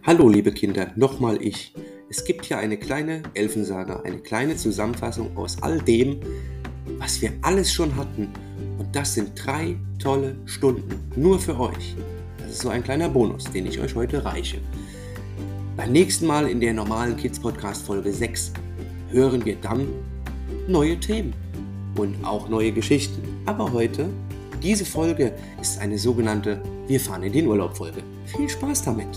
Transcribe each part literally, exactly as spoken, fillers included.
Hallo liebe Kinder, nochmal ich. Es gibt hier eine kleine Elfensaga, eine kleine Zusammenfassung aus all dem, was wir alles schon hatten. Und das sind drei tolle Stunden, nur für euch. Das ist so ein kleiner Bonus, den ich euch heute reiche. Beim nächsten Mal in der normalen Kids Podcast Folge sechs hören wir dann neue Themen und auch neue Geschichten. Aber heute, diese Folge ist eine sogenannte Wir fahren in den Urlaub Folge. Viel Spaß damit!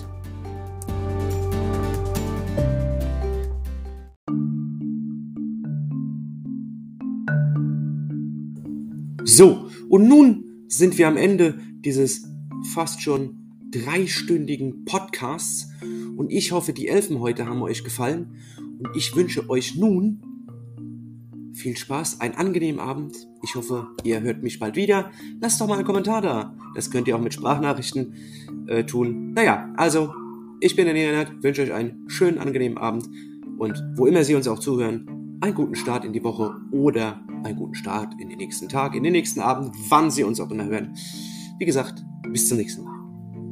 So, und nun sind wir am Ende dieses fast schon dreistündigen Podcasts und ich hoffe, die Elfen heute haben euch gefallen und ich wünsche euch nun viel Spaß, einen angenehmen Abend. Ich hoffe, ihr hört mich bald wieder. Lasst doch mal einen Kommentar da. Das könnt ihr auch mit Sprachnachrichten äh, tun. Naja, also, ich bin der Leonard, wünsche euch einen schönen, angenehmen Abend und wo immer Sie uns auch zuhören, einen guten Start in die Woche oder einen guten Start in den nächsten Tag, in den nächsten Abend, wann Sie uns auch immer hören. Wie gesagt, bis zum nächsten Mal.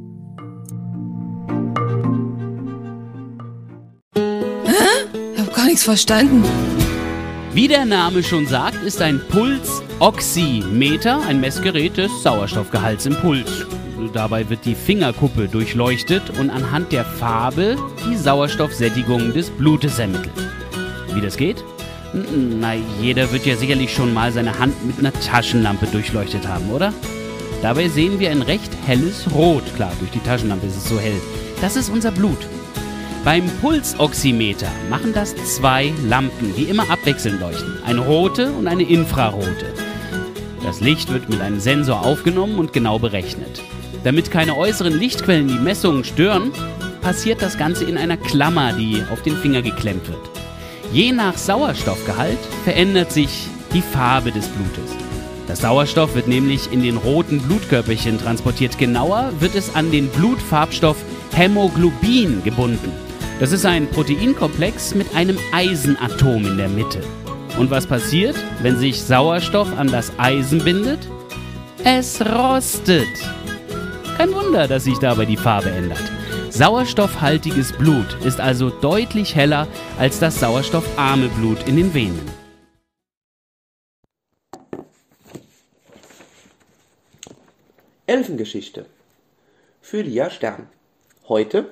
Hä? Ich habe gar nichts verstanden. Wie der Name schon sagt, ist ein Pulsoximeter ein Messgerät des Sauerstoffgehalts im Puls. Dabei wird die Fingerkuppe durchleuchtet und anhand der Farbe die Sauerstoffsättigung des Blutes ermittelt. Wie das geht? Na, jeder wird ja sicherlich schon mal seine Hand mit einer Taschenlampe durchleuchtet haben, oder? Dabei sehen wir ein recht helles Rot. Klar, durch die Taschenlampe ist es so hell. Das ist unser Blut. Beim Pulsoximeter machen das zwei Lampen, die immer abwechselnd leuchten. Eine rote und eine infrarote. Das Licht wird mit einem Sensor aufgenommen und genau berechnet. Damit keine äußeren Lichtquellen die Messungen stören, passiert das Ganze in einer Klammer, die auf den Finger geklemmt wird. Je nach Sauerstoffgehalt verändert sich die Farbe des Blutes. Der Sauerstoff wird nämlich in den roten Blutkörperchen transportiert. Genauer wird es an den Blutfarbstoff Hämoglobin gebunden. Das ist ein Proteinkomplex mit einem Eisenatom in der Mitte. Und was passiert, wenn sich Sauerstoff an das Eisen bindet? Es rostet. Kein Wunder, dass sich dabei die Farbe ändert. Sauerstoffhaltiges Blut ist also deutlich heller als das sauerstoffarme Blut in den Venen. Elfengeschichte für Lia Stern. Heute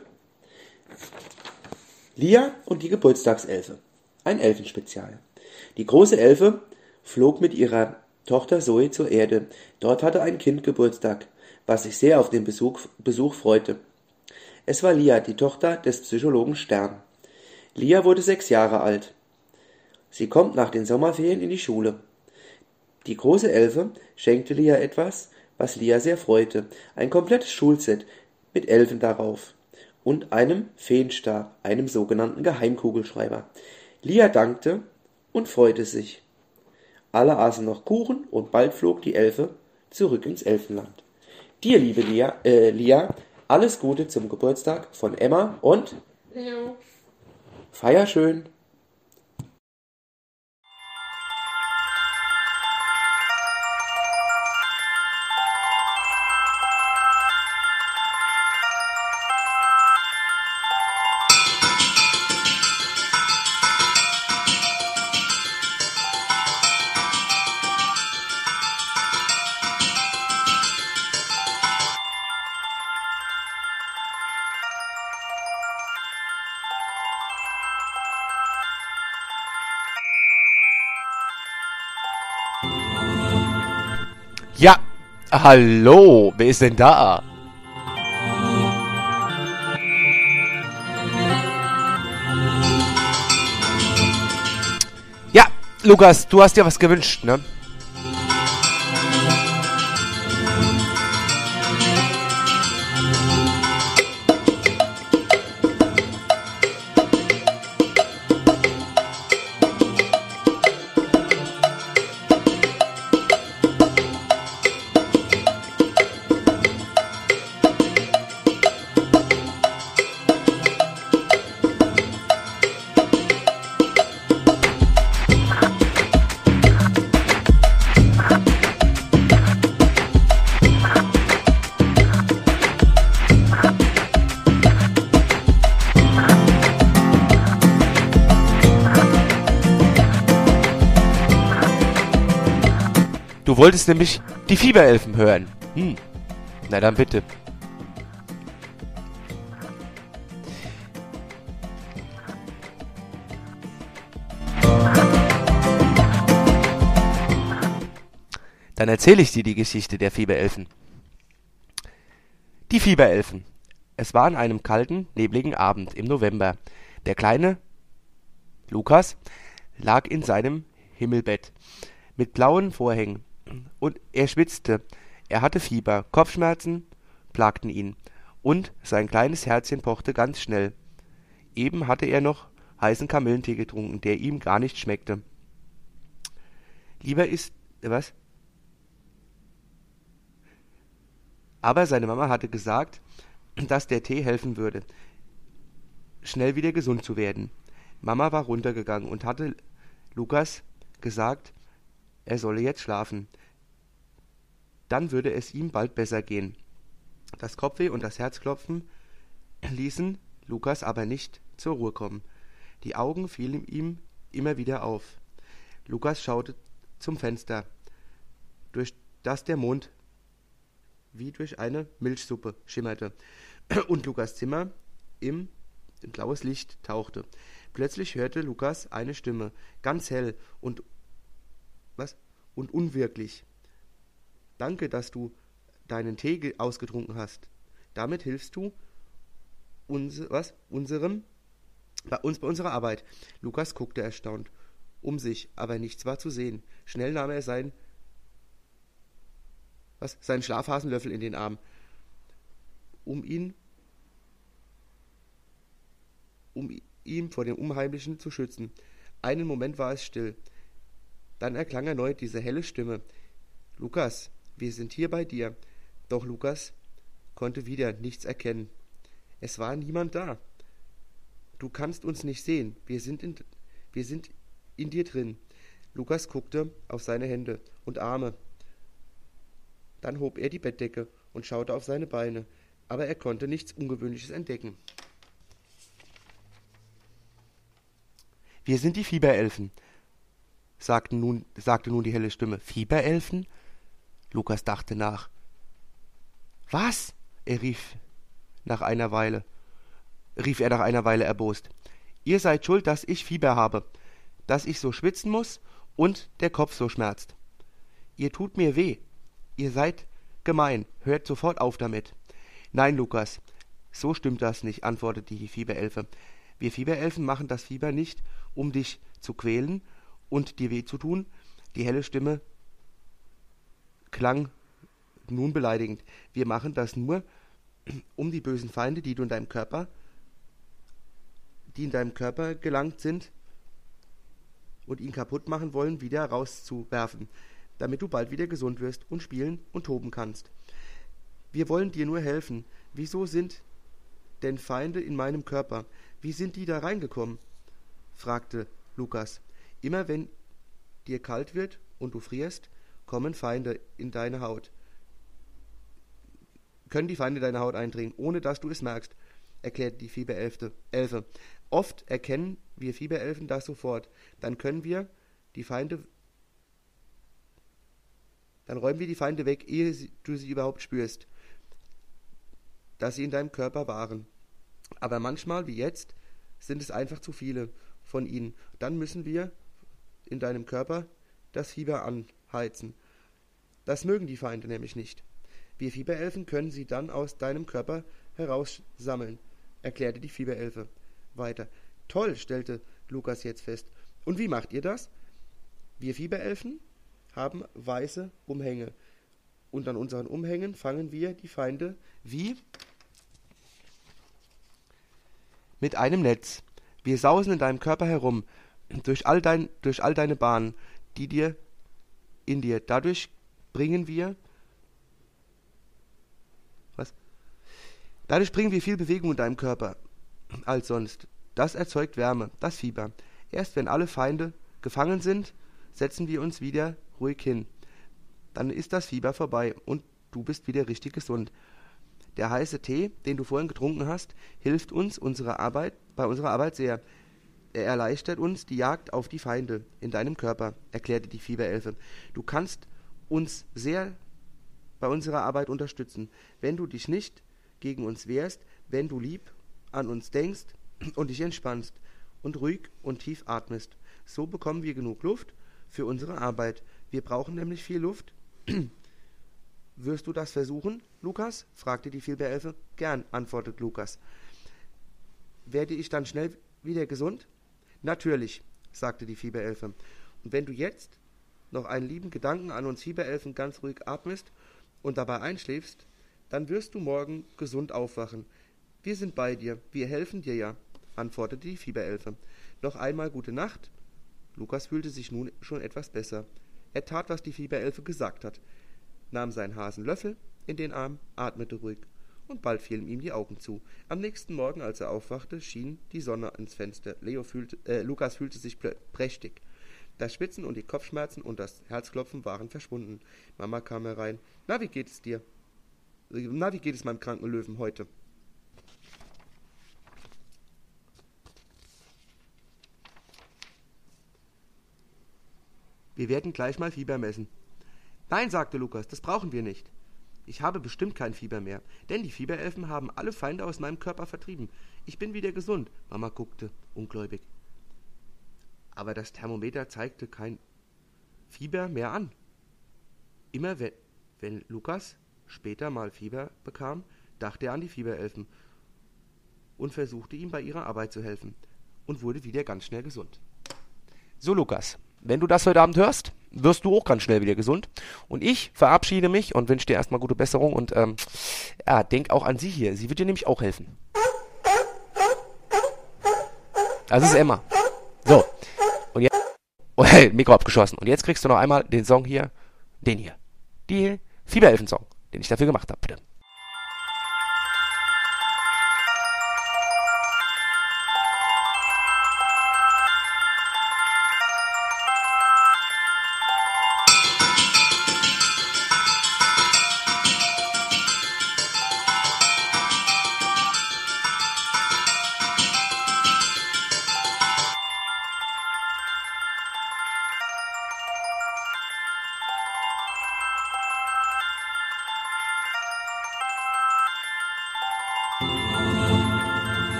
Lia und die Geburtstagselfe. Ein Elfenspezial. Die große Elfe flog mit ihrer Tochter Zoe zur Erde. Dort hatte ein Kind Geburtstag, was sich sehr auf den Besuch, Besuch freute. Es war Lia, die Tochter des Psychologen Stern. Lia wurde sechs Jahre alt. Sie kommt nach den Sommerferien in die Schule. Die große Elfe schenkte Lia etwas, was Lia sehr freute. Ein komplettes Schulset mit Elfen darauf und einem Feenstab, einem sogenannten Geheimkugelschreiber. Lia dankte und freute sich. Alle aßen noch Kuchen und bald flog die Elfe zurück ins Elfenland. Dir, liebe Lia, äh, Lia, alles Gute zum Geburtstag von Emma und Ja. feier schön. Ja, hallo, wer ist denn da? Ja, Lukas, du hast dir was gewünscht, ne? Du wolltest nämlich die Fieberelfen hören. Hm. Na dann bitte. Dann erzähle ich dir die Geschichte der Fieberelfen. Die Fieberelfen. Es war an einem kalten, nebligen Abend im November. Der kleine Lukas lag in seinem Himmelbett mit blauen Vorhängen und er schwitzte. Er hatte Fieber, Kopfschmerzen plagten ihn und sein kleines Herzchen pochte ganz schnell. Eben hatte er noch heißen Kamillentee getrunken, der ihm gar nicht schmeckte. Lieber ist... was? Aber seine Mama hatte gesagt, dass der Tee helfen würde, schnell wieder gesund zu werden. Mama war runtergegangen und hatte Lukas gesagt, er solle jetzt schlafen. Dann würde es ihm bald besser gehen. Das Kopfweh und das Herzklopfen ließen Lukas aber nicht zur Ruhe kommen. Die Augen fielen ihm immer wieder auf. Lukas schaute zum Fenster, durch das der Mond wie durch eine Milchsuppe schimmerte und Lukas Zimmer im blaues Licht tauchte. Plötzlich hörte Lukas eine Stimme, ganz hell und was und unwirklich. Danke, dass du deinen Tee ausgetrunken hast. Damit hilfst du uns, was unserem bei uns bei unserer Arbeit. Lukas guckte erstaunt um sich, aber nichts war zu sehen. Schnell nahm er sein was seinen Schlafhasenlöffel in den Arm, um ihn um ihn vor dem Unheimlichen zu schützen. Einen Moment war es still. Dann erklang erneut diese helle Stimme. Lukas, wir sind hier bei dir. Doch Lukas konnte wieder nichts erkennen. Es war niemand da. Du kannst uns nicht sehen. Wir sind in, wir sind in dir drin. Lukas guckte auf seine Hände und Arme. Dann hob er die Bettdecke und schaute auf seine Beine, aber er konnte nichts Ungewöhnliches entdecken. Wir sind die Fieberelfen, sagte nun, sagte nun die helle Stimme. Fieberelfen? Lukas dachte nach. Was? Er rief nach einer Weile, rief er nach einer Weile erbost. Ihr seid schuld, dass ich Fieber habe, dass ich so schwitzen muss und der Kopf so schmerzt. Ihr tut mir weh. Ihr seid gemein, hört sofort auf damit. Nein, Lukas, so stimmt das nicht, antwortete die Fieberelfe. Wir Fieberelfen machen das Fieber nicht, um dich zu quälen und dir weh zu tun. Die helle Stimme klang nun beleidigend. Wir machen das nur, um die bösen Feinde, die du in deinem Körper, die in deinem Körper gelangt sind und ihn kaputt machen wollen, wieder rauszuwerfen, damit du bald wieder gesund wirst und spielen und toben kannst. Wir wollen dir nur helfen. Wieso sind denn Feinde in meinem Körper? Wie sind die da reingekommen? Fragte Lukas. Immer wenn dir kalt wird und du frierst, kommen Feinde in deine Haut. Können die Feinde in deine Haut eindringen, ohne dass du es merkst, erklärte die Fieberelfe. Elfe. Oft erkennen wir Fieberelfen das sofort. Dann können wir die Feinde Dann räumen wir die Feinde weg, ehe sie, du sie überhaupt spürst, dass sie in deinem Körper waren. Aber manchmal, wie jetzt, sind es einfach zu viele von ihnen. Dann müssen wir in deinem Körper das Fieber anheizen. Das mögen die Feinde nämlich nicht. Wir Fieberelfen können sie dann aus deinem Körper heraussammeln, erklärte die Fieberelfe weiter. Toll, stellte Lukas jetzt fest. Und wie macht ihr das? Wir Fieberelfen haben weiße Umhänge. Und an unseren Umhängen fangen wir die Feinde wie mit einem Netz. Wir sausen in deinem Körper herum, durch all, dein, durch all deine Bahnen, die dir in dir. Dadurch bringen wir was? Dadurch bringen wir viel Bewegung in deinem Körper als sonst. Das erzeugt Wärme, das Fieber. Erst wenn alle Feinde gefangen sind, setzen wir uns wieder ruhig hin. Dann ist das Fieber vorbei und du bist wieder richtig gesund. Der heiße Tee, den du vorhin getrunken hast, hilft uns unsere Arbeit, bei unserer Arbeit sehr. Er erleichtert uns die Jagd auf die Feinde in deinem Körper, erklärte die Fieberelfe. Du kannst uns sehr bei unserer Arbeit unterstützen, wenn du dich nicht gegen uns wehrst, wenn du lieb an uns denkst und dich entspannst und ruhig und tief atmest. So bekommen wir genug Luft für unsere Arbeit. Wir brauchen nämlich viel Luft. Wirst du das versuchen, Lukas? Fragte die Fieberelfe. Gern, antwortet Lukas. Werde ich dann schnell wieder gesund? Natürlich, sagte die Fieberelfe. Und wenn du jetzt noch einen lieben Gedanken an uns Fieberelfen ganz ruhig atmest und dabei einschläfst, dann wirst du morgen gesund aufwachen. Wir sind bei dir, wir helfen dir ja, antwortete die Fieberelfe. Noch einmal gute Nacht. Lukas fühlte sich nun schon etwas besser. Er tat, was die Fieberelfe gesagt hat, nahm seinen Hasenlöffel in den Arm, atmete ruhig, und bald fielen ihm die Augen zu. Am nächsten Morgen, als er aufwachte, schien die Sonne ins Fenster. Leo fühlte, äh, Lukas fühlte sich prächtig. Das Schwitzen und die Kopfschmerzen und das Herzklopfen waren verschwunden. Mama kam herein. »Na, wie geht es dir? Na, wie geht es meinem kranken Löwen heute?« »Wir werden gleich mal Fieber messen.« »Nein«, sagte Lukas, »das brauchen wir nicht. Ich habe bestimmt kein Fieber mehr, denn die Fieberelfen haben alle Feinde aus meinem Körper vertrieben. Ich bin wieder gesund.« Mama guckte ungläubig. Aber das Thermometer zeigte kein Fieber mehr an. Immer wenn, wenn Lukas später mal Fieber bekam, dachte er an die Fieberelfen und versuchte ihm bei ihrer Arbeit zu helfen und wurde wieder ganz schnell gesund. So, Lukas, wenn du das heute Abend hörst, wirst du auch ganz schnell wieder gesund. Und ich verabschiede mich und wünsche dir erstmal gute Besserung und ähm, ja, denk auch an sie hier. Sie wird dir nämlich auch helfen. Das ist Emma. So. Und jetzt... Oh, hey, Mikro abgeschossen. Und jetzt kriegst du noch einmal den Song hier. Den hier. Die Fieberelfen-Song, den ich dafür gemacht habe, bitte.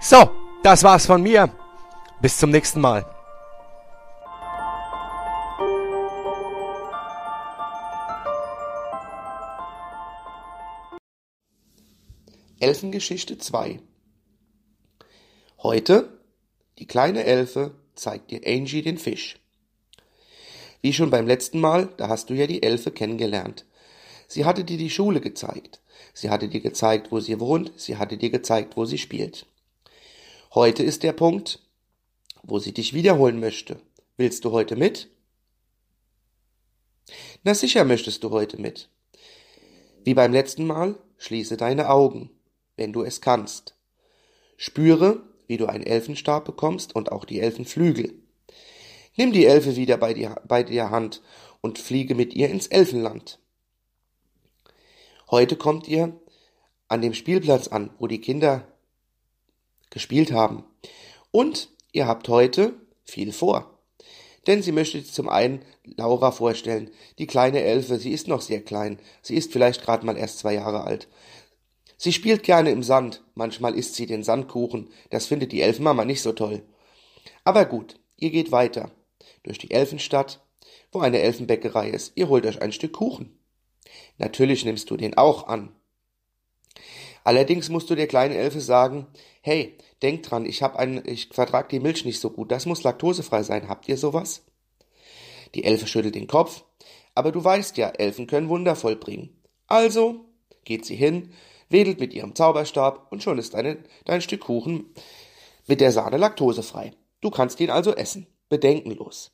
So, das war's von mir. Bis zum nächsten Mal. Elfengeschichte zwei. Heute, die kleine Elfe zeigt dir Angie den Fisch. Wie schon beim letzten Mal, da hast du ja die Elfe kennengelernt. Sie hatte dir die Schule gezeigt. Sie hatte dir gezeigt, wo sie wohnt. Sie hatte dir gezeigt, wo sie spielt. Heute ist der Punkt, wo sie dich wiederholen möchte. Willst du heute mit? Na sicher möchtest du heute mit. Wie beim letzten Mal, schließe deine Augen, wenn du es kannst. Spüre, wie du einen Elfenstab bekommst und auch die Elfenflügel. Nimm die Elfe wieder bei dir, bei der Hand und fliege mit ihr ins Elfenland. Heute kommt ihr an dem Spielplatz an, wo die Kinder gespielt haben. Und ihr habt heute viel vor. Denn sie möchte zum einen Laura vorstellen, die kleine Elfe, sie ist noch sehr klein, sie ist vielleicht gerade mal erst zwei Jahre alt. Sie spielt gerne im Sand, manchmal isst sie den Sandkuchen, das findet die Elfenmama nicht so toll. Aber gut, ihr geht weiter, durch die Elfenstadt, wo eine Elfenbäckerei ist, ihr holt euch ein Stück Kuchen. Natürlich nimmst du den auch an. Allerdings musst du der kleinen Elfe sagen, hey, denk dran, ich hab einen, ich vertrag die Milch nicht so gut, das muss laktosefrei sein, habt ihr sowas? Die Elfe schüttelt den Kopf, aber du weißt ja, Elfen können Wunder vollbringen. Also geht sie hin, wedelt mit ihrem Zauberstab und schon ist deine, dein Stück Kuchen mit der Sahne laktosefrei. Du kannst ihn also essen, bedenkenlos.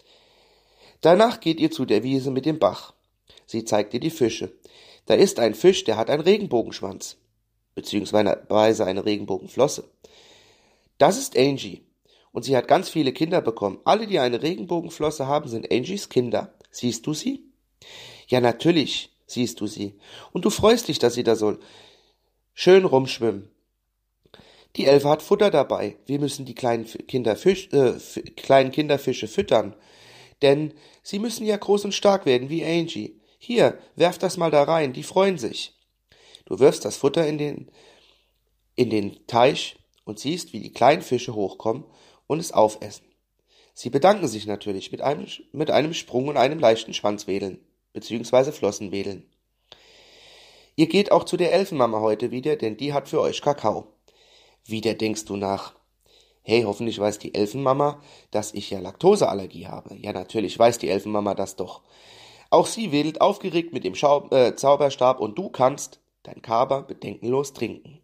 Danach geht ihr zu der Wiese mit dem Bach. Sie zeigt dir die Fische. Da ist ein Fisch, der hat einen Regenbogenschwanz, beziehungsweise eine Regenbogenflosse. Das ist Angie. Und sie hat ganz viele Kinder bekommen. Alle, die eine Regenbogenflosse haben, sind Angies Kinder. Siehst du sie? Ja, natürlich siehst du sie. Und du freust dich, dass sie da so schön rumschwimmen. Die Elfe hat Futter dabei. Wir müssen die kleinen, Kinderfisch, äh, kleinen Kinderfische füttern. Denn sie müssen ja groß und stark werden wie Angie. Hier, werf das mal da rein, die freuen sich. Du wirfst das Futter in den, in den Teich und siehst, wie die kleinen Fische hochkommen und es aufessen. Sie bedanken sich natürlich mit einem, mit einem Sprung und einem leichten Schwanzwedeln, beziehungsweise Flossenwedeln. Ihr geht auch zu der Elfenmama heute wieder, denn die hat für euch Kakao. Wieder denkst du nach. Hey, hoffentlich weiß die Elfenmama, dass ich ja Laktoseallergie habe. Ja, natürlich weiß die Elfenmama das doch. Auch sie wedelt aufgeregt mit dem Schau- äh, Zauberstab und du kannst dein Kaba bedenkenlos trinken.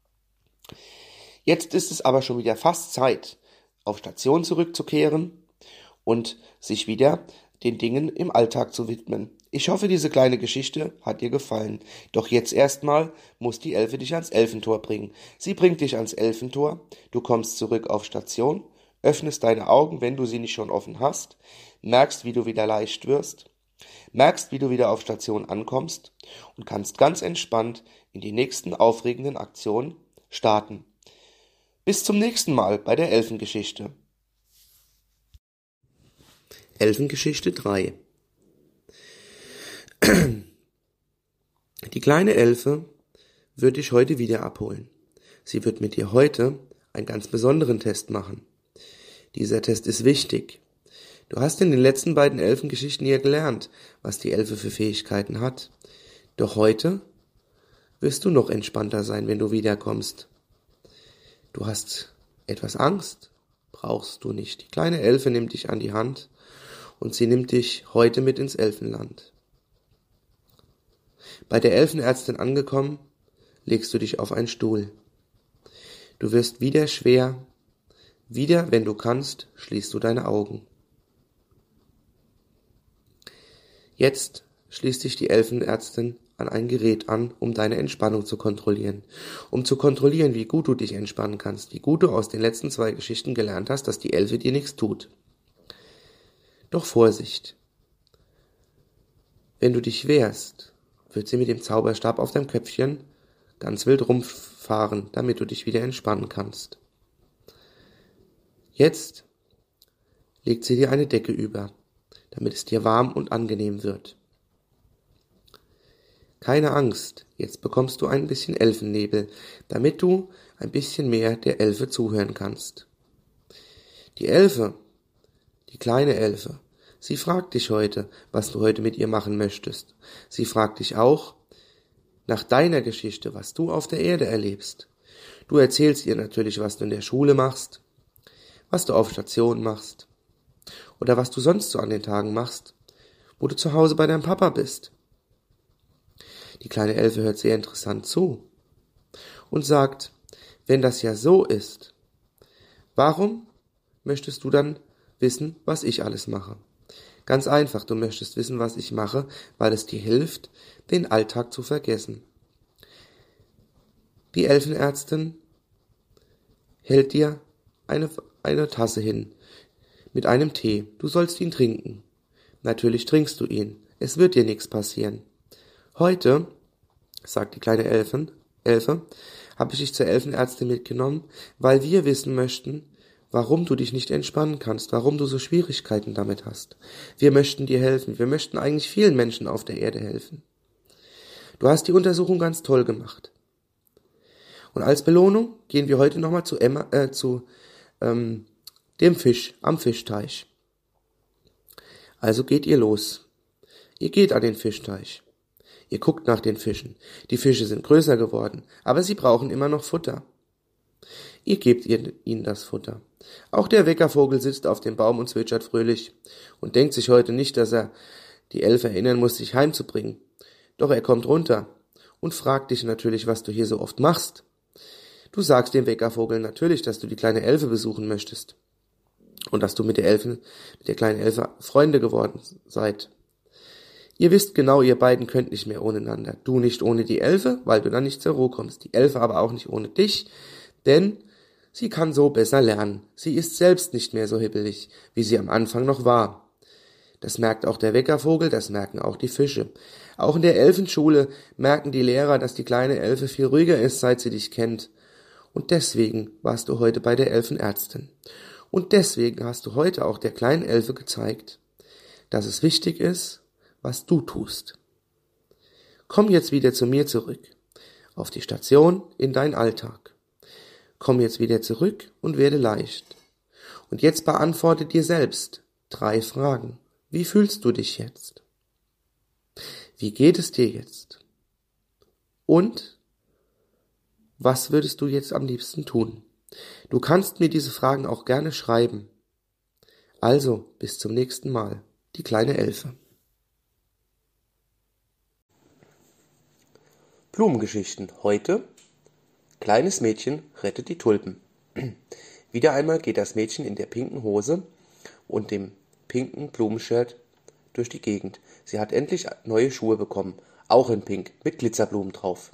Jetzt ist es aber schon wieder fast Zeit, auf Station zurückzukehren und sich wieder den Dingen im Alltag zu widmen. Ich hoffe, diese kleine Geschichte hat dir gefallen. Doch jetzt erstmal muss die Elfe dich ans Elfentor bringen. Sie bringt dich ans Elfentor, du kommst zurück auf Station, öffnest deine Augen, wenn du sie nicht schon offen hast, merkst, wie du wieder leicht wirst, merkst, wie du wieder auf Station ankommst und kannst ganz entspannt in die nächsten aufregenden Aktionen starten. Bis zum nächsten Mal bei der Elfengeschichte. Elfengeschichte drei. Die kleine Elfe wird dich heute wieder abholen. Sie wird mit dir heute einen ganz besonderen Test machen. Dieser Test ist wichtig. Du hast in den letzten beiden Elfengeschichten ja gelernt, was die Elfe für Fähigkeiten hat. Doch heute wirst du noch entspannter sein, wenn du wiederkommst. Du hast etwas Angst? Brauchst du nicht. Die kleine Elfe nimmt dich an die Hand und sie nimmt dich heute mit ins Elfenland. Bei der Elfenärztin angekommen, legst du dich auf einen Stuhl. Du wirst wieder schwer. Wieder, wenn du kannst, schließt du deine Augen. Jetzt schließt dich die Elfenärztin an ein Gerät an, um deine Entspannung zu kontrollieren. Um zu kontrollieren, wie gut du dich entspannen kannst, wie gut du aus den letzten zwei Geschichten gelernt hast, dass die Elfe dir nichts tut. Doch Vorsicht! Wenn du dich wehrst, wird sie mit dem Zauberstab auf deinem Köpfchen ganz wild rumfahren, damit du dich wieder entspannen kannst. Jetzt legt sie dir eine Decke über, damit es dir warm und angenehm wird. Keine Angst, jetzt bekommst du ein bisschen Elfennebel, damit du ein bisschen mehr der Elfe zuhören kannst. Die Elfe, die kleine Elfe, sie fragt dich heute, was du heute mit ihr machen möchtest. Sie fragt dich auch nach deiner Geschichte, was du auf der Erde erlebst. Du erzählst ihr natürlich, was du in der Schule machst, was du auf Station machst oder was du sonst so an den Tagen machst, wo du zu Hause bei deinem Papa bist. Die kleine Elfe hört sehr interessant zu und sagt, wenn das ja so ist, warum möchtest du dann wissen, was ich alles mache? Ganz einfach, du möchtest wissen, was ich mache, weil es dir hilft, den Alltag zu vergessen. Die Elfenärztin hält dir eine, eine Tasse hin mit einem Tee. Du sollst ihn trinken. Natürlich trinkst du ihn. Es wird dir nichts passieren. Heute, sagt die kleine Elfen, Elfe, habe ich dich zur Elfenärztin mitgenommen, weil wir wissen möchten, warum du dich nicht entspannen kannst, warum du so Schwierigkeiten damit hast. Wir möchten dir helfen. Wir möchten eigentlich vielen Menschen auf der Erde helfen. Du hast die Untersuchung ganz toll gemacht. Und als Belohnung gehen wir heute nochmal zu, Emma, äh, zu ähm, dem Fisch am Fischteich. Also geht ihr los. Ihr geht an den Fischteich. Ihr guckt nach den Fischen. Die Fische sind größer geworden, aber sie brauchen immer noch Futter. Ihr gebt ihnen das Futter. Auch der Weckervogel sitzt auf dem Baum und zwitschert fröhlich und denkt sich heute nicht, dass er die Elfe erinnern muss, sich heimzubringen. Doch er kommt runter und fragt dich natürlich, was du hier so oft machst. Du sagst dem Weckervogel natürlich, dass du die kleine Elfe besuchen möchtest und dass du mit der Elfe, mit der kleinen Elfe Freunde geworden seid. Ihr wisst genau, ihr beiden könnt nicht mehr ohneinander. Du nicht ohne die Elfe, weil du dann nicht zur Ruhe kommst. Die Elfe aber auch nicht ohne dich, denn sie kann so besser lernen. Sie ist selbst nicht mehr so hibbelig, wie sie am Anfang noch war. Das merkt auch der Weckervogel, das merken auch die Fische. Auch in der Elfenschule merken die Lehrer, dass die kleine Elfe viel ruhiger ist, seit sie dich kennt. Und deswegen warst du heute bei der Elfenärztin. Und deswegen hast du heute auch der kleinen Elfe gezeigt, dass es wichtig ist, was du tust. Komm jetzt wieder zu mir zurück, auf die Station, in deinen Alltag. Komm jetzt wieder zurück und werde leicht. Und jetzt beantworte dir selbst drei Fragen. Wie fühlst du dich jetzt? Wie geht es dir jetzt? Und was würdest du jetzt am liebsten tun? Du kannst mir diese Fragen auch gerne schreiben. Also, bis zum nächsten Mal. Die kleine Elfe. Blumengeschichten. Heute: Kleines Mädchen rettet die Tulpen. Wieder einmal geht das Mädchen in der pinken Hose und dem pinken Blumenshirt durch die Gegend. Sie hat endlich neue Schuhe bekommen, auch in pink, mit Glitzerblumen drauf.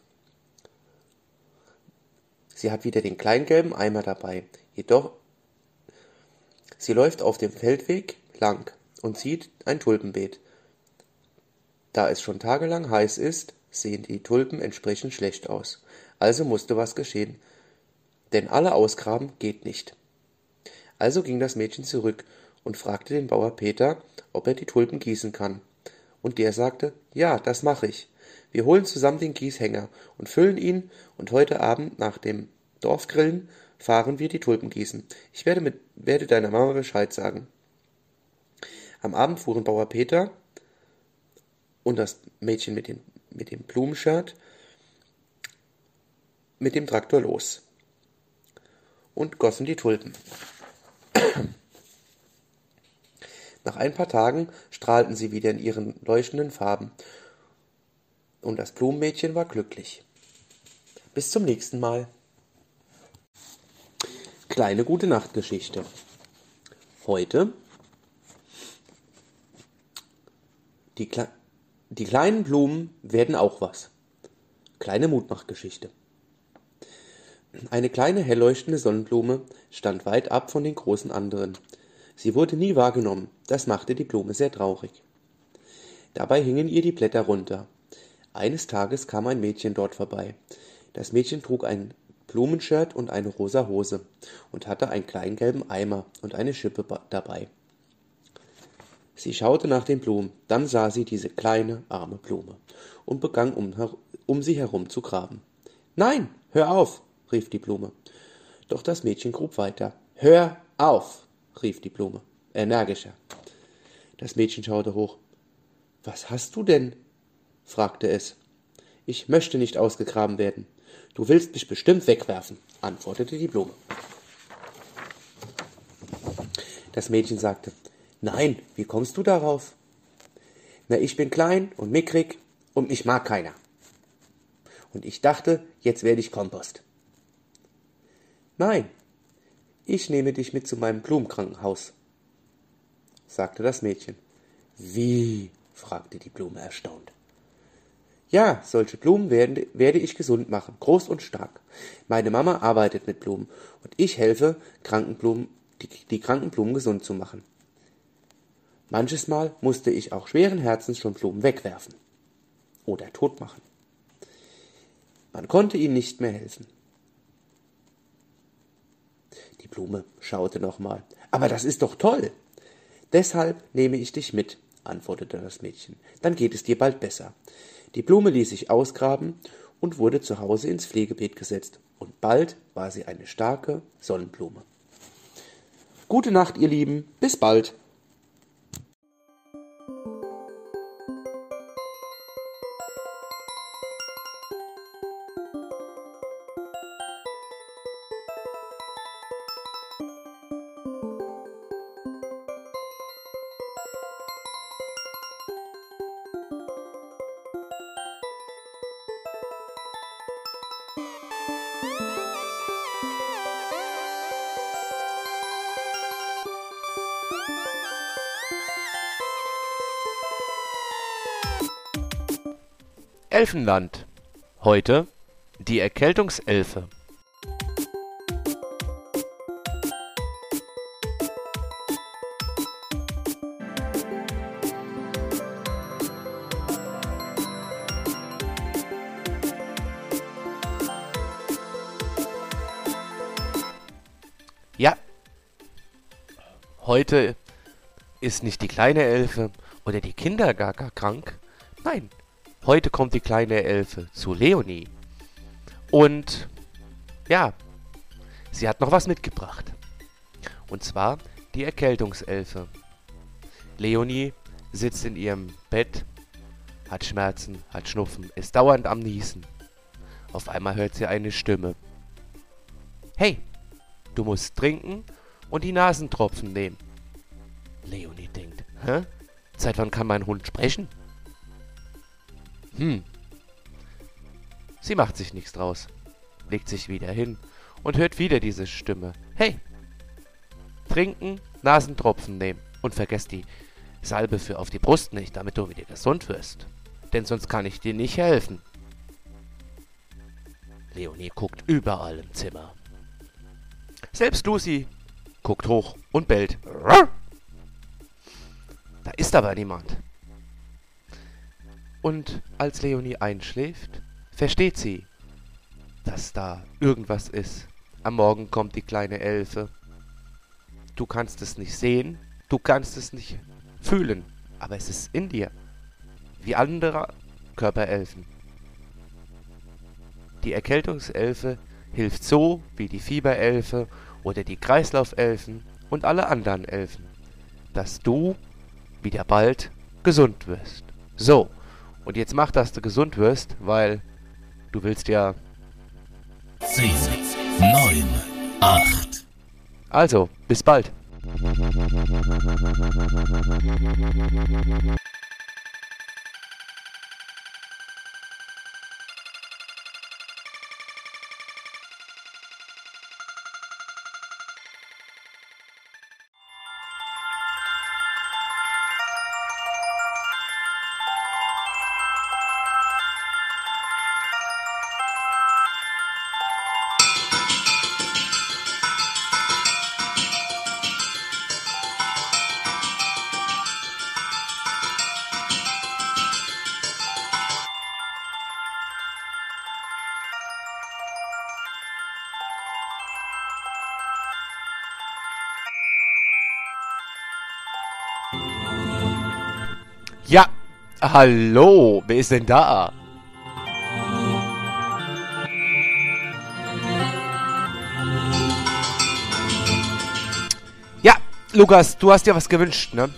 Sie hat wieder den kleinen gelben Eimer dabei, jedoch sie läuft auf dem Feldweg lang und sieht ein Tulpenbeet. Da es schon tagelang heiß ist, sehen die Tulpen entsprechend schlecht aus. Also musste was geschehen, denn alle ausgraben geht nicht. Also ging das Mädchen zurück und fragte den Bauer Peter, ob er die Tulpen gießen kann. Und der sagte, ja, das mache ich. Wir holen zusammen den Gießhänger und füllen ihn, und heute Abend nach dem Dorfgrillen fahren wir die Tulpen gießen. Ich werde, mit, werde deiner Mama Bescheid sagen. Am Abend fuhren Bauer Peter und das Mädchen mit, den, mit dem Blumenshirt mit dem Traktor los und gossen die Tulpen. Nach ein paar Tagen strahlten sie wieder in ihren leuchtenden Farben und das Blumenmädchen war glücklich. Bis zum nächsten Mal. Kleine Gute-Nacht-Geschichte. Heute die, Kle- die kleinen Blumen werden auch was. Kleine Mutmachgeschichte. Eine kleine hell leuchtende Sonnenblume stand weit ab von den großen anderen. Sie wurde nie wahrgenommen, das machte die Blume sehr traurig. Dabei hingen ihr die Blätter runter. Eines Tages kam ein Mädchen dort vorbei. Das Mädchen trug ein Blumenshirt und eine rosa Hose und hatte einen kleinen gelben Eimer und eine Schippe dabei. Sie schaute nach den Blumen, dann sah sie diese kleine, arme Blume und begann um, um sie herum zu graben. »Nein, hör auf«, rief die Blume. Doch das Mädchen grub weiter. »Hör auf«, rief die Blume, energischer. Das Mädchen schaute hoch. »Was hast du denn?«, fragte es. »Ich möchte nicht ausgegraben werden. Du willst mich bestimmt wegwerfen«, antwortete die Blume. Das Mädchen sagte, »Nein, wie kommst du darauf?« »Na, ich bin klein und mickrig und mich mag keiner. Und ich dachte, jetzt werde ich Kompost.« »Nein, ich nehme dich mit zu meinem Blumenkrankenhaus«, sagte das Mädchen. »Wie?«, fragte die Blume erstaunt. »Ja, solche Blumen werde, werde ich gesund machen, groß und stark. Meine Mama arbeitet mit Blumen und ich helfe, Krankenblumen, die, die kranken Blumen gesund zu machen. Manches Mal musste ich auch schweren Herzens schon Blumen wegwerfen oder tot machen. Man konnte ihnen nicht mehr helfen.« Die Blume schaute nochmal. »Aber das ist doch toll!« »Deshalb nehme ich dich mit«, antwortete das Mädchen. »Dann geht es dir bald besser.« Die Blume ließ sich ausgraben und wurde zu Hause ins Pflegebeet gesetzt. Und bald war sie eine starke Sonnenblume. Gute Nacht, ihr Lieben. Bis bald. Elfenland. Heute die Erkältungselfe. Ja, heute ist nicht die kleine Elfe oder die Kinder gar, gar krank. Nein, heute kommt die kleine Elfe zu Leonie. Und ja, sie hat noch was mitgebracht. Und zwar die Erkältungselfe. Leonie sitzt in ihrem Bett, hat Schmerzen, hat Schnupfen, ist dauernd am Niesen. Auf einmal hört sie eine Stimme. Hey, du musst trinken und die Nasentropfen nehmen. Leonie denkt, hä? Seit wann kann mein Hund sprechen? Hm. Sie macht sich nichts draus, legt sich wieder hin und hört wieder diese Stimme. Hey, trinken, Nasentropfen nehmen und vergesst die Salbe für auf die Brust nicht, damit du wieder gesund wirst. Denn sonst kann ich dir nicht helfen. Leonie guckt überall im Zimmer. Selbst Lucy guckt hoch und bellt. Da ist aber niemand. Und als Leonie einschläft, versteht sie, dass da irgendwas ist. Am Morgen kommt die kleine Elfe. Du kannst es nicht sehen, du kannst es nicht fühlen, aber es ist in dir, wie andere Körperelfen. Die Erkältungselfe hilft so wie die Fieberelfe oder die Kreislaufelfen und alle anderen Elfen, dass du wieder bald gesund wirst. So, und jetzt mach, dass du gesund wirst, weil du willst ja... zehn, neun, acht. Also, bis bald. Hallo, wer ist denn da? Ja, Lukas, du hast dir was gewünscht, ne?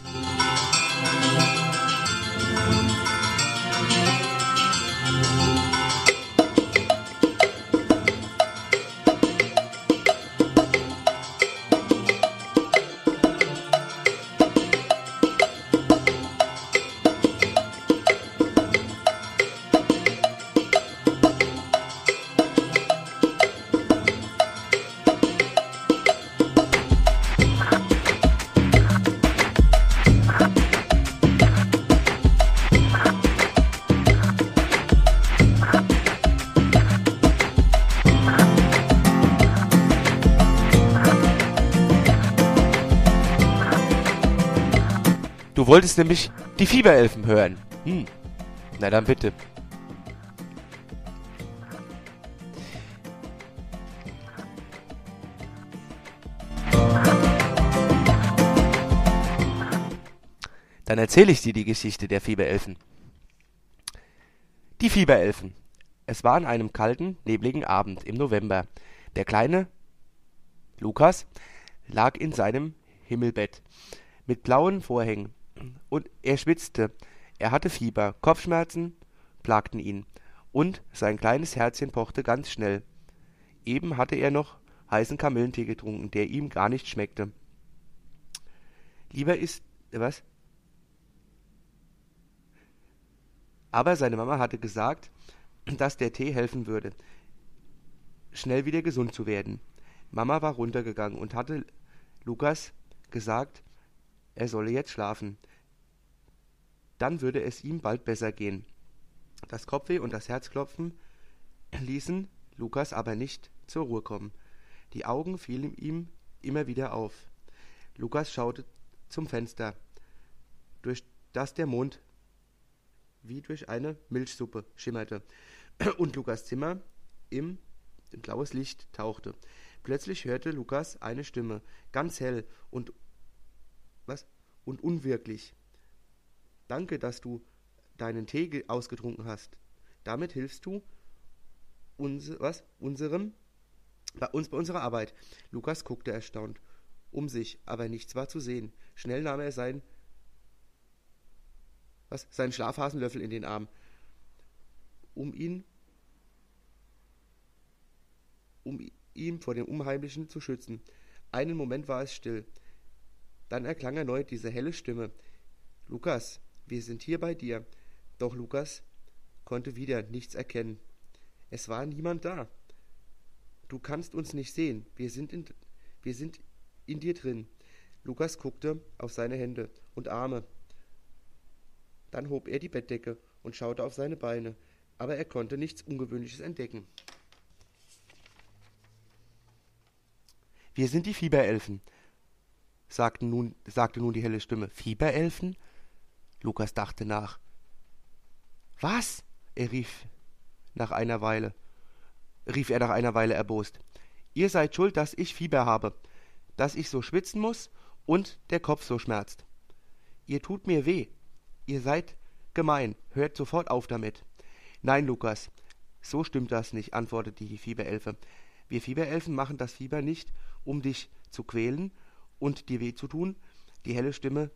Du wolltest nämlich die Fieberelfen hören. Hm. Na dann bitte. Dann erzähle ich dir die Geschichte der Fieberelfen. Die Fieberelfen. Es war an einem kalten, nebligen Abend im November. Der kleine Lukas lag in seinem Himmelbett mit blauen Vorhängen. Und er schwitzte, er hatte Fieber, Kopfschmerzen plagten ihn, und sein kleines Herzchen pochte ganz schnell. Eben hatte er noch heißen Kamillentee getrunken, der ihm gar nicht schmeckte. Lieber ist... was? Aber seine Mama hatte gesagt, dass der Tee helfen würde, schnell wieder gesund zu werden. Mama war runtergegangen und hatte Lukas gesagt, er solle jetzt schlafen. Dann würde es ihm bald besser gehen. Das Kopfweh und das Herzklopfen ließen Lukas aber nicht zur Ruhe kommen. Die Augen fielen ihm immer wieder auf. Lukas schaute zum Fenster, durch das der Mond wie durch eine Milchsuppe schimmerte und Lukas Zimmer im blaues Licht tauchte. Plötzlich hörte Lukas eine Stimme, ganz hell und was und unwirklich. Danke, dass du deinen Tee ausgetrunken hast. Damit hilfst du uns, was, unserem, bei uns bei unserer Arbeit. Lukas guckte erstaunt um sich, aber nichts war zu sehen. Schnell nahm er sein, was, seinen Schlafhasenlöffel in den Arm, um ihn, um ihn vor dem Unheimlichen zu schützen. Einen Moment war es still. Dann erklang erneut diese helle Stimme. Lukas, wir sind hier bei dir. Doch Lukas konnte wieder nichts erkennen. Es war niemand da. Du kannst uns nicht sehen. Wir sind in, wir sind in dir drin. Lukas guckte auf seine Hände und Arme. Dann hob er die Bettdecke und schaute auf seine Beine, aber er konnte nichts Ungewöhnliches entdecken. Wir sind die Fieberelfen, sagte nun, sagte nun die helle Stimme. Fieberelfen? Lukas dachte nach. Was? Er rief nach einer Weile, rief er nach einer Weile erbost. Ihr seid schuld, dass ich Fieber habe, dass ich so schwitzen muss und der Kopf so schmerzt. Ihr tut mir weh. Ihr seid gemein. Hört sofort auf damit. Nein, Lukas, so stimmt das nicht, antwortete die Fieberelfe. Wir Fieberelfen machen das Fieber nicht, um dich zu quälen und dir weh zu tun. Die helle Stimme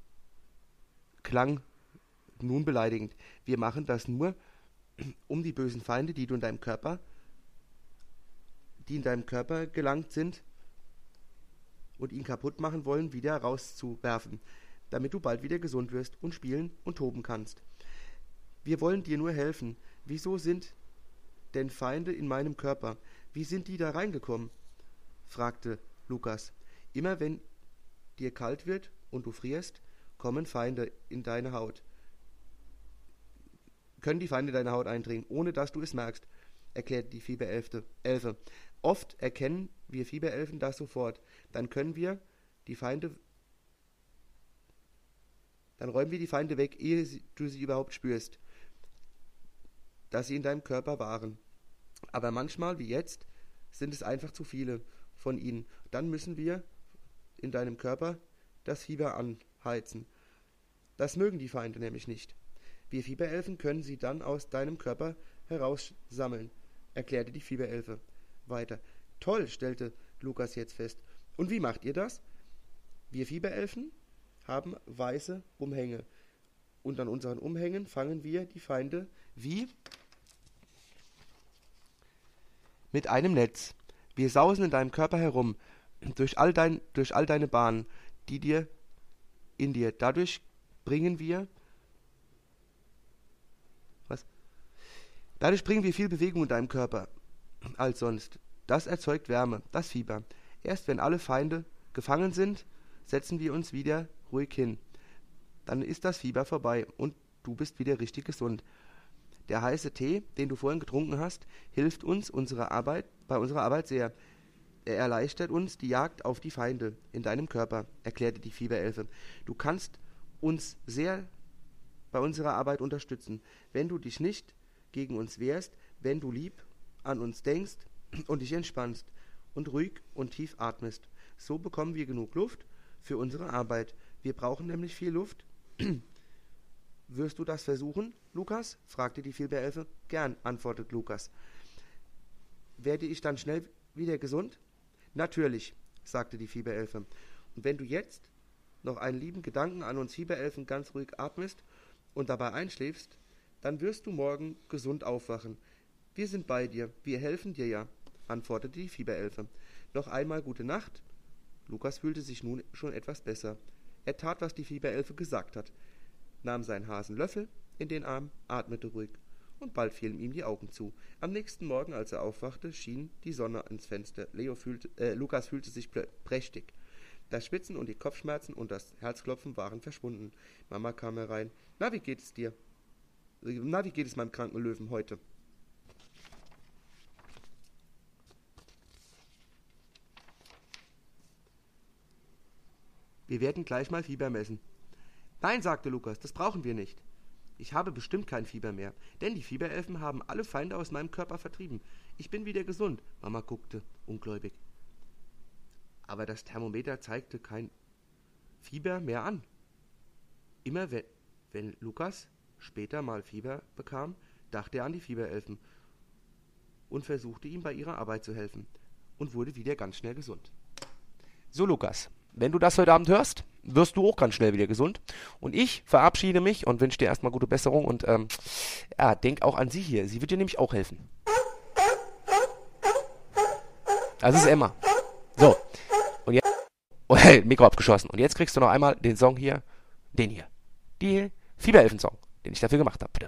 klang nun beleidigend. Wir machen das nur, um die bösen Feinde, die du in deinem Körper, die in deinem Körper gelangt sind und ihn kaputt machen wollen, wieder rauszuwerfen, damit du bald wieder gesund wirst und spielen und toben kannst. Wir wollen dir nur helfen. Wieso sind denn Feinde in meinem Körper? Wie sind die da reingekommen? Fragte Lukas. Immer wenn dir kalt wird und du frierst, kommen Feinde in deine Haut. Können die Feinde in deine Haut eindringen, ohne dass du es merkst, erklärte die Fieberelfe. Elfe. Oft erkennen wir Fieberelfen das sofort. Dann können wir die Feinde, dann räumen wir die Feinde weg, ehe sie, du sie überhaupt spürst, dass sie in deinem Körper waren. Aber manchmal, wie jetzt, sind es einfach zu viele von ihnen. Dann müssen wir in deinem Körper das Fieber anheizen. Das mögen die Feinde nämlich nicht. Wir Fieberelfen können sie dann aus deinem Körper heraussammeln, erklärte die Fieberelfe weiter. Toll, stellte Lukas jetzt fest. Und wie macht ihr das? Wir Fieberelfen haben weiße Umhänge. Und an unseren Umhängen fangen wir die Feinde wie mit einem Netz. Wir sausen in deinem Körper herum, durch all, dein, durch all deine Bahnen, die dir in dir. Dadurch bringen wir was? Dadurch bringen wir viel Bewegung in deinem Körper als sonst. Das erzeugt Wärme, das Fieber. Erst wenn alle Feinde gefangen sind, setzen wir uns wieder ruhig hin. Dann ist das Fieber vorbei und du bist wieder richtig gesund. Der heiße Tee, den du vorhin getrunken hast, hilft uns unsere Arbeit, bei unserer Arbeit sehr. Er erleichtert uns die Jagd auf die Feinde in deinem Körper, erklärte die Fieberelfe. Du kannst uns sehr bei unserer Arbeit unterstützen, wenn du dich nicht gegen uns wehrst, wenn du lieb an uns denkst und dich entspannst und ruhig und tief atmest. So bekommen wir genug Luft für unsere Arbeit. Wir brauchen nämlich viel Luft. Wirst du das versuchen, Lukas? Fragte die Fieberelfe. Gern, antwortet Lukas. Werde ich dann schnell wieder gesund? Natürlich, sagte die Fieberelfe. Und wenn du jetzt noch einen lieben Gedanken an uns Fieberelfen ganz ruhig atmest und dabei einschläfst, dann wirst du morgen gesund aufwachen. Wir sind bei dir, wir helfen dir ja, antwortete die Fieberelfe. Noch einmal gute Nacht. Lukas fühlte sich nun schon etwas besser. Er tat, was die Fieberelfe gesagt hat, nahm seinen Hasenlöffel in den Arm, atmete ruhig, und bald fielen ihm die Augen zu. Am nächsten Morgen, als er aufwachte, schien die Sonne ins Fenster. Leo fühlte, äh, Lukas fühlte sich prächtig. Das Schwitzen und die Kopfschmerzen und das Herzklopfen waren verschwunden. Mama kam herein. Na, wie geht es dir? Na, wie geht es meinem kranken Löwen heute? Wir werden gleich mal Fieber messen. Nein, sagte Lukas, das brauchen wir nicht. Ich habe bestimmt kein Fieber mehr, denn die Fieberelfen haben alle Feinde aus meinem Körper vertrieben. Ich bin wieder gesund. Mama guckte ungläubig. Aber das Thermometer zeigte kein Fieber mehr an. Immer wenn, wenn Lukas später mal Fieber bekam, dachte er an die Fieberelfen und versuchte ihm bei ihrer Arbeit zu helfen und wurde wieder ganz schnell gesund. So, Lukas, wenn du das heute Abend hörst, wirst du auch ganz schnell wieder gesund. Und ich verabschiede mich und wünsche dir erstmal gute Besserung und ähm, ja, denk auch an sie hier. Sie wird dir nämlich auch helfen. Das ist Emma. So. Und jetzt... Oh, hey, Mikro abgeschossen. Und jetzt kriegst du noch einmal den Song hier. Den hier. Die Fieberelfen-Song, den ich dafür gemacht habe. Bitte.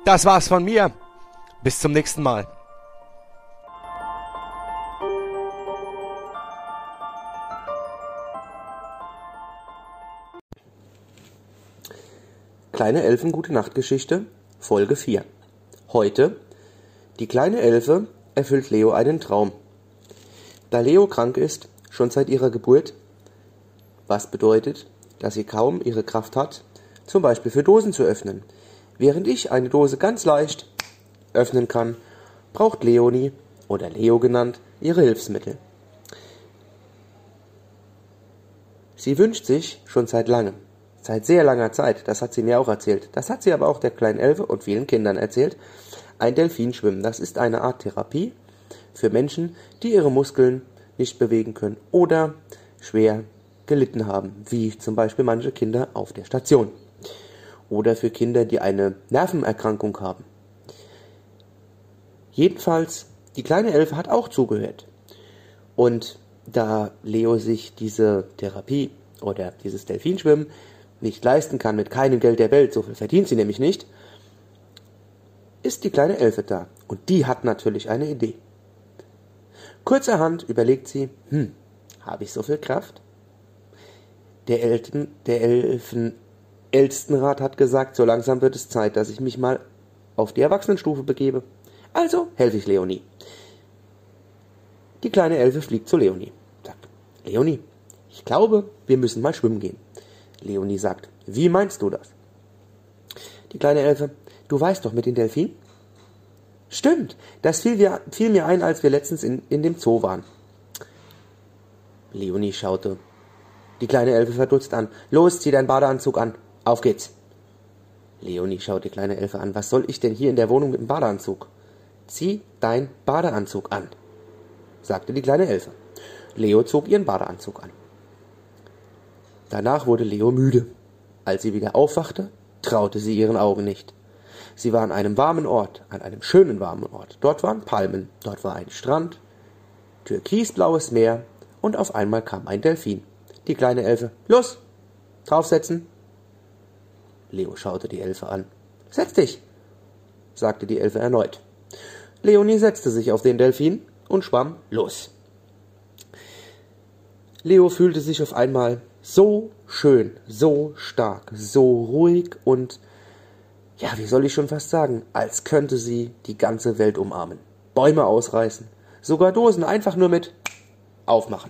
Das war's von mir. Bis zum nächsten Mal. Kleine Elfen Gute Nacht Geschichte, Folge vier. Heute, die kleine Elfe erfüllt Leo einen Traum. Da Leo krank ist, schon seit ihrer Geburt, was bedeutet, dass sie kaum ihre Kraft hat, zum Beispiel für Dosen zu öffnen. Während ich eine Dose ganz leicht öffnen kann, braucht Leonie, oder Leo genannt, ihre Hilfsmittel. Sie wünscht sich schon seit langem, seit sehr langer Zeit, das hat sie mir auch erzählt, das hat sie aber auch der kleinen Elfe und vielen Kindern erzählt, ein Delfinschwimmen. Das ist eine Art Therapie für Menschen, die ihre Muskeln nicht bewegen können oder schwer gelitten haben, wie zum Beispiel manche Kinder auf der Station. Oder für Kinder, die eine Nervenerkrankung haben. Jedenfalls, die kleine Elfe hat auch zugehört. Und da Leo sich diese Therapie oder dieses Delfinschwimmen nicht leisten kann mit keinem Geld der Welt, so viel verdient sie nämlich nicht, ist die kleine Elfe da. Und die hat natürlich eine Idee. Kurzerhand überlegt sie, hm, habe ich so viel Kraft? Der, Elten, der Elfen-Ältestenrat hat gesagt, so langsam wird es Zeit, dass ich mich mal auf die Erwachsenenstufe begebe. Also helfe ich Leonie. Die kleine Elfe fliegt zu Leonie. Sagt, Leonie, ich glaube, wir müssen mal schwimmen gehen. Leonie sagt, wie meinst du das? Die kleine Elfe, du weißt doch mit den Delfinen? Stimmt, das fiel, wir, fiel mir ein, als wir letztens in, in dem Zoo waren. Leonie schaute die kleine Elfe verdutzt an. Los, zieh deinen Badeanzug an. Auf geht's. Leonie schaut die kleine Elfe an. Was soll ich denn hier in der Wohnung mit dem Badeanzug? Zieh deinen Badeanzug an, sagte die kleine Elfe. Leo zog ihren Badeanzug an. Danach wurde Leo müde. Als sie wieder aufwachte, traute sie ihren Augen nicht. Sie war an einem warmen Ort, an einem schönen warmen Ort. Dort waren Palmen, dort war ein Strand, türkisblaues Meer und auf einmal kam ein Delfin. Die kleine Elfe, los, draufsetzen. Leo schaute die Elfe an. Setz dich, sagte die Elfe erneut. Leonie setzte sich auf den Delfin und schwamm los. Leo fühlte sich auf einmal so schön, so stark, so ruhig und, ja, wie soll ich schon fast sagen, als könnte sie die ganze Welt umarmen. Bäume ausreißen, sogar Dosen einfach nur mit aufmachen.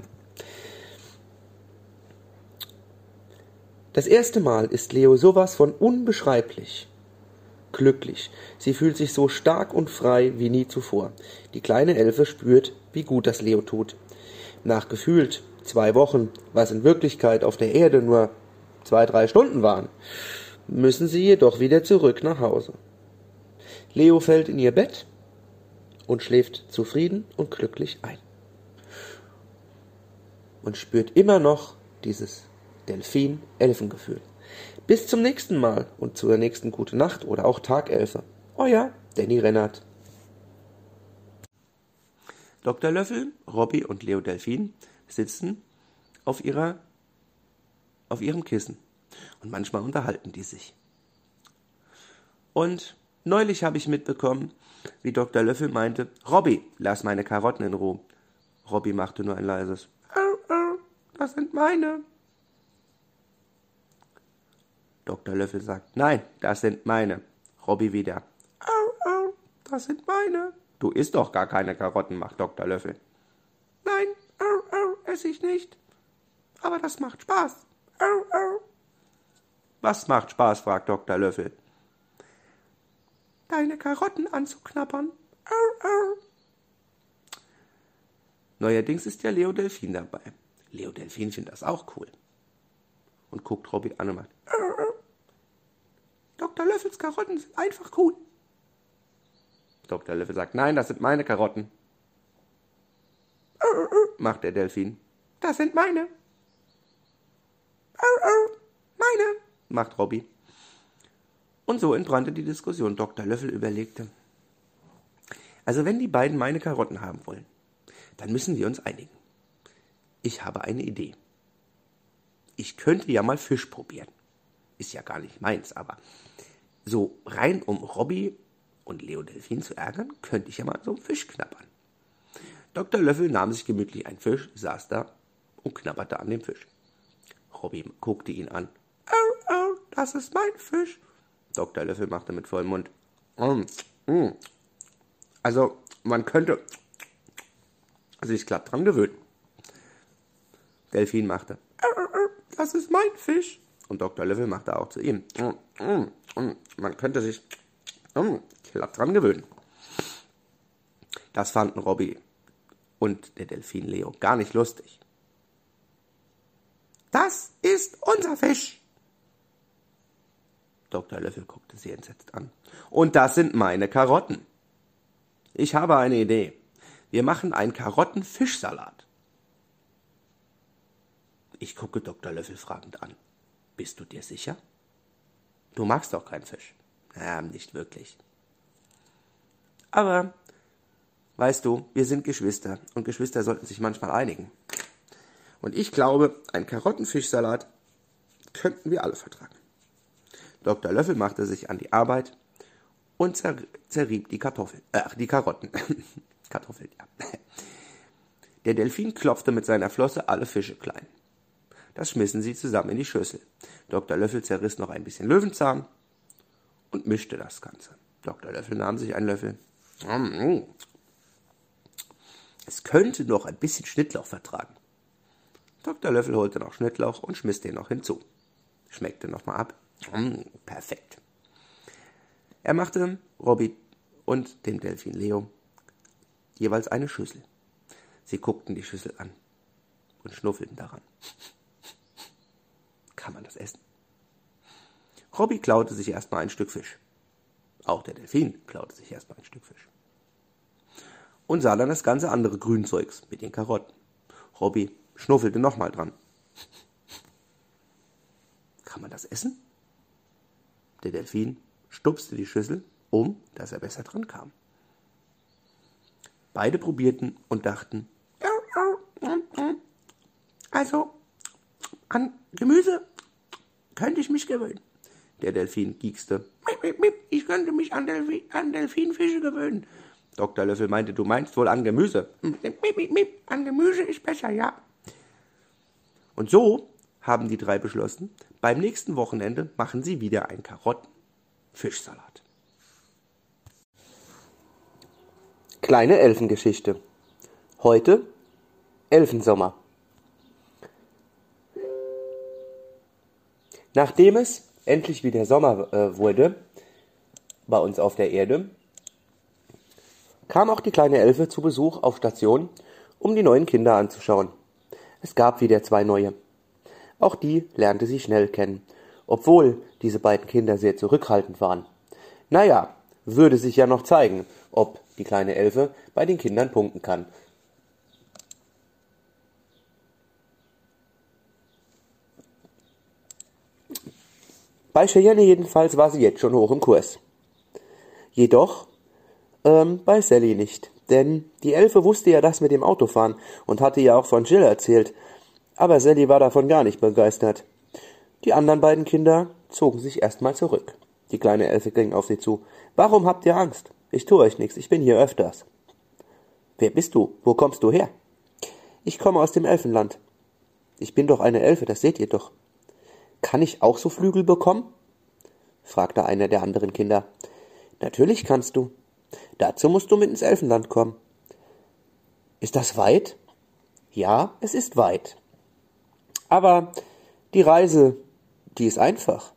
Das erste Mal ist Leo sowas von unbeschreiblich glücklich. Sie fühlt sich so stark und frei wie nie zuvor. Die kleine Elfe spürt, wie gut das Leo tut. Nach gefühlt zwei Wochen, was in Wirklichkeit auf der Erde nur zwei, drei Stunden waren, müssen sie jedoch wieder zurück nach Hause. Leo fällt in ihr Bett und schläft zufrieden und glücklich ein. Und spürt immer noch dieses Delfin-Elfengefühl. Bis zum nächsten Mal und zur nächsten Gute Nacht oder auch Tagelfe. Euer Danny Rennert. Doktor Löffel, Robby und Leo Delfin sitzen auf ihrer, auf ihrem Kissen. Und manchmal unterhalten die sich. Und neulich habe ich mitbekommen, wie Doktor Löffel meinte, Robby, lass meine Karotten in Ruhe. Robby machte nur ein leises, au, au, das sind meine. Doktor Löffel sagt, nein, das sind meine. Robby wieder, au, au, das sind meine. Du isst doch gar keine Karotten, macht Doktor Löffel. Nein, au, au, esse ich nicht. Aber das macht Spaß. Au, au. Was macht Spaß, fragt Doktor Löffel. Deine Karotten anzuknabbern. Au, au. Neuerdings ist ja Leo Delfin dabei. Leo Delfin findet das auch cool. Und guckt Robby an und macht, au, au. Doktor Löffels Karotten sind einfach cool. Doktor Löffel sagt, nein, das sind meine Karotten. Au, au, macht der Delfin. Das sind meine. Au, au, meine, macht Robby. Und so entbrannte die Diskussion. Doktor Löffel überlegte, also wenn die beiden meine Karotten haben wollen, dann müssen wir uns einigen. Ich habe eine Idee. Ich könnte ja mal Fisch probieren. Ist ja gar nicht meins, aber so rein um Robby und Leo Delfin zu ärgern, könnte ich ja mal so einen Fisch knabbern. Doktor Löffel nahm sich gemütlich einen Fisch, saß da und knabberte an dem Fisch. Robby guckte ihn an. Oh, oh, das ist mein Fisch. Doktor Löffel machte mit vollem Mund. Mm, mm. Also, man könnte sich glatt dran gewöhnen. Delfin machte. Oh, oh, oh, das ist mein Fisch. Und Doktor Löffel machte auch zu ihm. Mm, mm, mm. Man könnte sich mm, glatt dran gewöhnen. Das fanden Robby und der Delfin Leo gar nicht lustig. Das ist unser Fisch. Doktor Löffel guckte sie entsetzt an. Und das sind meine Karotten. Ich habe eine Idee. Wir machen einen Karottenfischsalat. Ich gucke Doktor Löffel fragend an. Bist du dir sicher? Du magst doch keinen Fisch. Ja, nicht wirklich. Aber, weißt du, wir sind Geschwister und Geschwister sollten sich manchmal einigen. Und ich glaube, einen Karottenfischsalat könnten wir alle vertragen. Doktor Löffel machte sich an die Arbeit und zer zerrieb die Kartoffeln, ach, die Karotten. Kartoffeln, ja. Der Delfin klopfte mit seiner Flosse alle Fische klein. Das schmissen sie zusammen in die Schüssel. Doktor Löffel zerriss noch ein bisschen Löwenzahn und mischte das Ganze. Doktor Löffel nahm sich einen Löffel. Es könnte noch ein bisschen Schnittlauch vertragen. Doktor Löffel holte noch Schnittlauch und schmiss den noch hinzu. Schmeckte nochmal ab. Mm, perfekt. Er machte Robby und dem Delfin Leo jeweils eine Schüssel. Sie guckten die Schüssel an und schnuffelten daran. Kann man das essen? Robby klaute sich erstmal ein Stück Fisch. Auch der Delfin klaute sich erstmal ein Stück Fisch. Und sah dann das ganze andere Grünzeugs mit den Karotten. Robby schnuffelte nochmal dran. Kann man das essen? Der Delfin stupste die Schüssel um, dass er besser dran kam. Beide probierten und dachten, also an Gemüse könnte ich mich gewöhnen. Der Delfin giekste, ich könnte mich an, Delfi an Delfinfische gewöhnen. Doktor Löffel meinte, du meinst wohl an Gemüse. An Gemüse ist besser, ja. Und so haben die drei beschlossen, beim nächsten Wochenende machen sie wieder einen Karotten-Fischsalat. Kleine Elfengeschichte. Heute Elfensommer. Nachdem es endlich wieder Sommer äh, wurde, bei uns auf der Erde, kam auch die kleine Elfe zu Besuch auf Station, um die neuen Kinder anzuschauen. Es gab wieder zwei neue. Auch die lernte sie schnell kennen, obwohl diese beiden Kinder sehr zurückhaltend waren. Naja, würde sich ja noch zeigen, ob die kleine Elfe bei den Kindern punkten kann. Bei Cheyenne jedenfalls war sie jetzt schon hoch im Kurs. Jedoch ähm, bei Sally nicht, denn die Elfe wusste ja das mit dem Autofahren und hatte ja auch von Jill erzählt, aber Sally war davon gar nicht begeistert. Die anderen beiden Kinder zogen sich erstmal zurück. Die kleine Elfe ging auf sie zu. »Warum habt ihr Angst? Ich tue euch nichts, ich bin hier öfters.« »Wer bist du? Wo kommst du her?« »Ich komme aus dem Elfenland.« »Ich bin doch eine Elfe, das seht ihr doch.« »Kann ich auch so Flügel bekommen?« fragte einer der anderen Kinder. »Natürlich kannst du. Dazu musst du mit ins Elfenland kommen.« »Ist das weit?« »Ja, es ist weit. Aber die Reise, die ist einfach.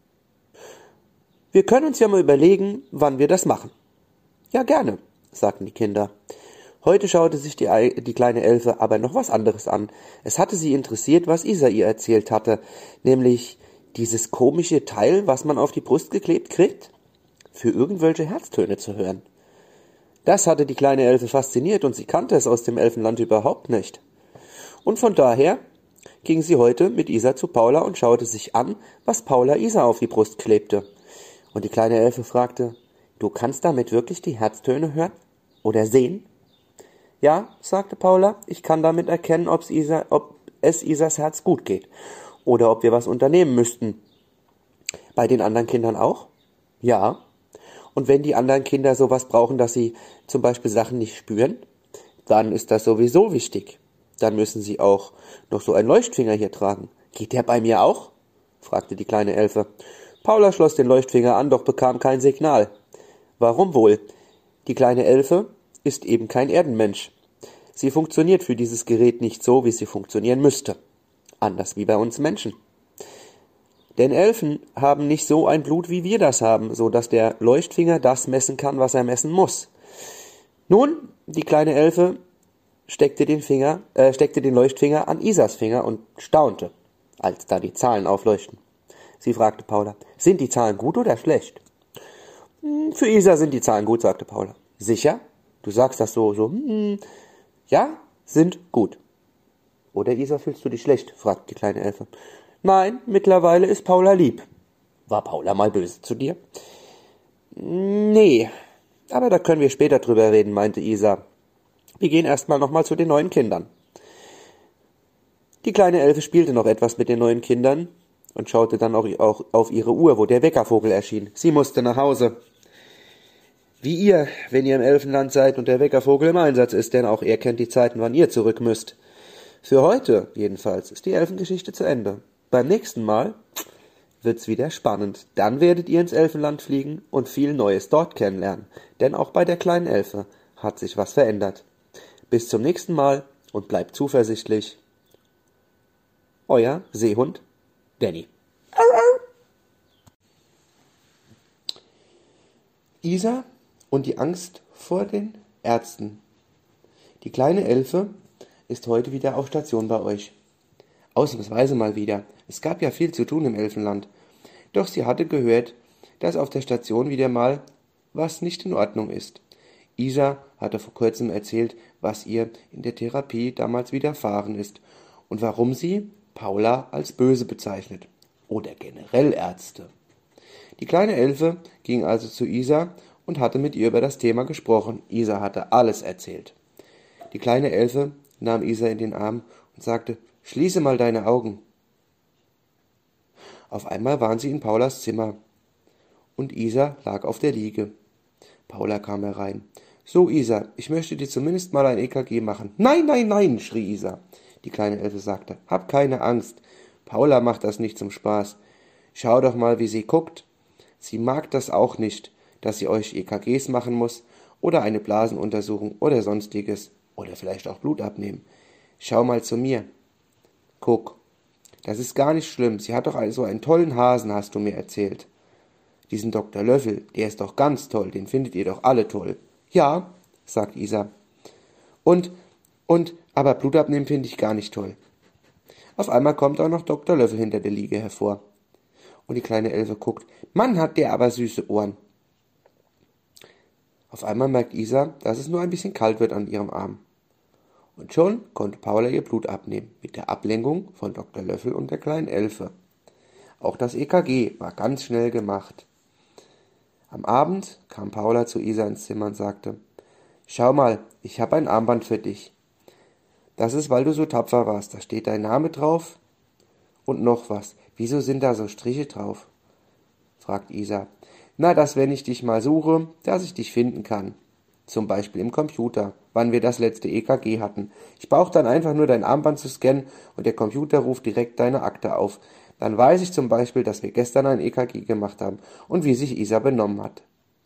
Wir können uns ja mal überlegen, wann wir das machen.« »Ja, gerne«, sagten die Kinder. Heute schaute sich die, die kleine Elfe aber noch was anderes an. Es hatte sie interessiert, was Isa ihr erzählt hatte, nämlich dieses komische Teil, was man auf die Brust geklebt kriegt, für irgendwelche Herztöne zu hören. Das hatte die kleine Elfe fasziniert und sie kannte es aus dem Elfenland überhaupt nicht. Und von daher ging sie heute mit Isa zu Paula und schaute sich an, was Paula Isa auf die Brust klebte. Und die kleine Elfe fragte, »Du kannst damit wirklich die Herztöne hören oder sehen?« »Ja«, sagte Paula, »ich kann damit erkennen, ob's Isa, ob es Isas Herz gut geht oder ob wir was unternehmen müssten.« »Bei den anderen Kindern auch?« »Ja.« Und wenn die anderen Kinder sowas brauchen, dass sie zum Beispiel Sachen nicht spüren, dann ist das sowieso wichtig. Dann müssen sie auch noch so einen Leuchtfinger hier tragen. Geht der bei mir auch? Fragte die kleine Elfe. Paula schloss den Leuchtfinger an, doch bekam kein Signal. Warum wohl? Die kleine Elfe ist eben kein Erdenmensch. Sie funktioniert für dieses Gerät nicht so, wie sie funktionieren müsste. Anders wie bei uns Menschen. Denn Elfen haben nicht so ein Blut, wie wir das haben, so dass der Leuchtfinger das messen kann, was er messen muss. Nun, die kleine Elfe steckte den Finger, äh, steckte den Leuchtfinger an Isas Finger und staunte, als da die Zahlen aufleuchten. Sie fragte Paula, sind die Zahlen gut oder schlecht? Für Isa sind die Zahlen gut, sagte Paula. Sicher? Du sagst das so, so, hm, ja, sind gut. Oder Isa, fühlst du dich schlecht? Fragte die kleine Elfe. Nein, mittlerweile ist Paula lieb. War Paula mal böse zu dir? Nee, aber da können wir später drüber reden, meinte Isa. Wir gehen erstmal nochmal zu den neuen Kindern. Die kleine Elfe spielte noch etwas mit den neuen Kindern und schaute dann auch, auch auf ihre Uhr, wo der Weckervogel erschien. Sie musste nach Hause. Wie ihr, wenn ihr im Elfenland seid und der Weckervogel im Einsatz ist, denn auch er kennt die Zeiten, wann ihr zurück müsst. Für heute, jedenfalls, ist die Elfengeschichte zu Ende. Beim nächsten Mal wird's wieder spannend. Dann werdet ihr ins Elfenland fliegen und viel Neues dort kennenlernen. Denn auch bei der kleinen Elfe hat sich was verändert. Bis zum nächsten Mal und bleibt zuversichtlich. Euer Seehund Danny. Isa und die Angst vor den Ärzten. Die kleine Elfe ist heute wieder auf Station bei euch. Ausnahmsweise mal wieder. Es gab ja viel zu tun im Elfenland. Doch sie hatte gehört, dass auf der Station wieder mal was nicht in Ordnung ist. Isa hatte vor kurzem erzählt, was ihr in der Therapie damals widerfahren ist und warum sie Paula als böse bezeichnet. Oder generell Ärzte. Die kleine Elfe ging also zu Isa und hatte mit ihr über das Thema gesprochen. Isa hatte alles erzählt. Die kleine Elfe nahm Isa in den Arm und sagte, schließe mal deine Augen. Auf einmal waren sie in Paulas Zimmer und Isa lag auf der Liege. Paula kam herein. So, Isa, ich möchte dir zumindest mal ein E K G machen. Nein, nein, nein, schrie Isa. Die kleine Elfe sagte, hab keine Angst. Paula macht das nicht zum Spaß. Schau doch mal, wie sie guckt. Sie mag das auch nicht, dass sie euch E K Gs machen muss oder eine Blasenuntersuchung oder sonstiges oder vielleicht auch Blut abnehmen. Schau mal zu mir. Guck, das ist gar nicht schlimm. Sie hat doch so einen tollen Hasen, hast du mir erzählt. Diesen Doktor Löffel, der ist doch ganz toll, den findet ihr doch alle toll. Ja, sagt Isa. Und, und, aber Blut abnehmen finde ich gar nicht toll. Auf einmal kommt auch noch Doktor Löffel hinter der Liege hervor. Und die kleine Elfe guckt. Mann, hat der aber süße Ohren. Auf einmal merkt Isa, dass es nur ein bisschen kalt wird an ihrem Arm. Und schon konnte Paula ihr Blut abnehmen, mit der Ablenkung von Doktor Löffel und der kleinen Elfe. Auch das E K G war ganz schnell gemacht. Am Abend kam Paula zu Isa ins Zimmer und sagte, schau mal, ich habe ein Armband für dich. Das ist, weil du so tapfer warst. Da steht dein Name drauf und noch was. Wieso sind da so Striche drauf? Fragt Isa. Na, dass wenn ich dich mal suche, dass ich dich finden kann. Zum Beispiel im Computer, wann wir das letzte E K G hatten. Ich brauche dann einfach nur dein Armband zu scannen und der Computer ruft direkt deine Akte auf. Dann weiß ich zum Beispiel, dass wir gestern ein E K G gemacht haben und wie sich Isa benommen hat.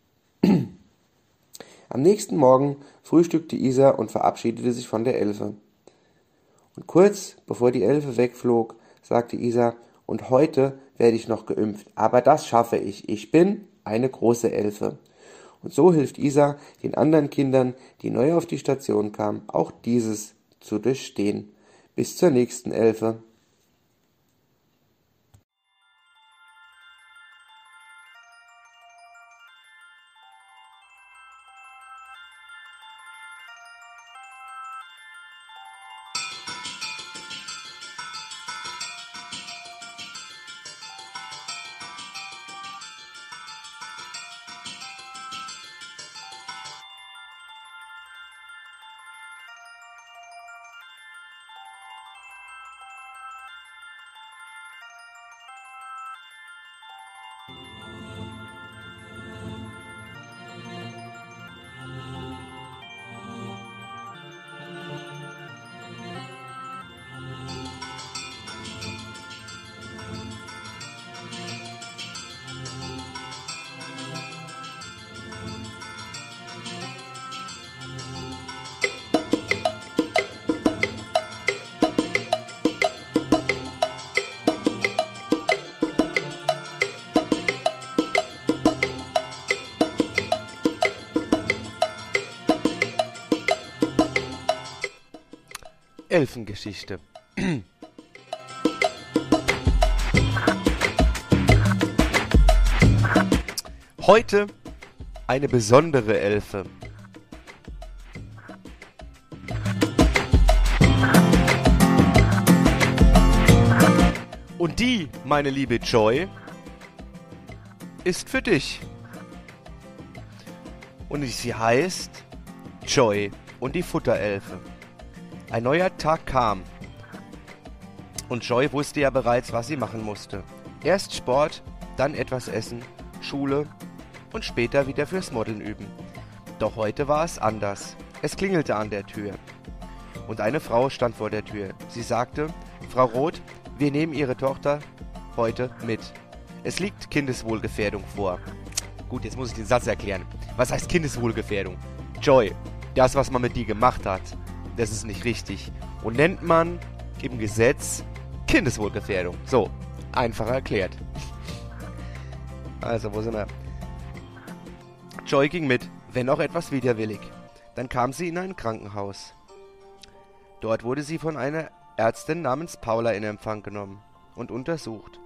Am nächsten Morgen frühstückte Isa und verabschiedete sich von der Elfe. Und kurz bevor die Elfe wegflog, sagte Isa, und heute werde ich noch geimpft, aber das schaffe ich. Ich bin eine große Elfe. Und so hilft Isa den anderen Kindern, die neu auf die Station kamen, auch dieses zu durchstehen. Bis zur nächsten Elfe. Elfengeschichte. Heute eine besondere Elfe. Und die, meine liebe Joy, ist für dich. Und sie heißt Joy und die Futterelfe. Ein neuer Tag kam. Und Joy wusste ja bereits, was sie machen musste. Erst Sport, dann etwas essen, Schule und später wieder fürs Modeln üben. Doch heute war es anders. Es klingelte an der Tür. Und eine Frau stand vor der Tür. Sie sagte, Frau Roth, wir nehmen Ihre Tochter heute mit. Es liegt Kindeswohlgefährdung vor. Gut, jetzt muss ich den Satz erklären. Was heißt Kindeswohlgefährdung? Joy, das, was man mit dir gemacht hat, das ist nicht richtig. Und nennt man im Gesetz Kindeswohlgefährdung. So, einfacher erklärt. Also, wo sind wir? Joy ging mit, wenn auch etwas widerwillig. Dann kam sie in ein Krankenhaus. Dort wurde sie von einer Ärztin namens Paula in Empfang genommen und untersucht.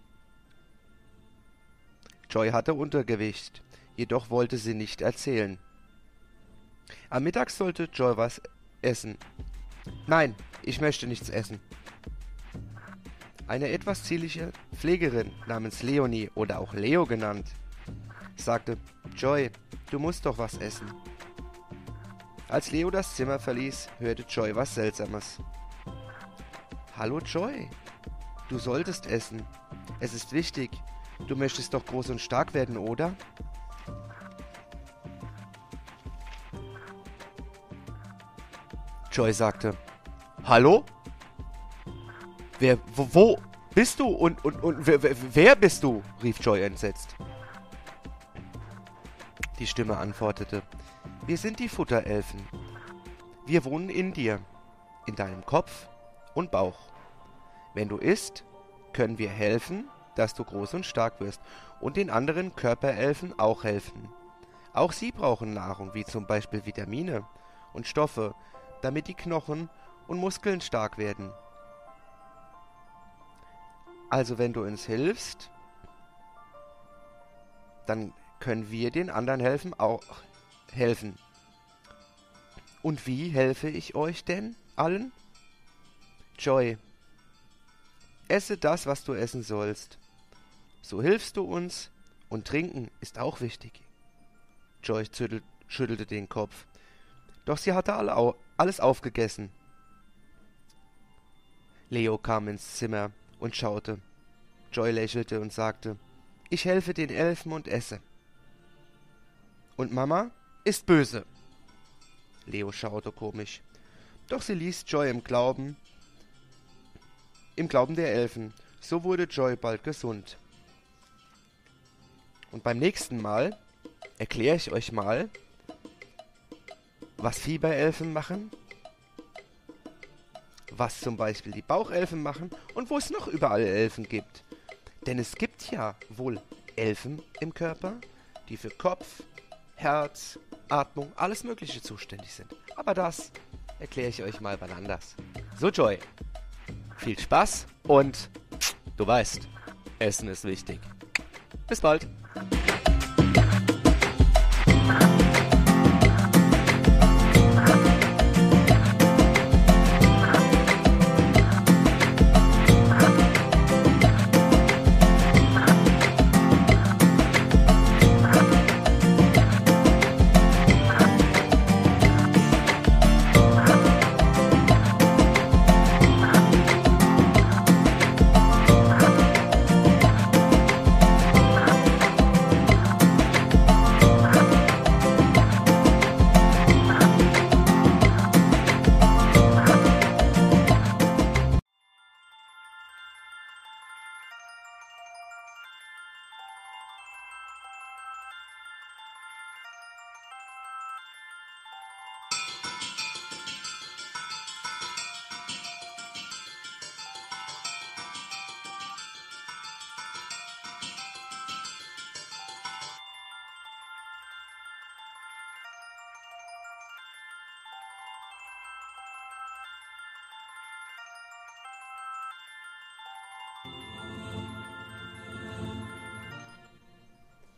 Joy hatte Untergewicht, jedoch wollte sie nicht erzählen. Am Mittag sollte Joy was essen. Nein, ich möchte nichts essen. Eine etwas zierliche Pflegerin namens Leonie oder auch Leo genannt, sagte, Joy, du musst doch was essen. Als Leo das Zimmer verließ, hörte Joy was Seltsames. Hallo Joy, du solltest essen. Es ist wichtig. Du möchtest doch groß und stark werden, oder? Joy sagte, Hallo? Wer, wo, wo bist du und, und, und wer, wer bist du? Rief Joy entsetzt. Die Stimme antwortete, wir sind die Futterelfen. Wir wohnen in dir, in deinem Kopf und Bauch. Wenn du isst, können wir helfen, dass du groß und stark wirst und den anderen Körperelfen auch helfen. Auch sie brauchen Nahrung, wie zum Beispiel Vitamine und Stoffe, damit die Knochen und Muskeln stark werden. Also wenn du uns hilfst, dann können wir den anderen helfen, auch helfen. Und wie helfe ich euch denn allen? Joy, esse das, was du essen sollst. So hilfst du uns und trinken ist auch wichtig. Joy schüttelte den Kopf. Doch sie hatte alle au- alles aufgegessen. Leo kam ins Zimmer und schaute. Joy lächelte und sagte, ich helfe den Elfen und esse. Und Mama ist böse. Leo schaute komisch. Doch sie ließ Joy im Glauben, im Glauben der Elfen. So wurde Joy bald gesund. Und beim nächsten Mal erkläre ich euch mal, was Fieberelfen machen, was zum Beispiel die Bauchelfen machen und wo es noch überall Elfen gibt. Denn es gibt ja wohl Elfen im Körper, die für Kopf, Herz, Atmung, alles Mögliche zuständig sind. Aber das erkläre ich euch mal wann anders. So Joy, viel Spaß und du weißt, Essen ist wichtig. Bis bald.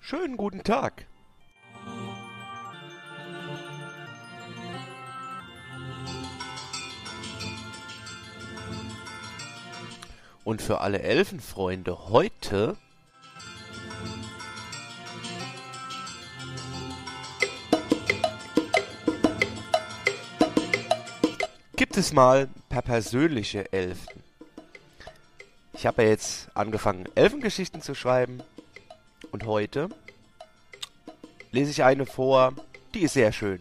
Schönen guten Tag. Und für alle Elfenfreunde heute gibt es mal ein paar persönliche Elfen. Ich habe ja jetzt angefangen, Elfengeschichten zu schreiben. Und heute lese ich eine vor, die ist sehr schön.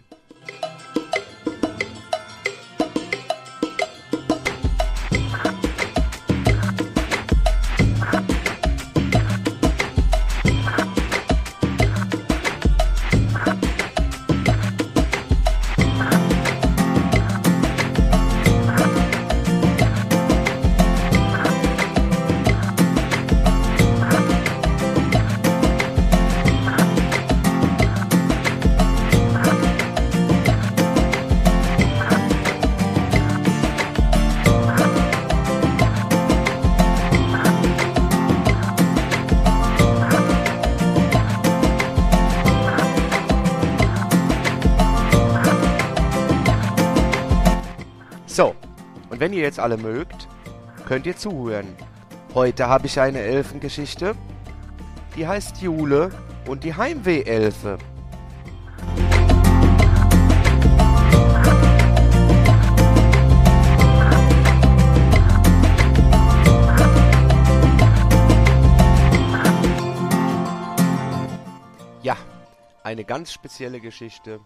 So, und wenn ihr jetzt alle mögt, könnt ihr zuhören. Heute habe ich eine Elfengeschichte, die heißt Jule und die Heimweh-Elfe. Ja, eine ganz spezielle Geschichte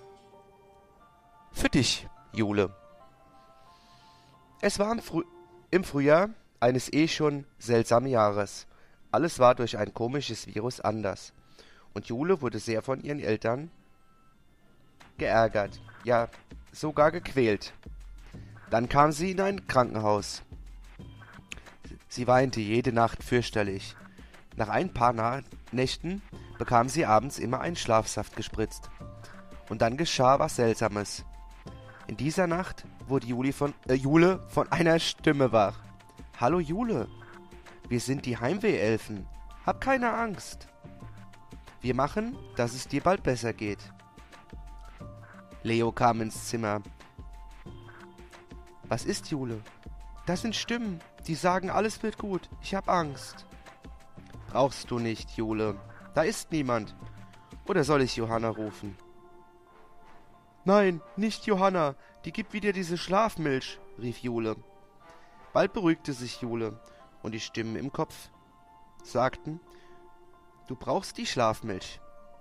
für dich, Jule. Es war im, Früh- im Frühjahr eines eh schon seltsamen Jahres. Alles war durch ein komisches Virus anders. Und Jule wurde sehr von ihren Eltern geärgert, ja sogar gequält. Dann kam sie in ein Krankenhaus. Sie weinte jede Nacht fürchterlich. Nach ein paar Na- Nächten bekam sie abends immer einen Schlafsaft gespritzt. Und dann geschah was Seltsames. In dieser Nacht wurde Juli von, äh, Jule von einer Stimme wach. »Hallo Jule, wir sind die Heimweh-Elfen. Hab keine Angst. Wir machen, dass es dir bald besser geht.« Leo kam ins Zimmer. »Was ist, Jule?« »Das sind Stimmen, die sagen, alles wird gut. Ich hab Angst.« »Brauchst du nicht, Jule. Da ist niemand. Oder soll ich Johanna rufen?« »Nein, nicht Johanna, die gibt wieder diese Schlafmilch«, rief Jule. Bald beruhigte sich Jule, und die Stimmen im Kopf sagten, »Du brauchst die Schlafmilch.«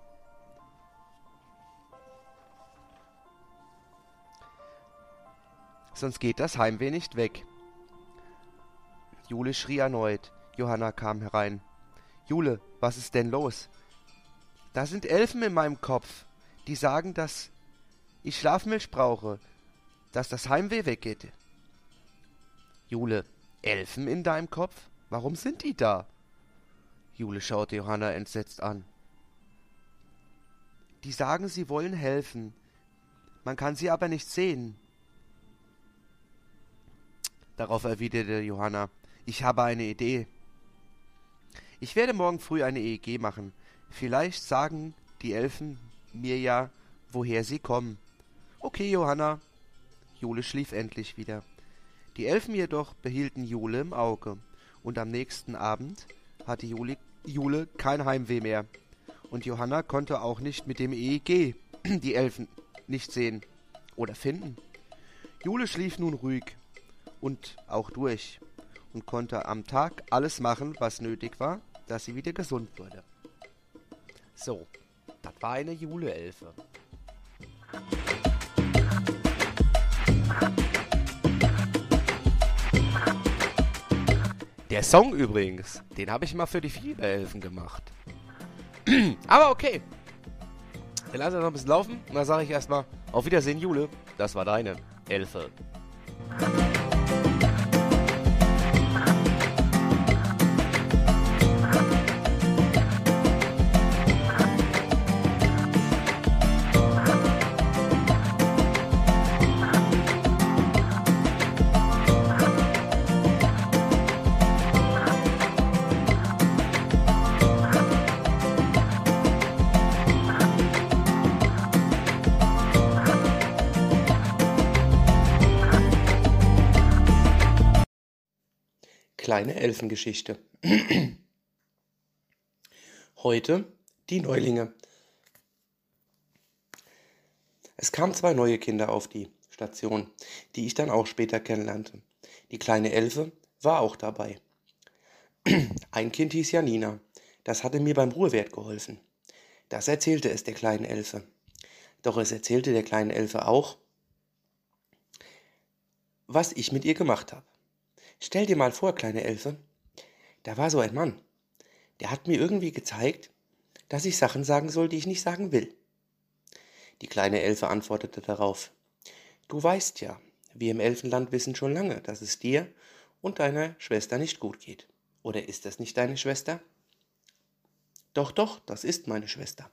»Sonst geht das Heimweh nicht weg.« Jule schrie erneut. Johanna kam herein. »Jule, was ist denn los?« »Da sind Elfen in meinem Kopf, die sagen, dass ich Schlafmilch brauche, dass das Heimweh weggeht.« »Jule, Elfen in deinem Kopf? Warum sind die da?« Jule schaute Johanna entsetzt an. »Die sagen, sie wollen helfen. Man kann sie aber nicht sehen.« Darauf erwiderte Johanna, »Ich habe eine Idee. Ich werde morgen früh eine E E G machen. Vielleicht sagen die Elfen mir ja, woher sie kommen.« »Okay, Johanna.« Jule schlief endlich wieder. Die Elfen jedoch behielten Jule im Auge, und am nächsten Abend hatte Jule, Jule kein Heimweh mehr. Und Johanna konnte auch nicht mit dem E E G die Elfen nicht sehen oder finden. Jule schlief nun ruhig und auch durch und konnte am Tag alles machen, was nötig war, dass sie wieder gesund wurde. So, das war eine Jule-Elfe. Der Song übrigens, den habe ich mal für die Fieberelfen gemacht. Aber okay. Wir lassen das noch ein bisschen laufen und dann sage ich erstmal auf Wiedersehen, Jule. Das war deine Elfe. Kleine Elfengeschichte. Heute die Neulinge. Es kamen zwei neue Kinder auf die Station, die ich dann auch später kennenlernte. Die kleine Elfe war auch dabei. Ein Kind hieß Janina. Das hatte mir beim Ruhewert geholfen. Das erzählte es der kleinen Elfe. Doch es erzählte der kleinen Elfe auch, was ich mit ihr gemacht habe. Stell dir mal vor, kleine Elfe, da war so ein Mann. Der hat mir irgendwie gezeigt, dass ich Sachen sagen soll, die ich nicht sagen will. Die kleine Elfe antwortete darauf: Du weißt ja, wir im Elfenland wissen schon lange, dass es dir und deiner Schwester nicht gut geht. Oder ist das nicht deine Schwester? Doch, doch, das ist meine Schwester.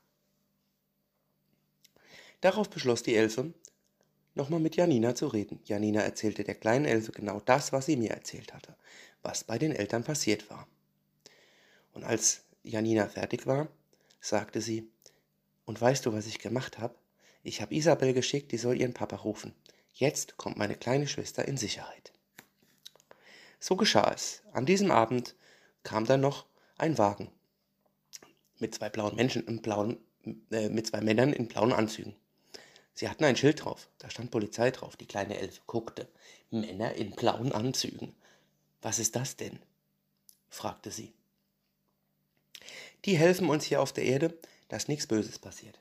Darauf beschloss die Elfe, nochmal mit Janina zu reden. Janina erzählte der kleinen Elfe genau das, was sie mir erzählt hatte, was bei den Eltern passiert war. Und als Janina fertig war, sagte sie: Und weißt du, was ich gemacht habe? Ich habe Isabel geschickt, die soll ihren Papa rufen. Jetzt kommt meine kleine Schwester in Sicherheit. So geschah es. An diesem Abend kam dann noch ein Wagen mit zwei blauen Menschen in blauen, äh, mit zwei Männern in blauen Anzügen. Sie hatten ein Schild drauf, da stand Polizei drauf. Die kleine Elfe guckte. Männer in blauen Anzügen. Was ist das denn? Fragte sie. Die helfen uns hier auf der Erde, dass nichts Böses passiert.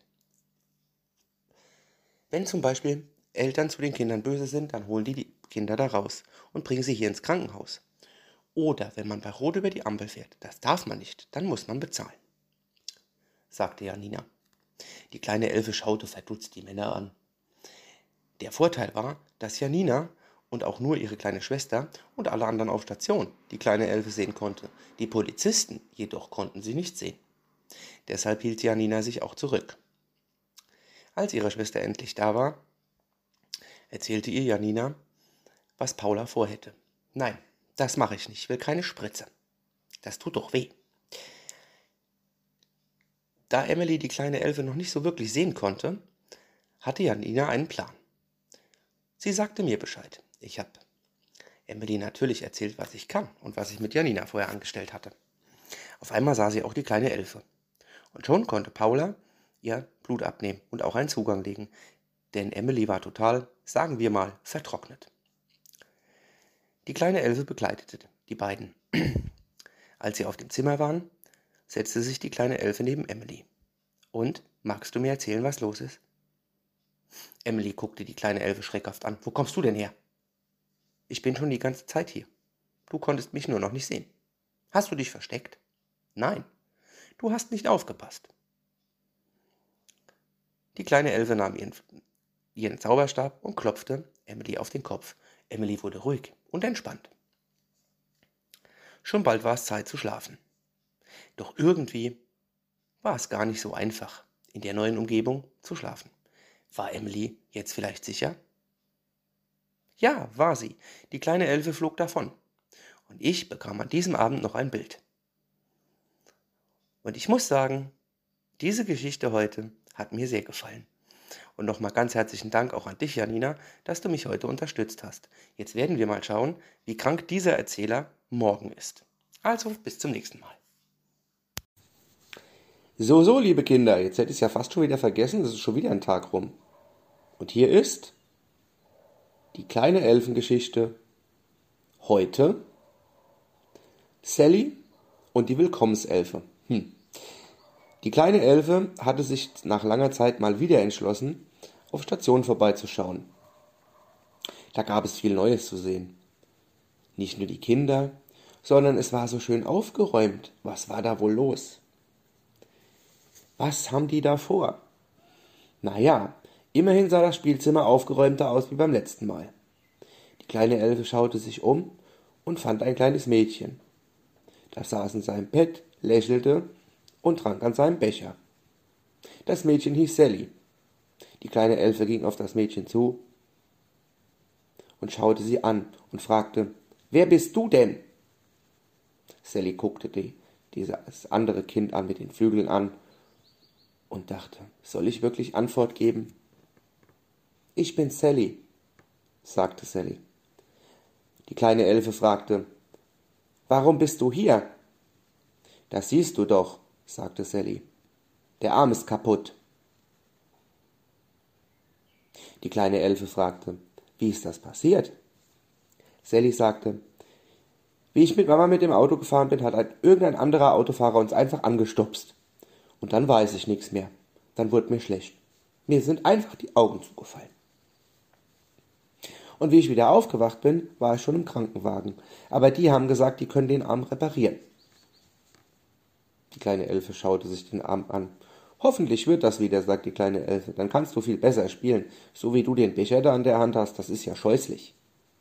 Wenn zum Beispiel Eltern zu den Kindern böse sind, dann holen die die Kinder da raus und bringen sie hier ins Krankenhaus. Oder wenn man bei Rot über die Ampel fährt, das darf man nicht, dann muss man bezahlen, sagte Janina. Die kleine Elfe schaute verdutzt die Männer an. Der Vorteil war, dass Janina und auch nur ihre kleine Schwester und alle anderen auf Station die kleine Elfe sehen konnte. Die Polizisten jedoch konnten sie nicht sehen. Deshalb hielt Janina sich auch zurück. Als ihre Schwester endlich da war, erzählte ihr Janina, was Paula vorhätte. Nein, das mache ich nicht, ich will keine Spritze. Das tut doch weh. Da Emily die kleine Elfe noch nicht so wirklich sehen konnte, hatte Janina einen Plan. Sie sagte mir Bescheid. Ich habe Emily natürlich erzählt, was ich kann und was ich mit Janina vorher angestellt hatte. Auf einmal sah sie auch die kleine Elfe. Und schon konnte Paula ihr Blut abnehmen und auch einen Zugang legen, denn Emily war total, sagen wir mal, vertrocknet. Die kleine Elfe begleitete die beiden. Als sie auf dem Zimmer waren, setzte sich die kleine Elfe neben Emily. Und, magst du mir erzählen, was los ist? Emily guckte die kleine Elfe schreckhaft an. Wo kommst du denn her? Ich bin schon die ganze Zeit hier. Du konntest mich nur noch nicht sehen. Hast du dich versteckt? Nein, du hast nicht aufgepasst. Die kleine Elfe nahm ihren, ihren Zauberstab und klopfte Emily auf den Kopf. Emily wurde ruhig und entspannt. Schon bald war es Zeit zu schlafen. Doch irgendwie war es gar nicht so einfach, in der neuen Umgebung zu schlafen. War Emily jetzt vielleicht sicher? Ja, war sie. Die kleine Elfe flog davon. Und ich bekam an diesem Abend noch ein Bild. Und ich muss sagen, diese Geschichte heute hat mir sehr gefallen. Und nochmal ganz herzlichen Dank auch an dich, Janina, dass du mich heute unterstützt hast. Jetzt werden wir mal schauen, wie krank dieser Erzähler morgen ist. Also, bis zum nächsten Mal. So, so, liebe Kinder, jetzt hätte ich es ja fast schon wieder vergessen, es ist schon wieder ein Tag rum. Und hier ist die kleine Elfengeschichte heute Sally und die Willkommenselfe. Hm. Die kleine Elfe hatte sich nach langer Zeit mal wieder entschlossen, auf Station vorbeizuschauen. Da gab es viel Neues zu sehen. Nicht nur die Kinder, sondern es war so schön aufgeräumt. Was war da wohl los? Was haben die da vor? Naja, immerhin sah das Spielzimmer aufgeräumter aus wie beim letzten Mal. Die kleine Elfe schaute sich um und fand ein kleines Mädchen. Das saß in seinem Bett, lächelte und trank an seinem Becher. Das Mädchen hieß Sally. Die kleine Elfe ging auf das Mädchen zu und schaute sie an und fragte: Wer bist du denn? Sally guckte die, dieses andere Kind an mit den Flügeln an und dachte: Soll ich wirklich Antwort geben? Ich bin Sally, sagte Sally. Die kleine Elfe fragte: warum bist du hier?« »Das siehst du doch«, sagte Sally. »Der Arm ist kaputt.« Die kleine Elfe fragte, »Wie ist das passiert?« Sally sagte, »Wie ich mit Mama mit dem Auto gefahren bin, hat ein, irgendein anderer Autofahrer uns einfach angestupst. Und dann weiß ich nichts mehr. Dann wurde mir schlecht. Mir sind einfach die Augen zugefallen. Und wie ich wieder aufgewacht bin, war ich schon im Krankenwagen. Aber die haben gesagt, die können den Arm reparieren.« Die kleine Elfe schaute sich den Arm an. »Hoffentlich wird das wieder«, sagt die kleine Elfe. »Dann kannst du viel besser spielen. So wie du den Becher da in der Hand hast, das ist ja scheußlich.«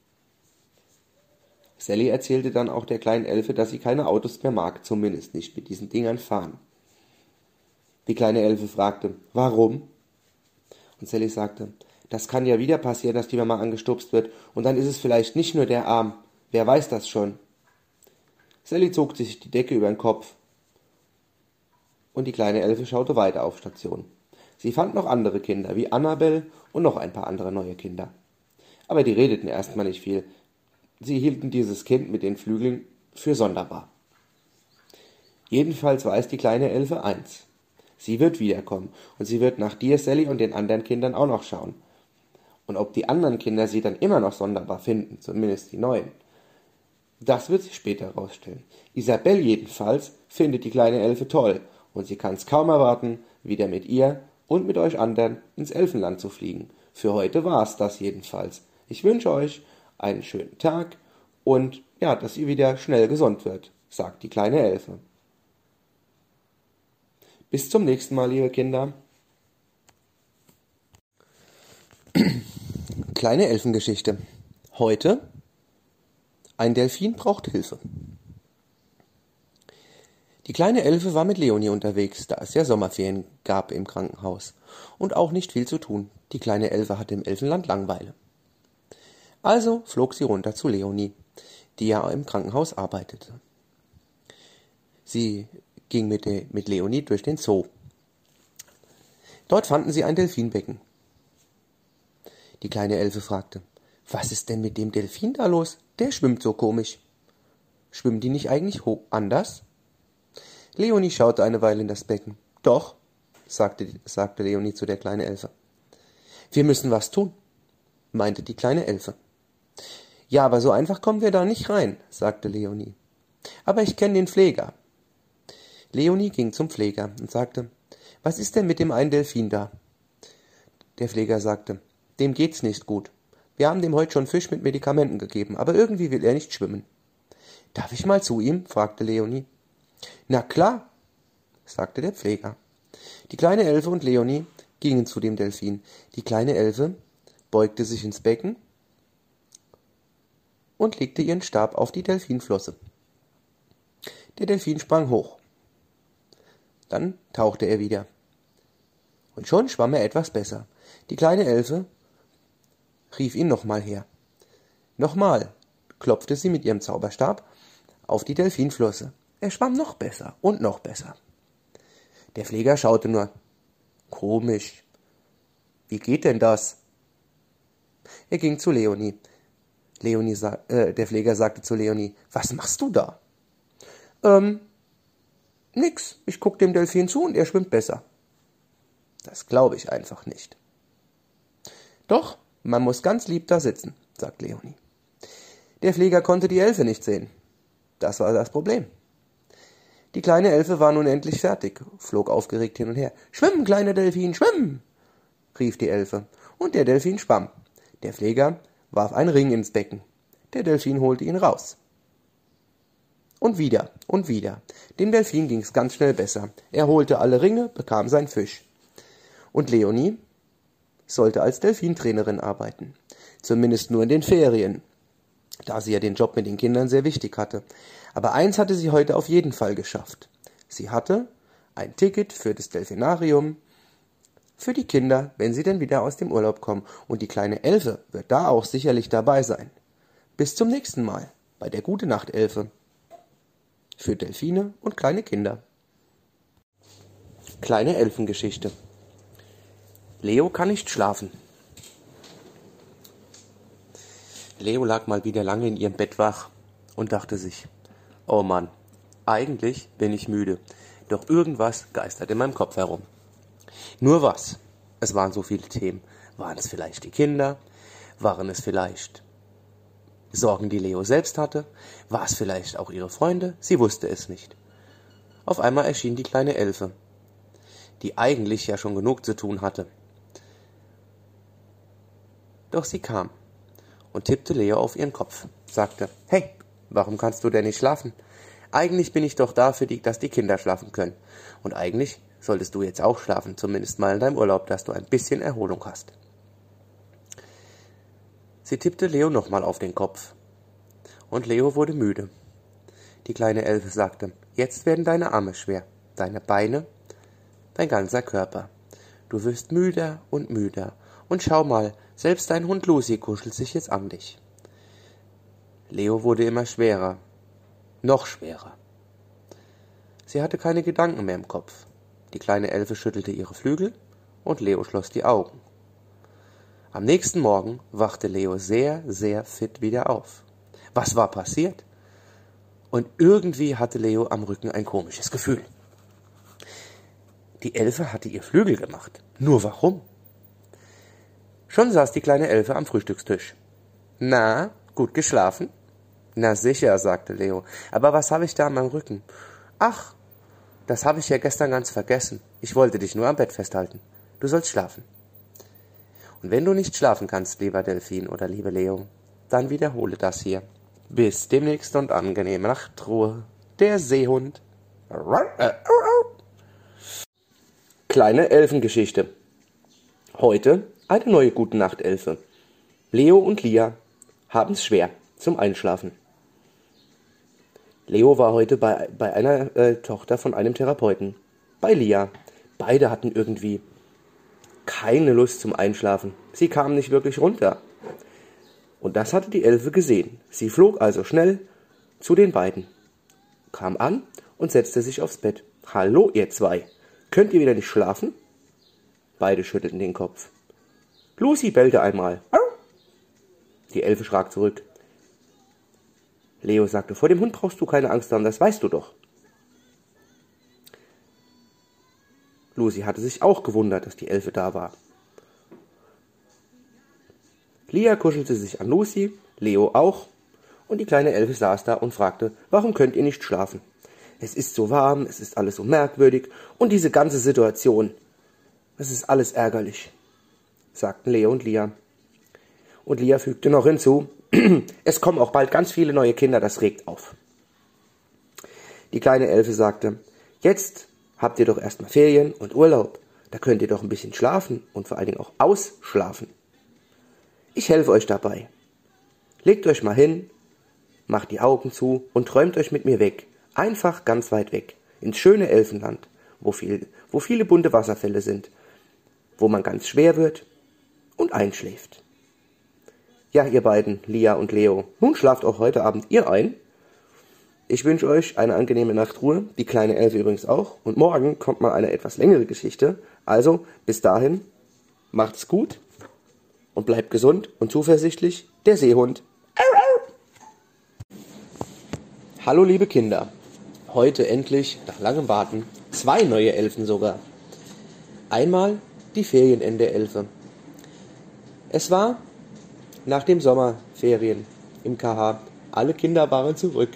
Sally erzählte dann auch der kleinen Elfe, dass sie keine Autos mehr mag, zumindest nicht mit diesen Dingern fahren. Die kleine Elfe fragte, warum? Und Sally sagte, das kann ja wieder passieren, dass die Mama angestupst wird, und dann ist es vielleicht nicht nur der Arm. Wer weiß das schon? Sally zog sich die Decke über den Kopf, und die kleine Elfe schaute weiter auf Station. Sie fand noch andere Kinder, wie Annabel und noch ein paar andere neue Kinder. Aber die redeten erstmal nicht viel. Sie hielten dieses Kind mit den Flügeln für sonderbar. Jedenfalls weiß die kleine Elfe eins. Sie wird wiederkommen, und sie wird nach dir, Sally, und den anderen Kindern auch noch schauen. Und ob die anderen Kinder sie dann immer noch sonderbar finden, zumindest die neuen, das wird sich später herausstellen. Isabelle jedenfalls findet die kleine Elfe toll, und sie kann es kaum erwarten, wieder mit ihr und mit euch anderen ins Elfenland zu fliegen. Für heute war's das jedenfalls. Ich wünsche euch einen schönen Tag und ja, dass ihr wieder schnell gesund wird, sagt die kleine Elfe. Bis zum nächsten Mal, liebe Kinder. Kleine Elfengeschichte. Heute: Ein Delfin braucht Hilfe. Die kleine Elfe war mit Leonie unterwegs, da es ja Sommerferien gab im Krankenhaus und auch nicht viel zu tun. Die kleine Elfe hatte im Elfenland Langeweile. Also flog sie runter zu Leonie, die ja im Krankenhaus arbeitete. Sie ging mit, de, mit Leonie durch den Zoo. Dort fanden sie ein Delfinbecken. Die kleine Elfe fragte, was ist denn mit dem Delfin da los? Der schwimmt so komisch. Schwimmen die nicht eigentlich ho- anders? Leonie schaute eine Weile in das Becken. Doch, sagte, sagte Leonie zu der kleinen Elfe. Wir müssen was tun, meinte die kleine Elfe. Ja, aber so einfach kommen wir da nicht rein, sagte Leonie. Aber ich kenne den Pfleger. Leonie ging zum Pfleger und sagte, was ist denn mit dem einen Delfin da? Der Pfleger sagte, dem geht's nicht gut. Wir haben dem heute schon Fisch mit Medikamenten gegeben, aber irgendwie will er nicht schwimmen. Darf ich mal zu ihm? fragte Leonie. Na klar, sagte der Pfleger. Die kleine Elfe und Leonie gingen zu dem Delfin. Die kleine Elfe beugte sich ins Becken und legte ihren Stab auf die Delfinflosse. Der Delfin sprang hoch. Dann tauchte er wieder. Und schon schwamm er etwas besser. Die kleine Elfe rief ihn nochmal her. Nochmal klopfte sie mit ihrem Zauberstab auf die Delfinflosse. Er schwamm noch besser und noch besser. Der Pfleger schaute nur. Komisch. Wie geht denn das? Er ging zu Leonie. Leonie sa- äh, der Pfleger sagte zu Leonie, was machst du da? Ähm, nix. Ich guck dem Delfin zu und er schwimmt besser. Das glaube ich einfach nicht. Doch, man muss ganz lieb da sitzen, sagt Leonie. Der Pfleger konnte die Elfe nicht sehen. Das war das Problem. Die kleine Elfe war nun endlich fertig, flog aufgeregt hin und her. Schwimm, kleiner Delfin, schwimm, rief die Elfe. Und der Delfin schwamm. Der Pfleger warf einen Ring ins Becken. Der Delfin holte ihn raus. Und wieder und wieder. Dem Delfin ging's ganz schnell besser. Er holte alle Ringe, bekam sein Fisch. Und Leonie sollte als Delfintrainerin arbeiten. Zumindest nur in den Ferien, da sie ja den Job mit den Kindern sehr wichtig hatte. Aber eins hatte sie heute auf jeden Fall geschafft. Sie hatte ein Ticket für das Delfinarium für die Kinder, wenn sie denn wieder aus dem Urlaub kommen. Und die kleine Elfe wird da auch sicherlich dabei sein. Bis zum nächsten Mal bei der Gute-Nacht-Elfe. Für Delfine und kleine Kinder. Kleine Elfengeschichte. Leo kann nicht schlafen. Leo lag mal wieder lange in ihrem Bett wach und dachte sich, Oh Mann, eigentlich bin ich müde, doch irgendwas geistert in meinem Kopf herum. Nur was? Es waren so viele Themen. Waren es vielleicht die Kinder? Waren es vielleicht Sorgen, die Leo selbst hatte? War es vielleicht auch ihre Freunde? Sie wusste es nicht. Auf einmal erschien die kleine Elfe, die eigentlich ja schon genug zu tun hatte. Doch sie kam und tippte Leo auf ihren Kopf, sagte, hey, warum kannst du denn nicht schlafen? Eigentlich bin ich doch da, für die, dass die Kinder schlafen können. Und eigentlich solltest du jetzt auch schlafen, zumindest mal in deinem Urlaub, dass du ein bisschen Erholung hast. Sie tippte Leo nochmal auf den Kopf. Und Leo wurde müde. Die kleine Elfe sagte, jetzt werden deine Arme schwer, deine Beine, dein ganzer Körper. Du wirst müder und müder. Und schau mal, selbst dein Hund Lucy kuschelt sich jetzt an dich. Leo wurde immer schwerer, noch schwerer. Sie hatte keine Gedanken mehr im Kopf. Die kleine Elfe schüttelte ihre Flügel und Leo schloss die Augen. Am nächsten Morgen wachte Leo sehr, sehr fit wieder auf. Was war passiert? Und irgendwie hatte Leo am Rücken ein komisches Gefühl. Die Elfe hatte ihr Flügel gemacht. Nur warum? Schon saß die kleine Elfe am Frühstückstisch. Na, gut geschlafen? Na sicher, sagte Leo. Aber was habe ich da an meinem Rücken? Ach, das habe ich ja gestern ganz vergessen. Ich wollte dich nur am Bett festhalten. Du sollst schlafen. Und wenn du nicht schlafen kannst, lieber Delfin oder liebe Leo, dann wiederhole das hier. Bis demnächst und angenehme Nachtruhe. Der Seehund. Kleine Elfengeschichte. Heute eine neue Gute-Nacht-Elfe. Leo und Lia haben es schwer zum Einschlafen. Leo war heute bei, bei einer äh, Tochter von einem Therapeuten. Bei Lia. Beide hatten irgendwie keine Lust zum Einschlafen. Sie kamen nicht wirklich runter. Und das hatte die Elfe gesehen. Sie flog also schnell zu den beiden, kam an und setzte sich aufs Bett. Hallo, ihr zwei. Könnt ihr wieder nicht schlafen? Beide schüttelten den Kopf. Lucy bellte einmal. Die Elfe schrak zurück. Leo sagte, vor dem Hund brauchst du keine Angst haben, das weißt du doch. Lucy hatte sich auch gewundert, dass die Elfe da war. Lia kuschelte sich an Lucy, Leo auch, und die kleine Elfe saß da und fragte, warum könnt ihr nicht schlafen? Es ist so warm, es ist alles so merkwürdig, und diese ganze Situation, es ist alles ärgerlich, sagten Leo und Lia. Und Lia fügte noch hinzu, es kommen auch bald ganz viele neue Kinder, das regt auf. Die kleine Elfe sagte, jetzt habt ihr doch erstmal Ferien und Urlaub, da könnt ihr doch ein bisschen schlafen und vor allen Dingen auch ausschlafen. Ich helfe euch dabei. Legt euch mal hin, macht die Augen zu und träumt euch mit mir weg, einfach ganz weit weg, ins schöne Elfenland, wo, viel, wo viele bunte Wasserfälle sind, wo man ganz schwer wird und einschläft. Ja, ihr beiden, Lia und Leo, nun schlaft auch heute Abend ihr ein. Ich wünsche euch eine angenehme Nachtruhe, die kleine Elfe übrigens auch. Und morgen kommt mal eine etwas längere Geschichte. Also, bis dahin, macht's gut und bleibt gesund und zuversichtlich, der Seehund. Hallo liebe Kinder, heute endlich, nach langem Warten, zwei neue Elfen sogar. Einmal die Ferienende-Elfe. Es war nach den Sommerferien im K H. Alle Kinder waren zurück.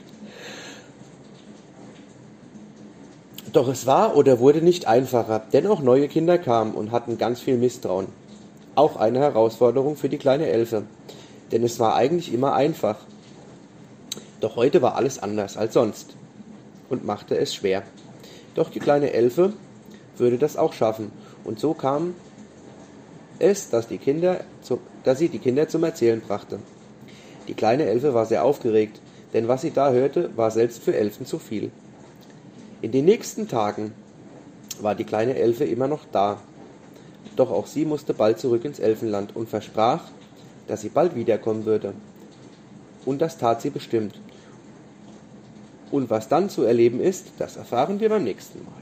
Doch es war oder wurde nicht einfacher, denn auch neue Kinder kamen und hatten ganz viel Misstrauen. Auch eine Herausforderung für die kleine Elfe, denn es war eigentlich immer einfach. Doch heute war alles anders als sonst und machte es schwer. Doch die kleine Elfe würde das auch schaffen und so kam es, dass, die Kinder zu, dass sie die Kinder zum Erzählen brachte. Die kleine Elfe war sehr aufgeregt, denn was sie da hörte, war selbst für Elfen zu viel. In den nächsten Tagen war die kleine Elfe immer noch da, doch auch sie musste bald zurück ins Elfenland und versprach, dass sie bald wiederkommen würde. Und das tat sie bestimmt. Und was dann zu erleben ist, das erfahren wir beim nächsten Mal.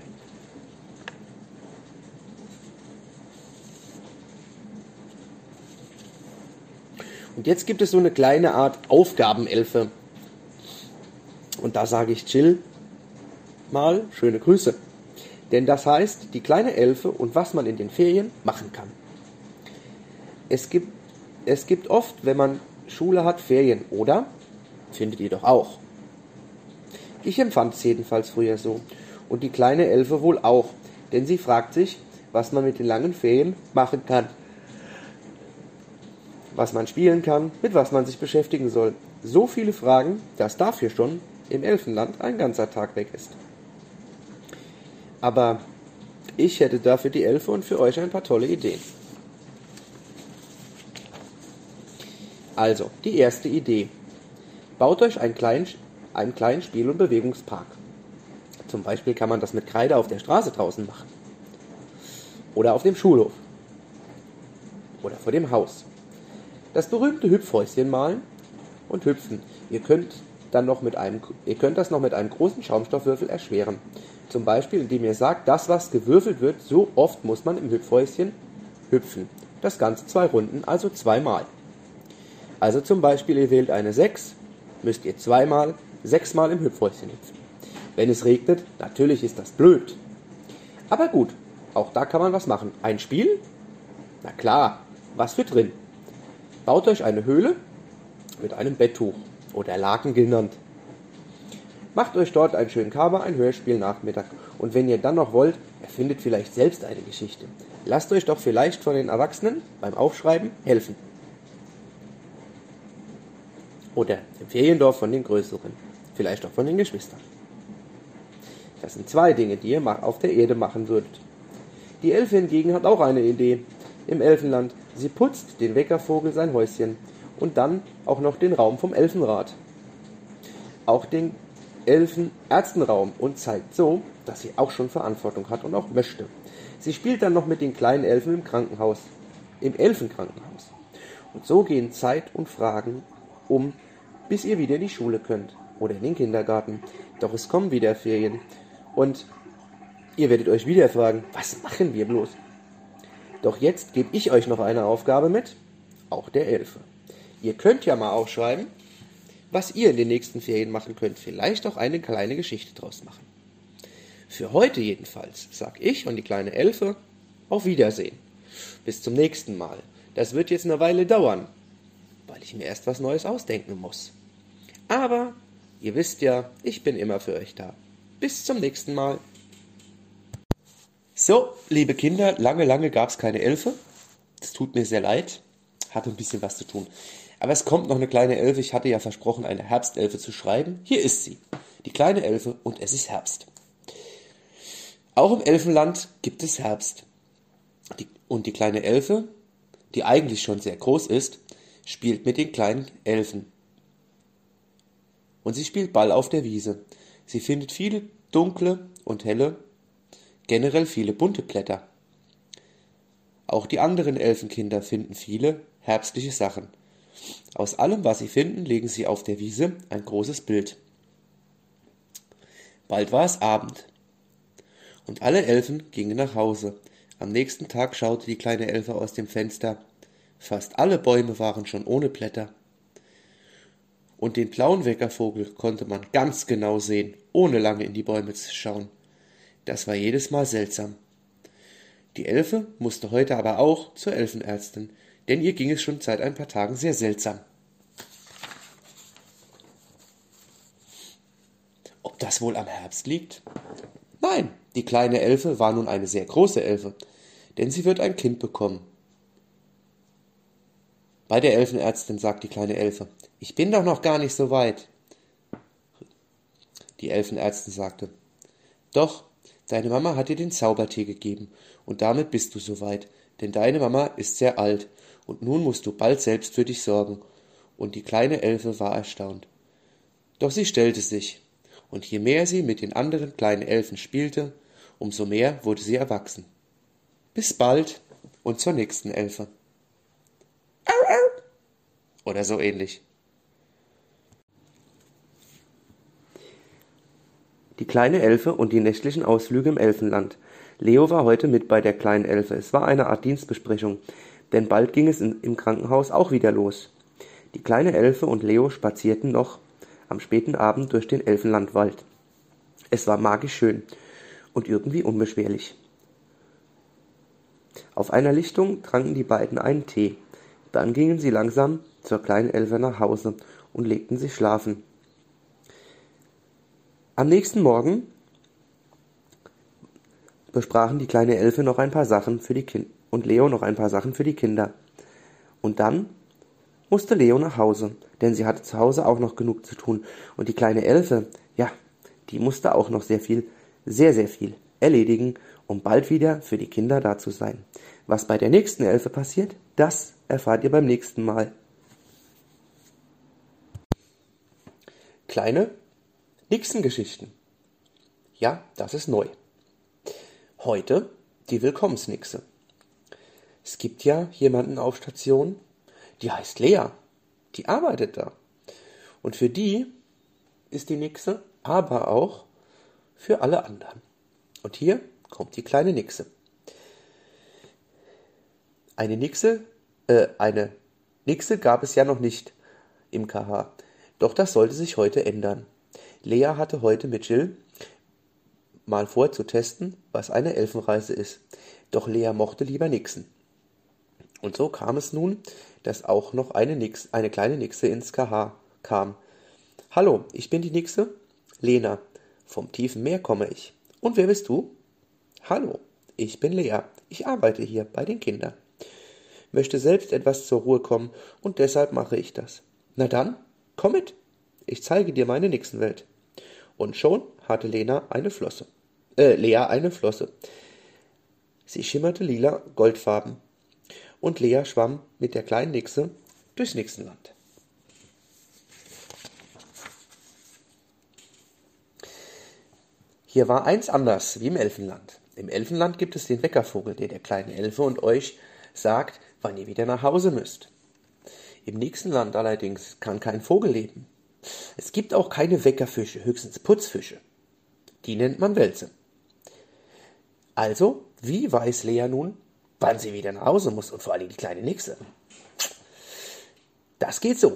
Und jetzt gibt es so eine kleine Art Aufgabenelfe. Und da sage ich Jill mal schöne Grüße. Denn das heißt, die kleine Elfe und was man in den Ferien machen kann. Es gibt, es gibt oft, wenn man Schule hat, Ferien, oder? Findet ihr doch auch. Ich empfand es jedenfalls früher so. Und die kleine Elfe wohl auch. Denn sie fragt sich, was man mit den langen Ferien machen kann. Was man spielen kann, mit was man sich beschäftigen soll. So viele Fragen, dass dafür schon im Elfenland ein ganzer Tag weg ist. Aber ich hätte da für die Elfe und für euch ein paar tolle Ideen. Also, die erste Idee. Baut euch einen kleinen, einen kleinen Spiel- und Bewegungspark. Zum Beispiel kann man das mit Kreide auf der Straße draußen machen. Oder auf dem Schulhof. Oder vor dem Haus. Das berühmte Hüpfhäuschen malen und hüpfen. Ihr könnt, dann noch mit einem, ihr könnt das noch mit einem großen Schaumstoffwürfel erschweren. Zum Beispiel, indem ihr sagt, das, was gewürfelt wird, so oft muss man im Hüpfhäuschen hüpfen. Das Ganze zwei Runden, also zweimal. Also zum Beispiel, ihr wählt eine sechs, müsst ihr zweimal, sechsmal im Hüpfhäuschen hüpfen. Wenn es regnet, natürlich ist das blöd. Aber gut, auch da kann man was machen. Ein Spiel? Na klar, was für drin. Baut euch eine Höhle mit einem Betttuch oder Laken genannt. Macht euch dort einen schönen Cover, ein Hörspiel-Nachmittag. Und wenn ihr dann noch wollt, erfindet vielleicht selbst eine Geschichte. Lasst euch doch vielleicht von den Erwachsenen beim Aufschreiben helfen. Oder im Feriendorf von den Größeren. Vielleicht auch von den Geschwistern. Das sind zwei Dinge, die ihr auf der Erde machen würdet. Die Elfe hingegen hat auch eine Idee. Im Elfenland. Sie putzt den Weckervogel sein Häuschen. Und dann auch noch den Raum vom Elfenrat. Auch den Elfenärztenraum und zeigt so, dass sie auch schon Verantwortung hat und auch möchte. Sie spielt dann noch mit den kleinen Elfen im Krankenhaus, im Elfenkrankenhaus. Und so gehen Zeit und Fragen um, bis ihr wieder in die Schule könnt oder in den Kindergarten. Doch es kommen wieder Ferien und ihr werdet euch wieder fragen, was machen wir bloß? Doch jetzt gebe ich euch noch eine Aufgabe mit, auch der Elfe. Ihr könnt ja mal aufschreiben, was ihr in den nächsten Ferien machen könnt. Vielleicht auch eine kleine Geschichte draus machen. Für heute jedenfalls sag ich und die kleine Elfe auf Wiedersehen. Bis zum nächsten Mal. Das wird jetzt eine Weile dauern, weil ich mir erst was Neues ausdenken muss. Aber ihr wisst ja, ich bin immer für euch da. Bis zum nächsten Mal. So, liebe Kinder, lange, lange gab es keine Elfe. Das tut mir sehr leid. Hatte ein bisschen was zu tun. Aber es kommt noch eine kleine Elfe. Ich hatte ja versprochen, eine Herbstelfe zu schreiben. Hier ist sie. Die kleine Elfe und es ist Herbst. Auch im Elfenland gibt es Herbst. Die, und die kleine Elfe, die eigentlich schon sehr groß ist, spielt mit den kleinen Elfen. Und sie spielt Ball auf der Wiese. Sie findet viele dunkle und helle, generell viele bunte Blätter. Auch die anderen Elfenkinder finden viele herbstliche Sachen. Aus allem, was sie finden, legen sie auf der Wiese ein großes Bild. Bald war es Abend. Und alle Elfen gingen nach Hause. Am nächsten Tag schaute die kleine Elfe aus dem Fenster. Fast alle Bäume waren schon ohne Blätter. Und den blauen Weckervogel konnte man ganz genau sehen, ohne lange in die Bäume zu schauen. Das war jedes Mal seltsam. Die Elfe musste heute aber auch zur Elfenärztin, denn ihr ging es schon seit ein paar Tagen sehr seltsam. Ob das wohl am Herbst liegt? Nein, die kleine Elfe war nun eine sehr große Elfe, denn sie wird ein Kind bekommen. Bei der Elfenärztin sagt die kleine Elfe, ich bin doch noch gar nicht so weit. Die Elfenärztin sagte, doch, deine Mama hat dir den Zaubertee gegeben und damit bist du so weit, denn deine Mama ist sehr alt und nun musst du bald selbst für dich sorgen. Und die kleine Elfe war erstaunt. Doch sie stellte sich, und je mehr sie mit den anderen kleinen Elfen spielte, umso mehr wurde sie erwachsen. Bis bald und zur nächsten Elfe. Oder so ähnlich. Die kleine Elfe und die nächtlichen Ausflüge im Elfenland. Leo war heute mit bei der kleinen Elfe. Es war eine Art Dienstbesprechung, denn bald ging es in, im Krankenhaus auch wieder los. Die kleine Elfe und Leo spazierten noch am späten Abend durch den Elfenlandwald. Es war magisch schön und irgendwie unbeschwerlich. Auf einer Lichtung tranken die beiden einen Tee. Dann gingen sie langsam zur kleinen Elfe nach Hause und legten sich schlafen. Am nächsten Morgen besprachen die kleine Elfe noch ein paar Sachen für die Kinder und Leo noch ein paar Sachen für die Kinder. Und dann musste Leo nach Hause, denn sie hatte zu Hause auch noch genug zu tun. Und die kleine Elfe, ja, die musste auch noch sehr viel, sehr, sehr viel erledigen, um bald wieder für die Kinder da zu sein. Was bei der nächsten Elfe passiert, das erfahrt ihr beim nächsten Mal. Kleine Nixengeschichten. Ja, das ist neu. Heute die Willkommensnixe. Es gibt ja jemanden auf Station, die heißt Lea. Die arbeitet da. Und für die ist die Nixe, aber auch für alle anderen. Und hier kommt die kleine Nixe. Eine Nixe, äh, eine Nixe gab es ja noch nicht im K H. Doch das sollte sich heute ändern. Lea hatte heute mit Jill mal vor zu testen, was eine Elfenreise ist. Doch Lea mochte lieber Nixen. Und so kam es nun, dass auch noch eine, Nix, eine kleine Nixe ins K H kam. Hallo, ich bin die Nixe, Lena. Vom tiefen Meer komme ich. Und wer bist du? Hallo, ich bin Lea. Ich arbeite hier bei den Kindern. Möchte selbst etwas zur Ruhe kommen und deshalb mache ich das. Na dann, komm mit. Ich zeige dir meine Nixenwelt. Und schon hatte Lena eine Flosse. Äh, Lea eine Flosse. Sie schimmerte lila goldfarben. Und Lea schwamm mit der kleinen Nixe durchs Nixenland. Hier war eins anders wie im Elfenland. Im Elfenland gibt es den Weckervogel, der der kleinen Elfe und euch sagt, wann ihr wieder nach Hause müsst. Im Nixenland allerdings kann kein Vogel leben. Es gibt auch keine Weckerfische, höchstens Putzfische. Die nennt man Wälze. Also, wie weiß Lea nun, wann sie wieder nach Hause muss und vor allem die kleine Nixe? Das geht so.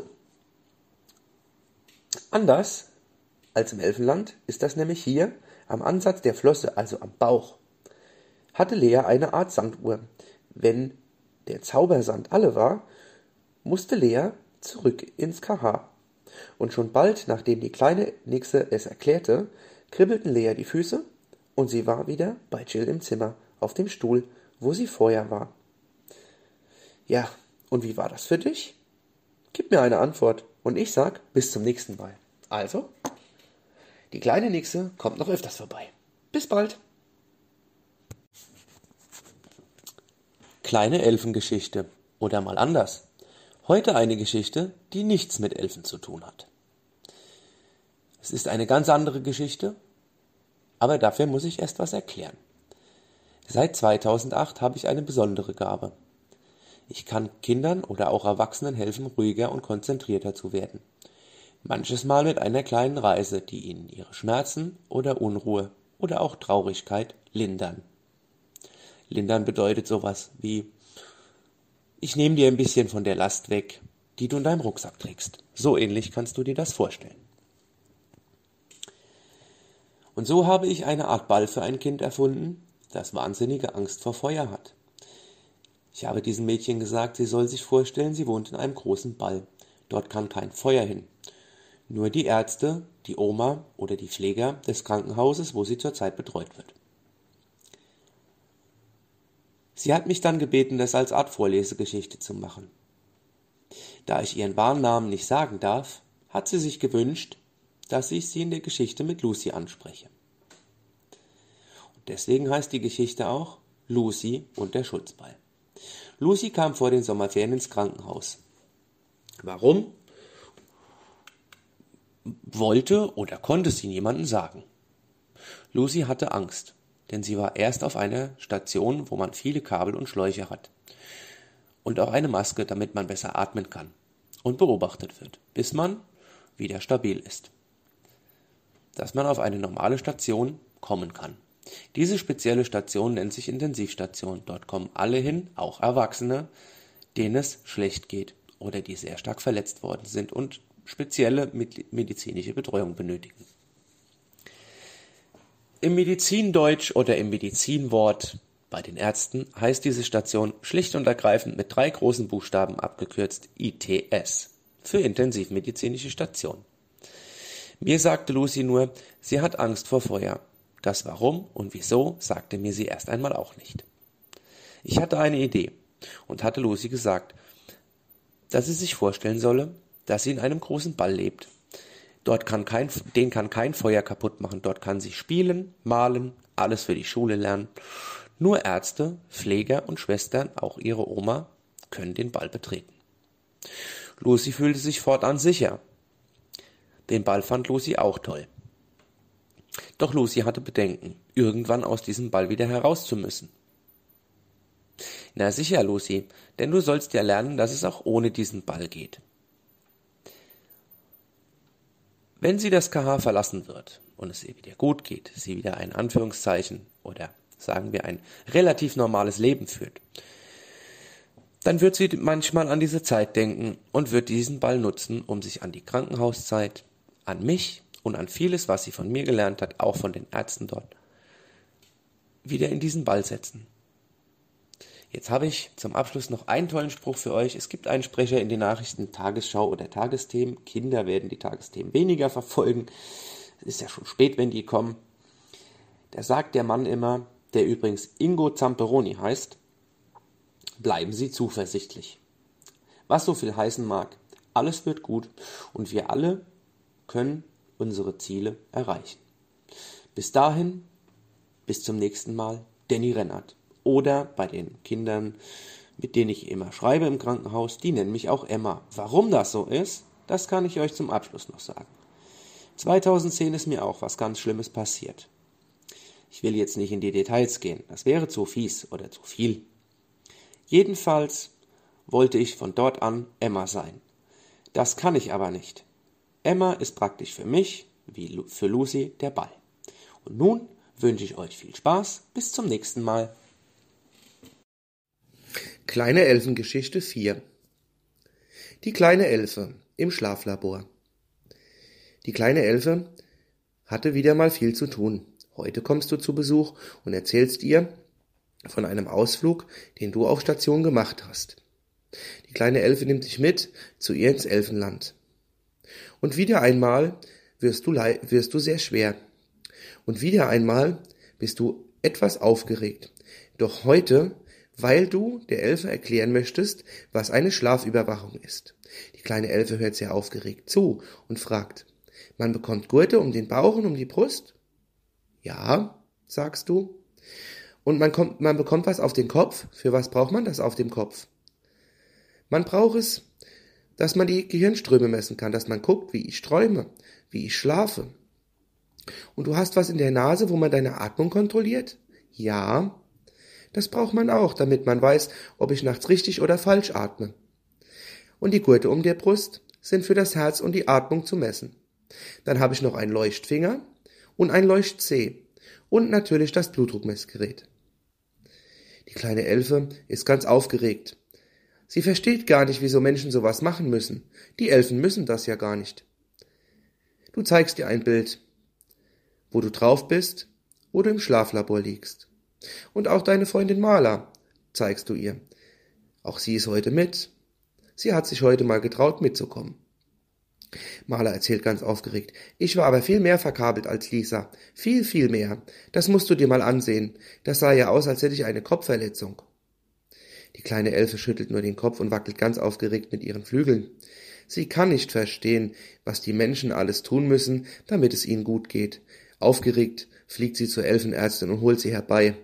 Anders als im Elfenland ist das nämlich hier am Ansatz der Flosse, also am Bauch, hatte Lea eine Art Sanduhr. Wenn der Zaubersand alle war, musste Lea zurück ins K H. Und schon bald, nachdem die kleine Nixe es erklärte, kribbelten Lea die Füße und sie war wieder bei Jill im Zimmer, auf dem Stuhl, wo sie vorher war. Ja, und wie war das für dich? Gib mir eine Antwort und ich sag bis zum nächsten Mal. Also, die kleine Nixe kommt noch öfters vorbei. Bis bald. Kleine Elfengeschichte. Oder mal anders. Heute eine Geschichte, die nichts mit Elfen zu tun hat. Es ist eine ganz andere Geschichte, aber dafür muss ich erst was erklären. Seit zweitausendacht habe ich eine besondere Gabe. Ich kann Kindern oder auch Erwachsenen helfen, ruhiger und konzentrierter zu werden. Manches Mal mit einer kleinen Reise, die ihnen ihre Schmerzen oder Unruhe oder auch Traurigkeit lindern. Lindern bedeutet sowas wie: Ich nehme dir ein bisschen von der Last weg, die du in deinem Rucksack trägst. So ähnlich kannst du dir das vorstellen. Und so habe ich eine Art Ball für ein Kind erfunden, das wahnsinnige Angst vor Feuer hat. Ich habe diesem Mädchen gesagt, sie soll sich vorstellen, sie wohnt in einem großen Ball. Dort kann kein Feuer hin. Nur die Ärzte, die Oma oder die Pfleger des Krankenhauses, wo sie zurzeit betreut wird. Sie hat mich dann gebeten, das als Art Vorlesegeschichte zu machen. Da ich ihren wahren Namen nicht sagen darf, hat sie sich gewünscht, dass ich sie in der Geschichte mit Lucy anspreche. Und deswegen heißt die Geschichte auch Lucy und der Schutzball. Lucy kam vor den Sommerferien ins Krankenhaus. Warum? Wollte oder konnte sie niemandem sagen. Lucy hatte Angst, denn sie war erst auf einer Station, wo man viele Kabel und Schläuche hat. Und auch eine Maske, damit man besser atmen kann und beobachtet wird, bis man wieder stabil ist. Dass man auf eine normale Station kommen kann. Diese spezielle Station nennt sich Intensivstation. Dort kommen alle hin, auch Erwachsene, denen es schlecht geht oder die sehr stark verletzt worden sind und spezielle medizinische Betreuung benötigen. Im Medizindeutsch oder im Medizinwort bei den Ärzten heißt diese Station schlicht und ergreifend mit drei großen Buchstaben abgekürzt I T S für intensivmedizinische Station. Mir sagte Lucy nur, sie hat Angst vor Feuer. Das Warum und Wieso sagte mir sie erst einmal auch nicht. Ich hatte eine Idee und hatte Lucy gesagt, dass sie sich vorstellen solle, dass sie in einem großen Ball lebt. Dort kann kein, den kann kein Feuer kaputt machen. Dort kann sie spielen, malen, alles für die Schule lernen. Nur Ärzte, Pfleger und Schwestern, auch ihre Oma, können den Ball betreten. Lucy fühlte sich fortan sicher. Den Ball fand Lucy auch toll. Doch Lucy hatte Bedenken, irgendwann aus diesem Ball wieder heraus zu müssen. Na sicher, Lucy, denn du sollst ja lernen, dass es auch ohne diesen Ball geht. Wenn sie das K H verlassen wird und es ihr wieder gut geht, sie wieder ein Anführungszeichen oder sagen wir ein relativ normales Leben führt, dann wird sie manchmal an diese Zeit denken und wird diesen Ball nutzen, um sich an die Krankenhauszeit, an mich und an vieles, was sie von mir gelernt hat, auch von den Ärzten dort, wieder in diesen Ball setzen. Jetzt habe ich zum Abschluss noch einen tollen Spruch für euch. Es gibt einen Sprecher in den Nachrichten, Tagesschau oder Tagesthemen. Kinder werden die Tagesthemen weniger verfolgen. Es ist ja schon spät, wenn die kommen. Da sagt der Mann immer, der übrigens Ingo Zamperoni heißt, bleiben Sie zuversichtlich. Was so viel heißen mag, alles wird gut und wir alle können unsere Ziele erreichen. Bis dahin, bis zum nächsten Mal, Danny Rennert. Oder bei den Kindern, mit denen ich immer schreibe im Krankenhaus, die nennen mich auch Emma. Warum das so ist, das kann ich euch zum Abschluss noch sagen. zweitausendzehn ist mir auch was ganz Schlimmes passiert. Ich will jetzt nicht in die Details gehen, das wäre zu fies oder zu viel. Jedenfalls wollte ich von dort an Emma sein. Das kann ich aber nicht. Emma ist praktisch für mich, wie für Lucy, der Ball. Und nun wünsche ich euch viel Spaß, bis zum nächsten Mal. Kleine Elfengeschichte vier. Die kleine Elfe im Schlaflabor. Die kleine Elfe hatte wieder mal viel zu tun. Heute kommst du zu Besuch und erzählst ihr von einem Ausflug, den du auf Station gemacht hast. Die kleine Elfe nimmt dich mit zu ihr ins Elfenland. Und wieder einmal wirst du, le- wirst du sehr schwer. Und wieder einmal bist du etwas aufgeregt. Doch heute, weil du der Elfe erklären möchtest, was eine Schlafüberwachung ist. Die kleine Elfe hört sehr aufgeregt zu und fragt, man bekommt Gurte um den Bauch und um die Brust? Ja, sagst du. Und man, kommt, man bekommt was auf den Kopf? Für was braucht man das auf dem Kopf? Man braucht es, dass man die Gehirnströme messen kann, dass man guckt, wie ich träume, wie ich schlafe. Und du hast was in der Nase, wo man deine Atmung kontrolliert? Ja. Das braucht man auch, damit man weiß, ob ich nachts richtig oder falsch atme. Und die Gurte um der Brust sind für das Herz und die Atmung zu messen. Dann habe ich noch einen Leuchtfinger und ein Leuchtzeh und natürlich das Blutdruckmessgerät. Die kleine Elfe ist ganz aufgeregt. Sie versteht gar nicht, wieso Menschen sowas machen müssen. Die Elfen müssen das ja gar nicht. Du zeigst ihr ein Bild, wo du drauf bist, wo du im Schlaflabor liegst. Und auch deine Freundin Marla zeigst du ihr. Auch sie ist heute mit. Sie hat sich heute mal getraut, mitzukommen. Marla erzählt ganz aufgeregt. Ich war aber viel mehr verkabelt als Lisa. Viel, viel mehr. Das musst du dir mal ansehen. Das sah ja aus, als hätte ich eine Kopfverletzung. Die kleine Elfe schüttelt nur den Kopf und wackelt ganz aufgeregt mit ihren Flügeln. Sie kann nicht verstehen, was die Menschen alles tun müssen, damit es ihnen gut geht. Aufgeregt fliegt sie zur Elfenärztin und holt sie herbei.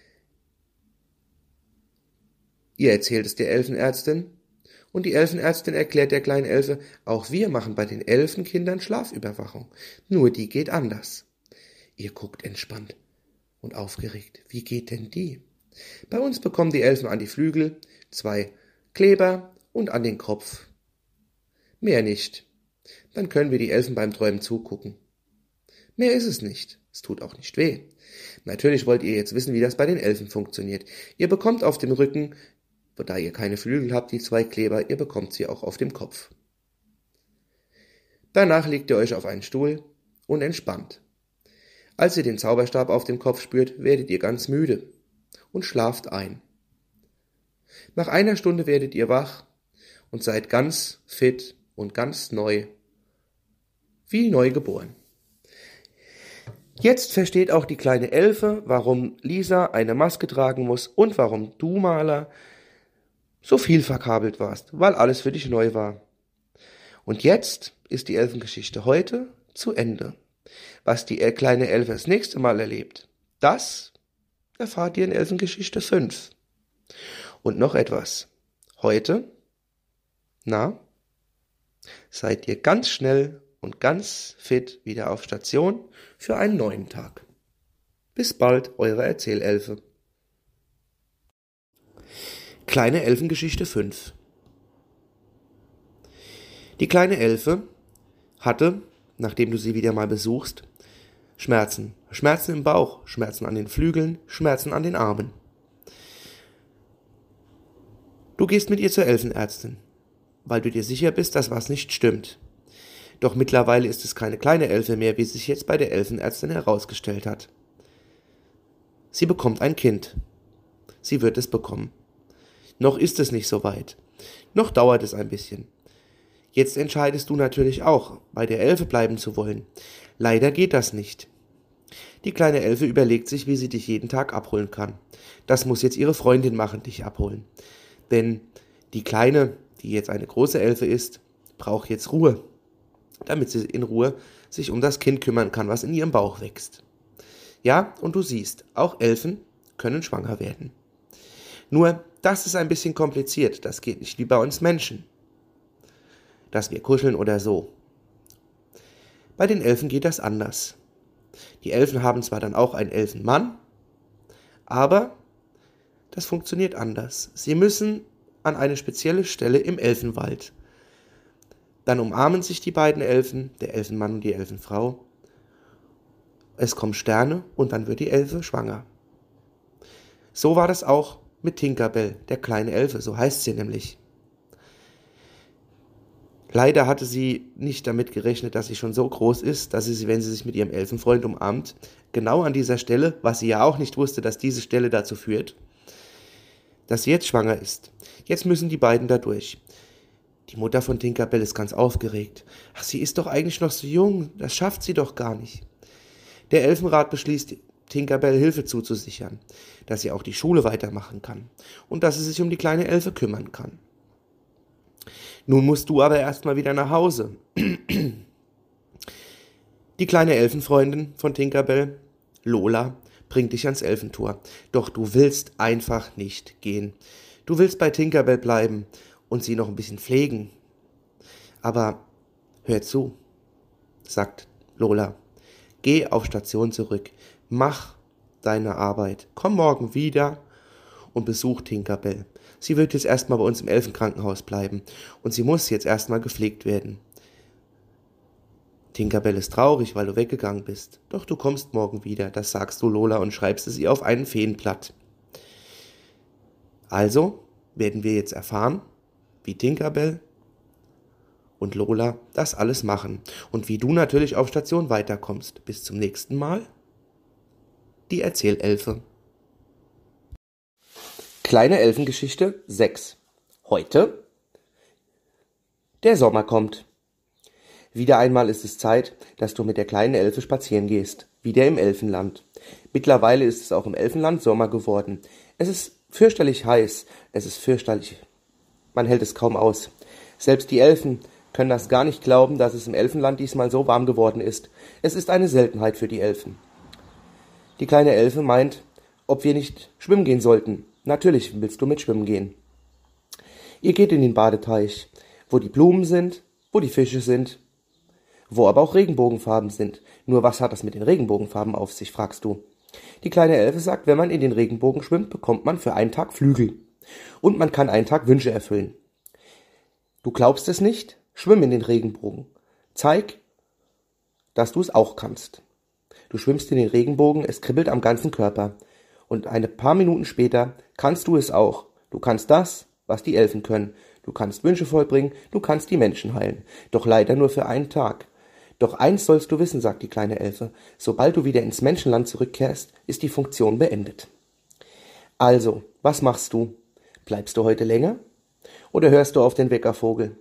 Ihr erzählt es der Elfenärztin und die Elfenärztin erklärt der kleinen Elfe, auch wir machen bei den Elfenkindern Schlafüberwachung, nur die geht anders. Ihr guckt entspannt und aufgeregt. Wie geht denn die? Bei uns bekommen die Elfen an die Flügel zwei Kleber und an den Kopf. Mehr nicht. Dann können wir die Elfen beim Träumen zugucken. Mehr ist es nicht. Es tut auch nicht weh. Natürlich wollt ihr jetzt wissen, wie das bei den Elfen funktioniert. Ihr bekommt auf dem Rücken, da ihr keine Flügel habt, die zwei Kleber, ihr bekommt sie auch auf dem Kopf. Danach legt ihr euch auf einen Stuhl und entspannt. Als ihr den Zauberstab auf dem Kopf spürt, werdet ihr ganz müde und schlaft ein. Nach einer Stunde werdet ihr wach und seid ganz fit und ganz neu, wie neu geboren. Jetzt versteht auch die kleine Elfe, warum Lisa eine Maske tragen muss und warum du, Maler, so viel verkabelt warst, weil alles für dich neu war. Und jetzt ist die Elfengeschichte heute zu Ende. Was die kleine Elfe das nächste Mal erlebt, das erfahrt ihr in Elfengeschichte fünf. Und noch etwas. Heute, na, seid ihr ganz schnell und ganz fit wieder auf Station für einen neuen Tag. Bis bald, eure Erzählelfe. Kleine Elfengeschichte fünf. Die kleine Elfe hatte, nachdem du sie wieder mal besuchst, Schmerzen. Schmerzen im Bauch, Schmerzen an den Flügeln, Schmerzen an den Armen. Du gehst mit ihr zur Elfenärztin, weil du dir sicher bist, dass was nicht stimmt. Doch mittlerweile ist es keine kleine Elfe mehr, wie sich jetzt bei der Elfenärztin herausgestellt hat. Sie bekommt ein Kind. Sie wird es bekommen. Noch ist es nicht so weit. Noch dauert es ein bisschen. Jetzt entscheidest du natürlich auch, bei der Elfe bleiben zu wollen. Leider geht das nicht. Die kleine Elfe überlegt sich, wie sie dich jeden Tag abholen kann. Das muss jetzt ihre Freundin machen, dich abholen. Denn die Kleine, die jetzt eine große Elfe ist, braucht jetzt Ruhe, damit sie in Ruhe sich um das Kind kümmern kann, was in ihrem Bauch wächst. Ja, und du siehst, auch Elfen können schwanger werden. Nur, das ist ein bisschen kompliziert, das geht nicht wie bei uns Menschen, dass wir kuscheln oder so. Bei den Elfen geht das anders. Die Elfen haben zwar dann auch einen Elfenmann, aber das funktioniert anders. Sie müssen an eine spezielle Stelle im Elfenwald. Dann umarmen sich die beiden Elfen, der Elfenmann und die Elfenfrau. Es kommen Sterne und dann wird die Elfe schwanger. So war das auch mit Tinkerbell, der kleinen Elfe, so heißt sie nämlich. Leider hatte sie nicht damit gerechnet, dass sie schon so groß ist, dass sie, wenn sie sich mit ihrem Elfenfreund umarmt, genau an dieser Stelle, was sie ja auch nicht wusste, dass diese Stelle dazu führt, dass sie jetzt schwanger ist. Jetzt müssen die beiden da durch. Die Mutter von Tinkerbell ist ganz aufgeregt. Ach, sie ist doch eigentlich noch so jung, das schafft sie doch gar nicht. Der Elfenrat beschließt, Tinkerbell Hilfe zuzusichern, dass sie auch die Schule weitermachen kann und dass sie sich um die kleine Elfe kümmern kann. Nun musst du aber erstmal wieder nach Hause. Die kleine Elfenfreundin von Tinkerbell, Lola, bringt dich ans Elfentor. Doch du willst einfach nicht gehen. Du willst bei Tinkerbell bleiben und sie noch ein bisschen pflegen. Aber hör zu, sagt Lola. Geh auf Station zurück. Mach deine Arbeit. Komm morgen wieder und besuch Tinkerbell. Sie wird jetzt erstmal bei uns im Elfenkrankenhaus bleiben und sie muss jetzt erstmal gepflegt werden. Tinkerbell ist traurig, weil du weggegangen bist. Doch du kommst morgen wieder, das sagst du Lola und schreibst es ihr auf einen Feenblatt. Also werden wir jetzt erfahren, wie Tinkerbell und Lola das alles machen und wie du natürlich auf Station weiterkommst. Bis zum nächsten Mal. Die Erzählelfe. Kleine Elfengeschichte sechs. Heute: Der Sommer kommt. Wieder einmal ist es Zeit, dass du mit der kleinen Elfe spazieren gehst. Wieder im Elfenland. Mittlerweile ist es auch im Elfenland Sommer geworden. Es ist fürchterlich heiß. Es ist fürchterlich. Man hält es kaum aus. Selbst die Elfen können das gar nicht glauben, dass es im Elfenland diesmal so warm geworden ist. Es ist eine Seltenheit für die Elfen. Die kleine Elfe meint, ob wir nicht schwimmen gehen sollten. Natürlich willst du mit schwimmen gehen. Ihr geht in den Badeteich, wo die Blumen sind, wo die Fische sind, wo aber auch Regenbogenfarben sind. Nur was hat das mit den Regenbogenfarben auf sich, fragst du. Die kleine Elfe sagt, wenn man in den Regenbogen schwimmt, bekommt man für einen Tag Flügel. Und man kann einen Tag Wünsche erfüllen. Du glaubst es nicht? Schwimm in den Regenbogen. Zeig, dass du es auch kannst. Du schwimmst in den Regenbogen, es kribbelt am ganzen Körper. Und ein paar Minuten später kannst du es auch. Du kannst das, was die Elfen können. Du kannst Wünsche vollbringen, du kannst die Menschen heilen. Doch leider nur für einen Tag. Doch eins sollst du wissen, sagt die kleine Elfe. Sobald du wieder ins Menschenland zurückkehrst, ist die Funktion beendet. Also, was machst du? Bleibst du heute länger? Oder hörst du auf den Weckervogel?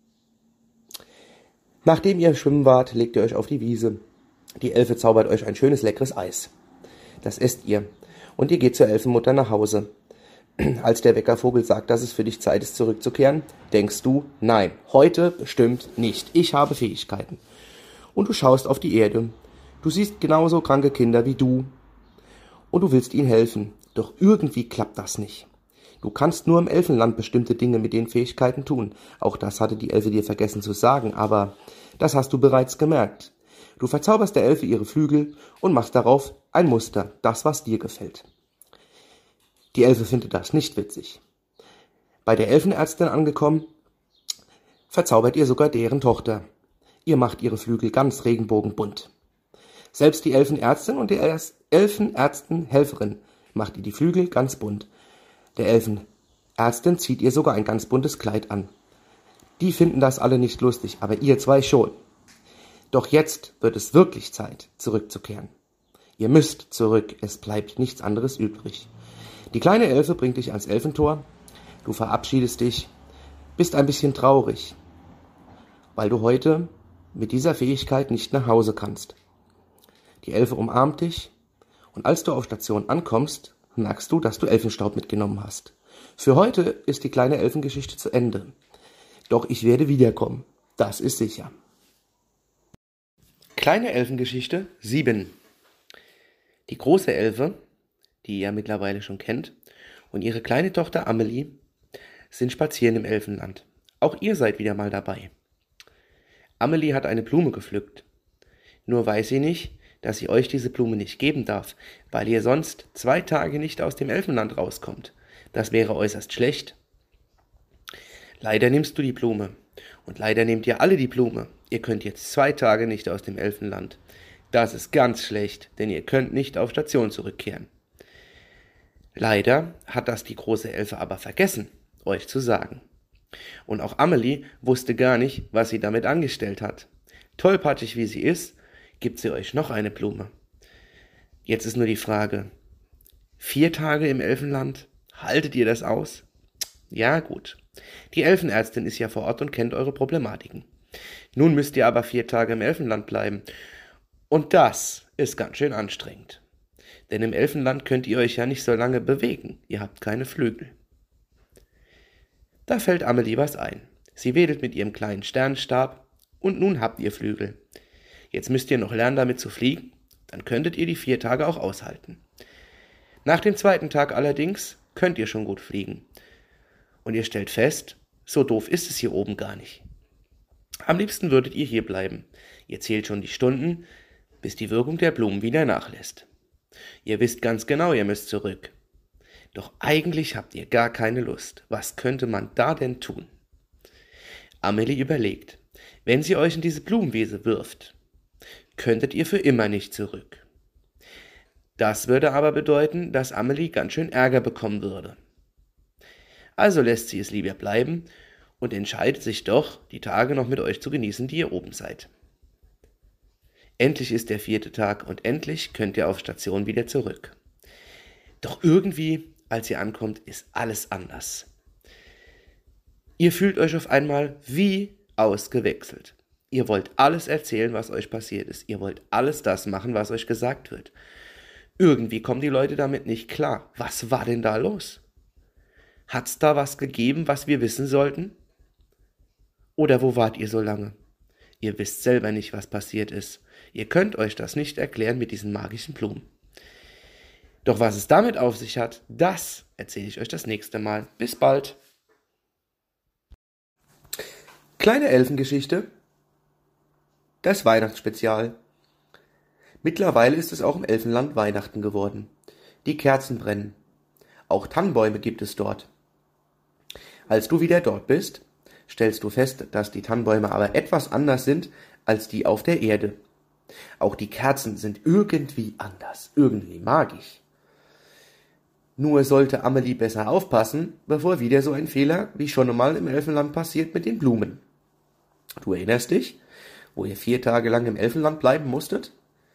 Nachdem ihr schwimmen wart, legt ihr euch auf die Wiese. Die Elfe zaubert euch ein schönes, leckeres Eis. Das esst ihr. Und ihr geht zur Elfenmutter nach Hause. Als der Weckervogel sagt, dass es für dich Zeit ist, zurückzukehren, denkst du, nein, heute bestimmt nicht. Ich habe Fähigkeiten. Und du schaust auf die Erde. Du siehst genauso kranke Kinder wie du. Und du willst ihnen helfen. Doch irgendwie klappt das nicht. Du kannst nur im Elfenland bestimmte Dinge mit den Fähigkeiten tun. Auch das hatte die Elfe dir vergessen zu sagen, aber das hast du bereits gemerkt. Du verzauberst der Elfe ihre Flügel und machst darauf ein Muster, das, was dir gefällt. Die Elfe findet das nicht witzig. Bei der Elfenärztin angekommen, verzaubert ihr sogar deren Tochter. Ihr macht ihre Flügel ganz regenbogenbunt. Selbst die Elfenärztin und die Elfenärztin-Helferin macht ihr die Flügel ganz bunt. Der Elfenärztin zieht ihr sogar ein ganz buntes Kleid an. Die finden das alle nicht lustig, aber ihr zwei schon. Doch jetzt wird es wirklich Zeit, zurückzukehren. Ihr müsst zurück, es bleibt nichts anderes übrig. Die kleine Elfe bringt dich ans Elfentor, du verabschiedest dich, bist ein bisschen traurig, weil du heute mit dieser Fähigkeit nicht nach Hause kannst. Die Elfe umarmt dich und als du auf Station ankommst, merkst du, dass du Elfenstaub mitgenommen hast. Für heute ist die kleine Elfengeschichte zu Ende. Doch ich werde wiederkommen, das ist sicher. Kleine Elfengeschichte sieben. Die große Elfe, die ihr mittlerweile schon kennt, und ihre kleine Tochter Amelie sind spazieren im Elfenland. Auch ihr seid wieder mal dabei. Amelie hat eine Blume gepflückt. Nur weiß sie nicht, dass sie euch diese Blume nicht geben darf, weil ihr sonst zwei Tage nicht aus dem Elfenland rauskommt. Das wäre äußerst schlecht. Leider nimmst du die Blume. Und leider nehmt ihr alle die Blume. Ihr könnt jetzt zwei Tage nicht aus dem Elfenland. Das ist ganz schlecht, denn ihr könnt nicht auf Station zurückkehren. Leider hat das die große Elfe aber vergessen, euch zu sagen. Und auch Amelie wusste gar nicht, was sie damit angestellt hat. Tollpatschig wie sie ist, gibt sie euch noch eine Blume. Jetzt ist nur die Frage, vier Tage im Elfenland, haltet ihr das aus? Ja, gut. Die Elfenärztin ist ja vor Ort und kennt eure Problematiken. Nun müsst ihr aber vier Tage im Elfenland bleiben. Und das ist ganz schön anstrengend. Denn im Elfenland könnt ihr euch ja nicht so lange bewegen. Ihr habt keine Flügel. Da fällt Amelie was ein. Sie wedelt mit ihrem kleinen Sternenstab und nun habt ihr Flügel. Jetzt müsst ihr noch lernen, damit zu fliegen. Dann könntet ihr die vier Tage auch aushalten. Nach dem zweiten Tag allerdings könnt ihr schon gut fliegen. Und ihr stellt fest, so doof ist es hier oben gar nicht. Am liebsten würdet ihr hier bleiben. Ihr zählt schon die Stunden, bis die Wirkung der Blumen wieder nachlässt. Ihr wisst ganz genau, ihr müsst zurück. Doch eigentlich habt ihr gar keine Lust. Was könnte man da denn tun? Amelie überlegt, wenn sie euch in diese Blumenwiese wirft, könntet ihr für immer nicht zurück. Das würde aber bedeuten, dass Amelie ganz schön Ärger bekommen würde. Also lässt sie es lieber bleiben und entscheidet sich doch, die Tage noch mit euch zu genießen, die ihr oben seid. Endlich ist der vierte Tag und endlich könnt ihr auf Station wieder zurück. Doch irgendwie, als ihr ankommt, ist alles anders. Ihr fühlt euch auf einmal wie ausgewechselt. Ihr wollt alles erzählen, was euch passiert ist. Ihr wollt alles das machen, was euch gesagt wird. Irgendwie kommen die Leute damit nicht klar. Was war denn da los? Hat's da was gegeben, was wir wissen sollten? Oder wo wart ihr so lange? Ihr wisst selber nicht, was passiert ist. Ihr könnt euch das nicht erklären mit diesen magischen Blumen. Doch was es damit auf sich hat, das erzähle ich euch das nächste Mal. Bis bald. Kleine Elfengeschichte. Das Weihnachtsspezial. Mittlerweile ist es auch im Elfenland Weihnachten geworden. Die Kerzen brennen. Auch Tannenbäume gibt es dort. Als du wieder dort bist, stellst du fest, dass die Tannenbäume aber etwas anders sind als die auf der Erde. Auch die Kerzen sind irgendwie anders, irgendwie magisch. Nur sollte Amelie besser aufpassen, bevor wieder so ein Fehler wie schon einmal im Elfenland passiert mit den Blumen. Du erinnerst dich, wo ihr vier Tage lang im Elfenland bleiben musstet?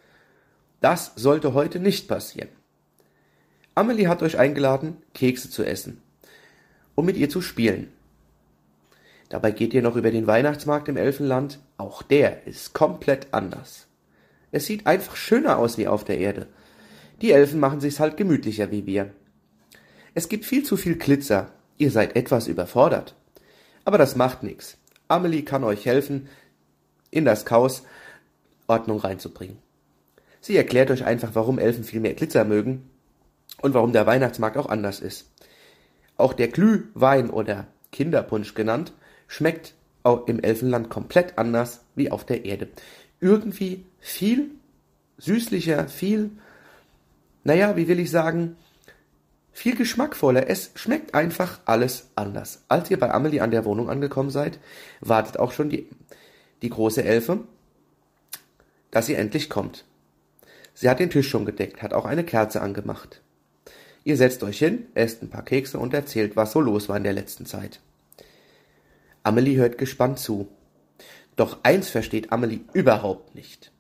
Das sollte heute nicht passieren. Amelie hat euch eingeladen, Kekse zu essen und mit ihr zu spielen. Dabei geht ihr noch über den Weihnachtsmarkt im Elfenland. Auch der ist komplett anders. Es sieht einfach schöner aus wie auf der Erde. Die Elfen machen sich's halt gemütlicher wie wir. Es gibt viel zu viel Glitzer. Ihr seid etwas überfordert. Aber das macht nichts. Amelie kann euch helfen, in das Chaos Ordnung reinzubringen. Sie erklärt euch einfach, warum Elfen viel mehr Glitzer mögen und warum der Weihnachtsmarkt auch anders ist. Auch der Glühwein oder Kinderpunsch genannt, schmeckt auch im Elfenland komplett anders wie auf der Erde. Irgendwie viel süßlicher, viel, naja, wie will ich sagen, viel geschmackvoller. Es schmeckt einfach alles anders. Als ihr bei Amelie an der Wohnung angekommen seid, wartet auch schon die, die große Elfe, dass sie endlich kommt. Sie hat den Tisch schon gedeckt, hat auch eine Kerze angemacht. Ihr setzt euch hin, esst ein paar Kekse und erzählt, was so los war in der letzten Zeit. Amelie hört gespannt zu. Doch eins versteht Amelie überhaupt nicht.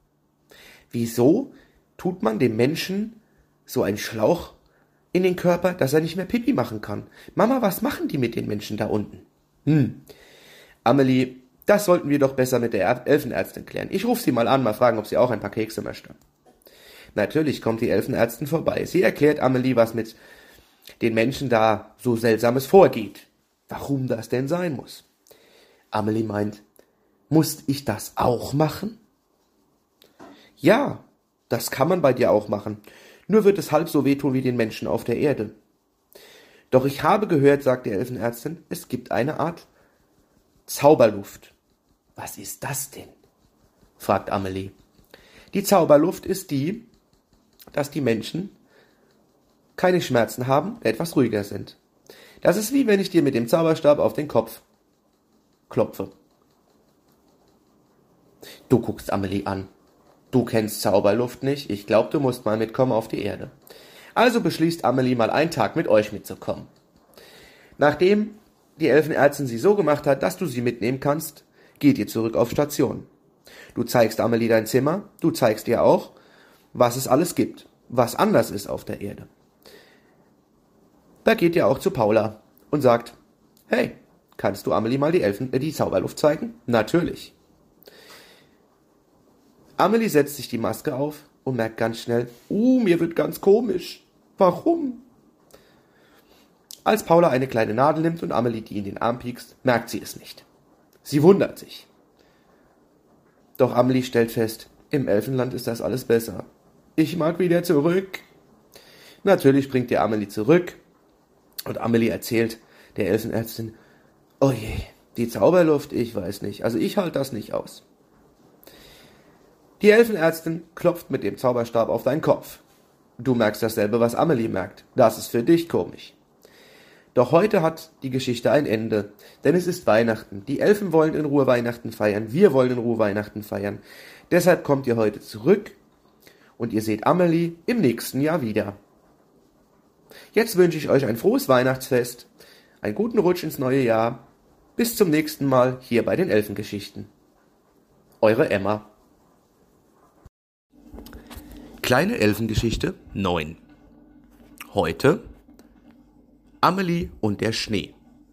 Wieso tut man dem Menschen so einen Schlauch in den Körper, dass er nicht mehr Pipi machen kann? Mama, was machen die mit den Menschen da unten? Hm, Amelie, das sollten wir doch besser mit der Elfenärztin klären. Ich rufe sie mal an, mal fragen, ob sie auch ein paar Kekse möchte. Natürlich kommt die Elfenärztin vorbei. Sie erklärt Amelie, was mit den Menschen da so Seltsames vorgeht. Warum das denn sein muss. Amelie meint, muss ich das auch machen? Ja, das kann man bei dir auch machen. Nur wird es halb so wehtun wie den Menschen auf der Erde. Doch ich habe gehört, sagt die Elfenärztin, es gibt eine Art Zauberluft. Was ist das denn? Fragt Amelie. Die Zauberluft ist die, dass die Menschen keine Schmerzen haben, etwas ruhiger sind. Das ist wie wenn ich dir mit dem Zauberstab auf den Kopf klopfe. Du guckst Amelie an. Du kennst Zauberluft nicht. Ich glaube, du musst mal mitkommen auf die Erde. Also beschließt Amelie mal einen Tag mit euch mitzukommen. Nachdem die Elfenärztin sie so gemacht hat, dass du sie mitnehmen kannst, geht ihr zurück auf Station. Du zeigst Amelie dein Zimmer, du zeigst ihr auch, was es alles gibt, was anders ist auf der Erde. Da geht ihr auch zu Paula und sagt, hey, kannst du Amelie mal die Elfen, äh, die Zauberluft zeigen? Natürlich. Amelie setzt sich die Maske auf und merkt ganz schnell, uh, mir wird ganz komisch. Warum? Als Paula eine kleine Nadel nimmt und Amelie die in den Arm piekst, merkt sie es nicht. Sie wundert sich. Doch Amelie stellt fest, im Elfenland ist das alles besser. Ich mag wieder zurück. Natürlich bringt ihr Amelie zurück und Amelie erzählt der Elfenärztin, oh je, die Zauberluft, ich weiß nicht, also ich halte das nicht aus. Die Elfenärztin klopft mit dem Zauberstab auf deinen Kopf. Du merkst dasselbe, was Amelie merkt. Das ist für dich komisch. Doch heute hat die Geschichte ein Ende, denn es ist Weihnachten. Die Elfen wollen in Ruhe Weihnachten feiern, wir wollen in Ruhe Weihnachten feiern. Deshalb kommt ihr heute zurück und ihr seht Amelie im nächsten Jahr wieder. Jetzt wünsche ich euch ein frohes Weihnachtsfest, einen guten Rutsch ins neue Jahr. Bis zum nächsten Mal hier bei den Elfengeschichten. Eure Emma. Kleine Elfengeschichte neun. Heute Amelie und der Schnee.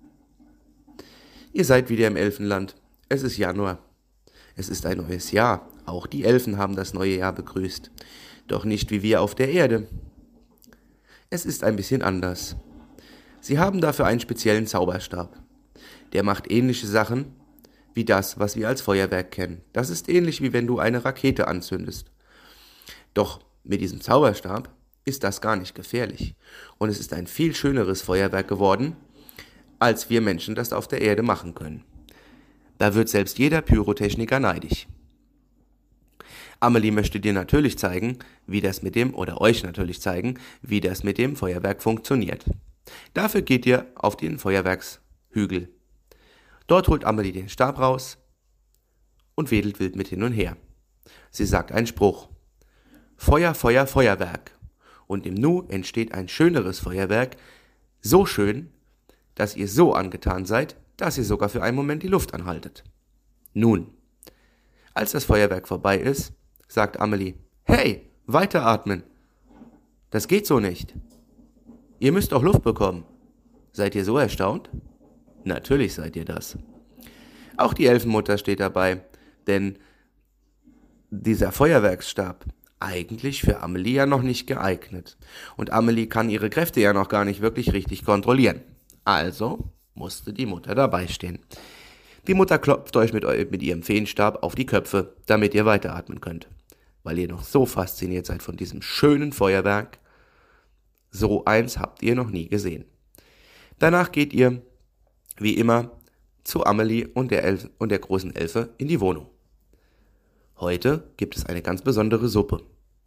Ihr seid wieder im Elfenland. Es ist Januar. Es ist ein neues Jahr. Auch die Elfen haben das neue Jahr begrüßt. Doch nicht wie wir auf der Erde. Es ist ein bisschen anders. Sie haben dafür einen speziellen Zauberstab. Der macht ähnliche Sachen wie das, was wir als Feuerwerk kennen. Das ist ähnlich wie wenn du eine Rakete anzündest. Doch mit diesem Zauberstab ist das gar nicht gefährlich. Und es ist ein viel schöneres Feuerwerk geworden, als wir Menschen das auf der Erde machen können. Da wird selbst jeder Pyrotechniker neidisch. Amelie möchte dir natürlich zeigen, wie das mit dem, oder euch natürlich zeigen, wie das mit dem Feuerwerk funktioniert. Dafür geht ihr auf den Feuerwerkshügel. Dort holt Amelie den Stab raus und wedelt wild mit hin und her. Sie sagt einen Spruch. Feuer, Feuer, Feuerwerk. Und im Nu entsteht ein schöneres Feuerwerk, so schön, dass ihr so angetan seid, dass ihr sogar für einen Moment die Luft anhaltet. Nun, als das Feuerwerk vorbei ist, sagt Amelie, hey, weiteratmen. Das geht so nicht. Ihr müsst auch Luft bekommen. Seid ihr so erstaunt? Natürlich seid ihr das. Auch die Elfenmutter steht dabei, denn dieser Feuerwerksstab, eigentlich für Amelie ja noch nicht geeignet. Und Amelie kann ihre Kräfte ja noch gar nicht wirklich richtig kontrollieren. Also musste die Mutter dabei stehen. Die Mutter klopft euch mit, eu- mit ihrem Feenstab auf die Köpfe, damit ihr weiteratmen könnt. Weil ihr noch so fasziniert seid von diesem schönen Feuerwerk. So eins habt ihr noch nie gesehen. Danach geht ihr, wie immer, zu Amelie und der, Elf- und der großen Elfe in die Wohnung. Heute gibt es eine ganz besondere Suppe.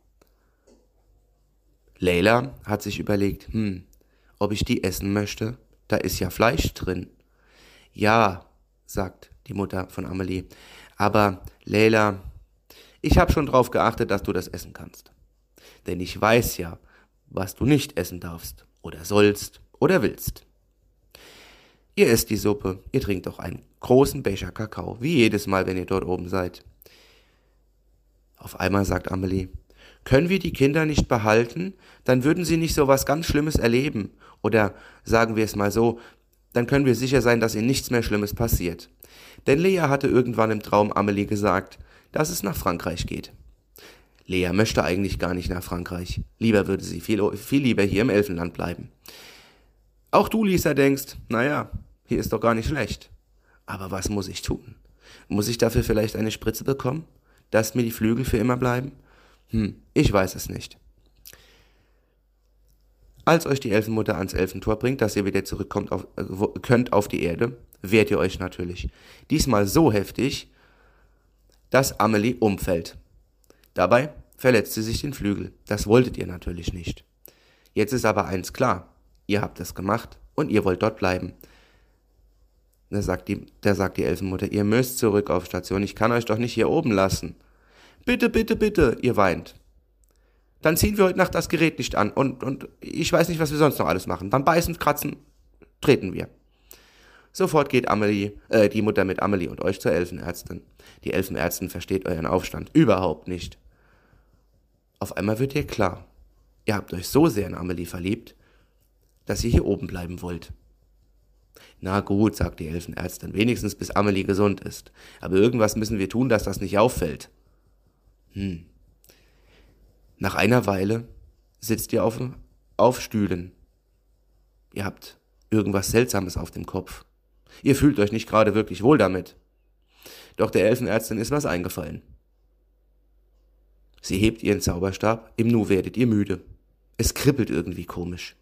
Leila hat sich überlegt, hm, ob ich die essen möchte. Da ist ja Fleisch drin. Ja, sagt die Mutter von Amelie, aber Leila, ich habe schon drauf geachtet, dass du das essen kannst. Denn ich weiß ja, was du nicht essen darfst oder sollst oder willst. Ihr esst die Suppe, ihr trinkt auch einen großen Becher Kakao, wie jedes Mal, wenn ihr dort oben seid. Auf einmal sagt Amelie, können wir die Kinder nicht behalten, dann würden sie nicht so was ganz Schlimmes erleben. Oder sagen wir es mal so, dann können wir sicher sein, dass ihnen nichts mehr Schlimmes passiert. Denn Lea hatte irgendwann im Traum Amelie gesagt, dass es nach Frankreich geht. Lea möchte eigentlich gar nicht nach Frankreich. Lieber würde sie viel, viel lieber hier im Elfenland bleiben. Auch du, Lisa, denkst, naja, hier ist doch gar nicht schlecht. Aber was muss ich tun? Muss ich dafür vielleicht eine Spritze bekommen? Dass mir die Flügel für immer bleiben? Hm, ich weiß es nicht. Als euch die Elfenmutter ans Elfentor bringt, dass ihr wieder zurückkommt auf, äh, könnt auf die Erde, wehrt ihr euch natürlich. Diesmal so heftig, dass Amelie umfällt. Dabei verletzt sie sich den Flügel. Das wolltet ihr natürlich nicht. Jetzt ist aber eins klar. Ihr habt es gemacht und ihr wollt dort bleiben. Da sagt die, da sagt die Elfenmutter, ihr müsst zurück auf Station. Ich kann euch doch nicht hier oben lassen. Bitte, bitte, bitte, ihr weint. Dann ziehen wir heute Nacht das Gerät nicht an und, und ich weiß nicht, was wir sonst noch alles machen. Dann beißen, kratzen, treten wir. Sofort geht Amelie, äh, die Mutter mit Amelie und euch zur Elfenärztin. Die Elfenärztin versteht euren Aufstand überhaupt nicht. Auf einmal wird ihr klar, ihr habt euch so sehr in Amelie verliebt, dass ihr hier oben bleiben wollt. Na gut, sagt die Elfenärztin, wenigstens bis Amelie gesund ist. Aber irgendwas müssen wir tun, dass das nicht auffällt. Hm. Nach einer Weile sitzt ihr auf, auf Stühlen. Ihr habt irgendwas Seltsames auf dem Kopf. Ihr fühlt euch nicht gerade wirklich wohl damit. Doch der Elfenärztin ist was eingefallen. Sie hebt ihren Zauberstab, im Nu werdet ihr müde. Es kribbelt irgendwie komisch.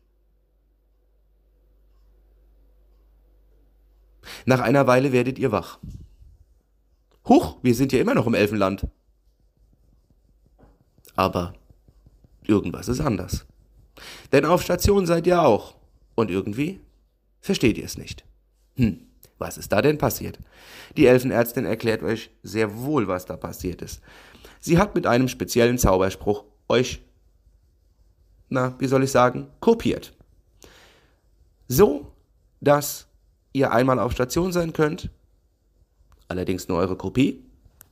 Nach einer Weile werdet ihr wach. Huch, wir sind ja immer noch im Elfenland. Aber irgendwas ist anders. Denn auf Station seid ihr auch. Und irgendwie versteht ihr es nicht. Hm, was ist da denn passiert? Die Elfenärztin erklärt euch sehr wohl, was da passiert ist. Sie hat mit einem speziellen Zauberspruch euch, na, wie soll ich sagen, kopiert. So, dass ihr einmal auf Station sein könnt, allerdings nur eure Kopie,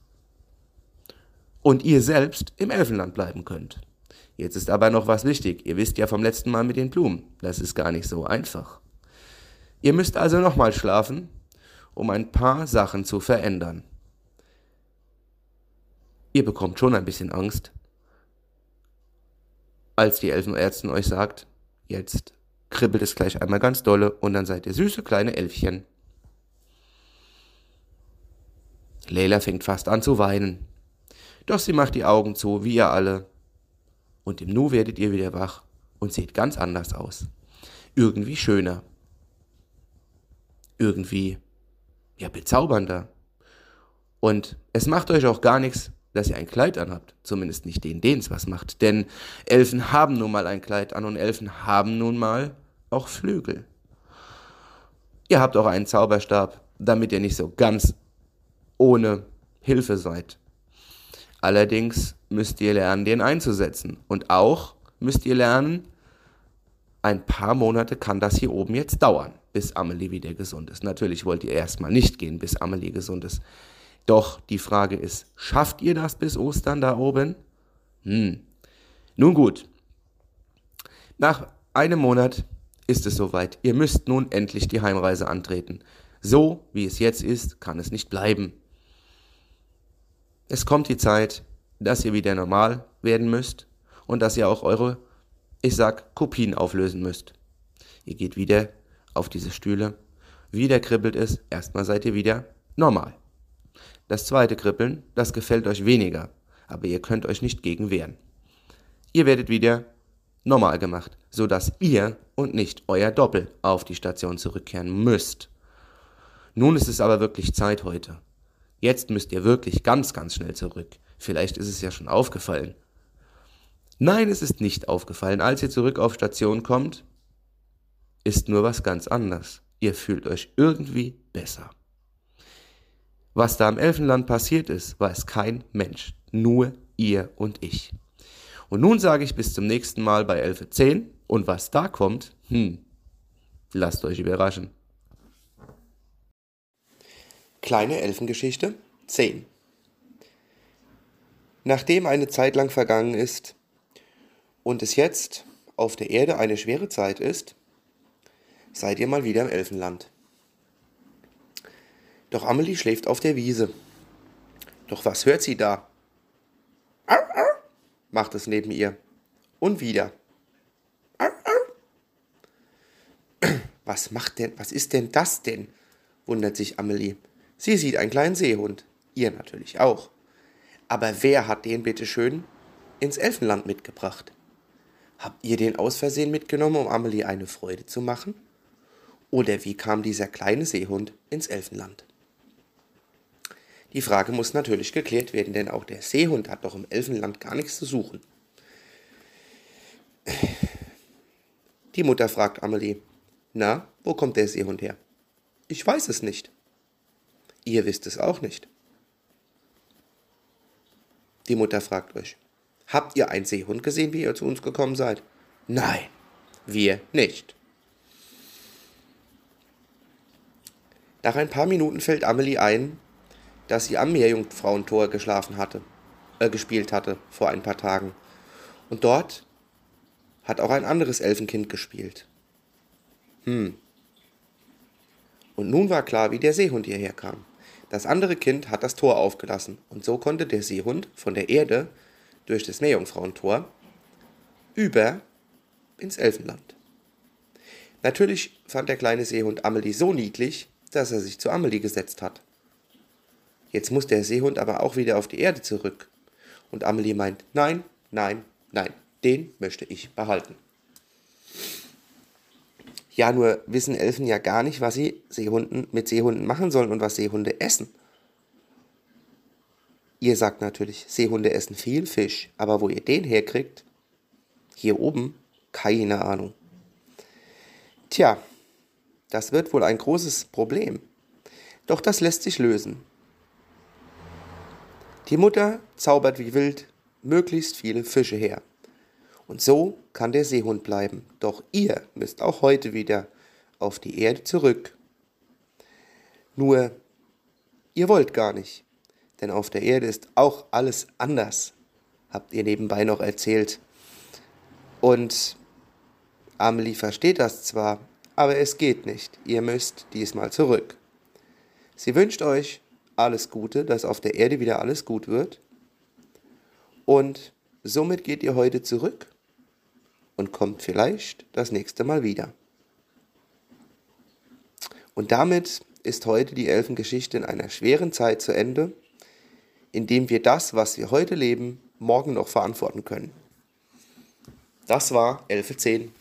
und ihr selbst im Elfenland bleiben könnt. Jetzt ist aber noch was wichtig. Ihr wisst ja vom letzten Mal mit den Blumen. Das ist gar nicht so einfach. Ihr müsst also nochmal schlafen, um ein paar Sachen zu verändern. Ihr bekommt schon ein bisschen Angst, als die Elfenärztin euch sagt, jetzt kribbelt es gleich einmal ganz dolle und dann seid ihr süße kleine Elfchen. Leila fängt fast an zu weinen. Doch sie macht die Augen zu, wie ihr alle. Und im Nu werdet ihr wieder wach und seht ganz anders aus. Irgendwie schöner. Irgendwie, ja, bezaubernder. Und es macht euch auch gar nichts, dass ihr ein Kleid anhabt. Zumindest nicht denen, denen es was macht. Denn Elfen haben nun mal ein Kleid an und Elfen haben nun mal auch Flügel. Ihr habt auch einen Zauberstab, damit ihr nicht so ganz ohne Hilfe seid. Allerdings müsst ihr lernen, den einzusetzen. Und auch müsst ihr lernen, ein paar Monate kann das hier oben jetzt dauern, bis Amelie wieder gesund ist. Natürlich wollt ihr erstmal nicht gehen, bis Amelie gesund ist. Doch die Frage ist, schafft ihr das bis Ostern da oben? Hm. Nun gut. Nach einem Monat ist es soweit. Ihr müsst nun endlich die Heimreise antreten. So, wie es jetzt ist, kann es nicht bleiben. Es kommt die Zeit, dass ihr wieder normal werden müsst und dass ihr auch eure, ich sag, Kopien auflösen müsst. Ihr geht wieder auf diese Stühle, wieder kribbelt es, erstmal seid ihr wieder normal. Das zweite Kribbeln, das gefällt euch weniger, aber ihr könnt euch nicht gegen wehren. Ihr werdet wieder normal gemacht, sodass ihr und nicht euer Doppel auf die Station zurückkehren müsst. Nun ist es aber wirklich Zeit heute. Jetzt müsst ihr wirklich ganz, ganz schnell zurück. Vielleicht ist es ja schon aufgefallen. Nein, es ist nicht aufgefallen. Als ihr zurück auf Station kommt, ist nur was ganz anderes. Ihr fühlt euch irgendwie besser. Was da im Elfenland passiert ist, weiß kein Mensch. Nur ihr und ich. Und nun sage ich bis zum nächsten Mal bei elf Uhr zehn. Und was da kommt, hm, lasst euch überraschen. Kleine Elfengeschichte zehn. Nachdem eine Zeit lang vergangen ist und es jetzt auf der Erde eine schwere Zeit ist, seid ihr mal wieder im Elfenland. Doch Amelie schläft auf der Wiese. Doch was hört sie da? Au, au, macht es neben ihr. Und wieder. Au, au. Was macht denn, was ist denn das denn? Wundert sich Amelie. Sie sieht einen kleinen Seehund. Ihr natürlich auch. Aber wer hat den bitte schön ins Elfenland mitgebracht? Habt ihr den aus Versehen mitgenommen, um Amelie eine Freude zu machen? Oder wie kam dieser kleine Seehund ins Elfenland? Die Frage muss natürlich geklärt werden, denn auch der Seehund hat doch im Elfenland gar nichts zu suchen. Die Mutter fragt Amelie, na, wo kommt der Seehund her? Ich weiß es nicht. Ihr wisst es auch nicht. Die Mutter fragt euch, habt ihr einen Seehund gesehen, wie ihr zu uns gekommen seid? Nein, wir nicht. Nach ein paar Minuten fällt Amelie ein, dass sie am Meerjungfrauentor geschlafen hatte, äh, gespielt hatte vor ein paar Tagen. Und dort hat auch ein anderes Elfenkind gespielt. Hm. Und nun war klar, wie der Seehund hierher kam. Das andere Kind hat das Tor aufgelassen und so konnte der Seehund von der Erde durch das Meerjungfrauentor über ins Elfenland. Natürlich fand der kleine Seehund Amelie so niedlich, dass er sich zu Amelie gesetzt hat. Jetzt muss der Seehund aber auch wieder auf die Erde zurück. Und Amelie meint, nein, nein, nein, den möchte ich behalten. Ja, nur wissen Elfen ja gar nicht, was sie Seehunden mit Seehunden machen sollen und was Seehunde essen. Ihr sagt natürlich, Seehunde essen viel Fisch, aber wo ihr den herkriegt, hier oben, keine Ahnung. Tja, das wird wohl ein großes Problem. Doch das lässt sich lösen. Die Mutter zaubert wie wild möglichst viele Fische her. Und so kann der Seehund bleiben. Doch ihr müsst auch heute wieder auf die Erde zurück. Nur, ihr wollt gar nicht. Denn auf der Erde ist auch alles anders, habt ihr nebenbei noch erzählt. Und Amelie versteht das zwar, aber es geht nicht. Ihr müsst diesmal zurück. Sie wünscht euch alles Gute, dass auf der Erde wieder alles gut wird. Und somit geht ihr heute zurück und kommt vielleicht das nächste Mal wieder. Und damit ist heute die Elfengeschichte in einer schweren Zeit zu Ende, indem wir das, was wir heute leben, morgen noch verantworten können. Das war elf Uhr zehn.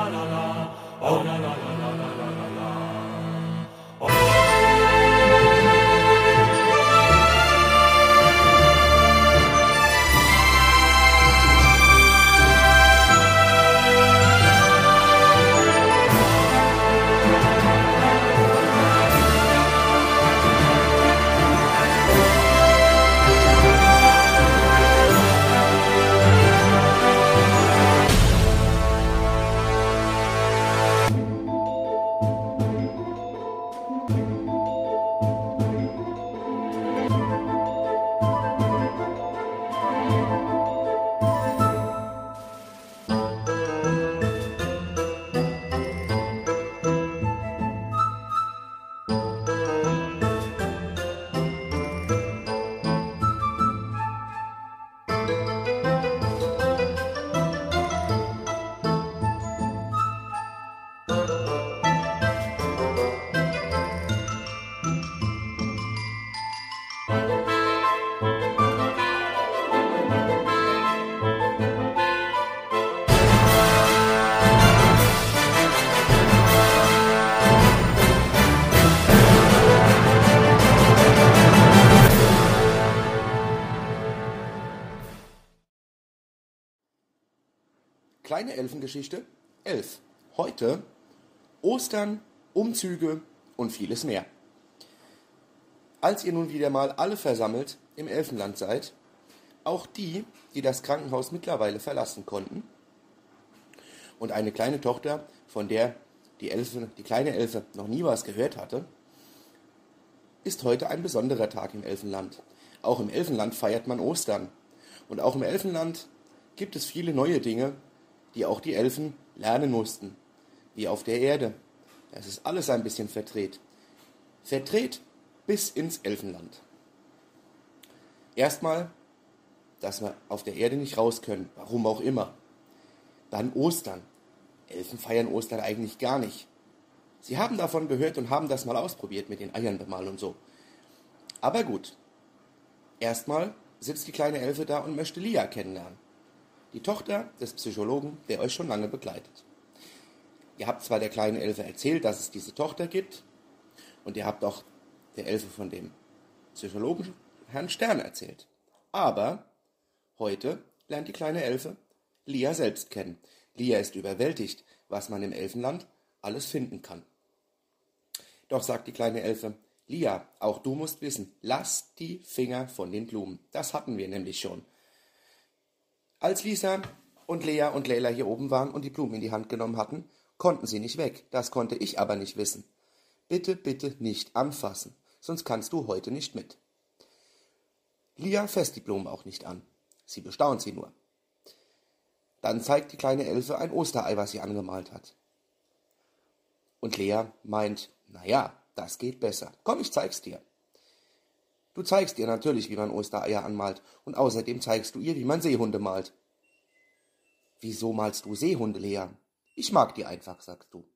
Kleine Elfengeschichte elf. Heute Ostern, Umzüge und vieles mehr. Als ihr nun wieder mal alle versammelt im Elfenland seid, auch die, die das Krankenhaus mittlerweile verlassen konnten, und eine kleine Tochter, von der die, Elfe, die kleine Elfe noch nie was gehört hatte, ist heute ein besonderer Tag im Elfenland. Auch im Elfenland feiert man Ostern. Und auch im Elfenland gibt es viele neue Dinge, die auch die Elfen lernen mussten, wie auf der Erde. Das ist alles ein bisschen verdreht. Verdreht bis ins Elfenland. Erstmal, dass wir auf der Erde nicht raus können, warum auch immer. Dann Ostern. Elfen feiern Ostern eigentlich gar nicht. Sie haben davon gehört und haben das mal ausprobiert mit den Eiern bemalen und so. Aber gut. Erstmal sitzt die kleine Elfe da und möchte Lia kennenlernen. Die Tochter des Psychologen, der euch schon lange begleitet. Ihr habt zwar der kleinen Elfe erzählt, dass es diese Tochter gibt, und ihr habt auch der Elfe von dem Psychologen Herrn Stern erzählt. Aber heute lernt die kleine Elfe Lia selbst kennen. Lia ist überwältigt, was man im Elfenland alles finden kann. Doch sagt die kleine Elfe, Lia, auch du musst wissen, lass die Finger von den Blumen. Das hatten wir nämlich schon. Als Lisa und Lea und Leila hier oben waren und die Blumen in die Hand genommen hatten, konnten sie nicht weg. Das konnte ich aber nicht wissen. Bitte, bitte nicht anfassen, sonst kannst du heute nicht mit. Lia fasst die Blumen auch nicht an. Sie bestaunt sie nur. Dann zeigt die kleine Elfe ein Osterei, was sie angemalt hat. Und Lea meint, naja, das geht besser. Komm, ich zeig's dir. Du zeigst ihr natürlich, wie man Ostereier anmalt, und außerdem zeigst du ihr, wie man Seehunde malt. Wieso malst du Seehunde, Lea? Ich mag die einfach, sagst du.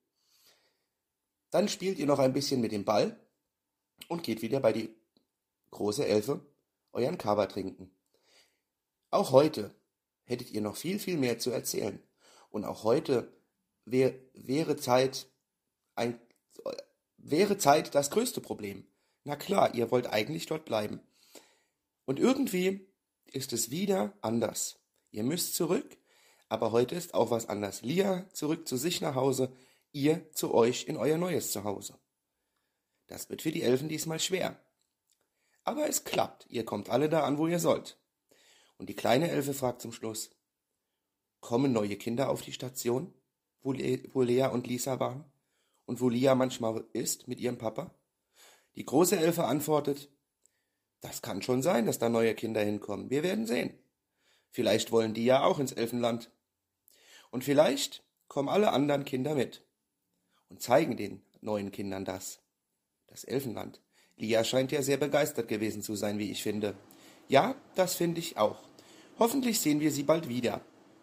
Dann spielt ihr noch ein bisschen mit dem Ball und geht wieder bei die große Elfe euren Kava trinken. Auch heute hättet ihr noch viel, viel mehr zu erzählen. Und auch heute wär, wäre Zeit ein, wäre Zeit das größte Problem. Na klar, ihr wollt eigentlich dort bleiben. Und irgendwie ist es wieder anders. Ihr müsst zurück, aber heute ist auch was anders. Lia zurück zu sich nach Hause, ihr zu euch in euer neues Zuhause. Das wird für die Elfen diesmal schwer. Aber es klappt, ihr kommt alle da an, wo ihr sollt. Und die kleine Elfe fragt zum Schluss, kommen neue Kinder auf die Station, wo, Le- wo Lea und Lisa waren und wo Lia manchmal ist mit ihrem Papa? Die große Elfe antwortet, das kann schon sein, dass da neue Kinder hinkommen. Wir werden sehen. Vielleicht wollen die ja auch ins Elfenland. Und vielleicht kommen alle anderen Kinder mit und zeigen den neuen Kindern das. Das Elfenland. Lia scheint ja sehr begeistert gewesen zu sein, wie ich finde. Ja, das finde ich auch. Hoffentlich sehen wir sie bald wieder.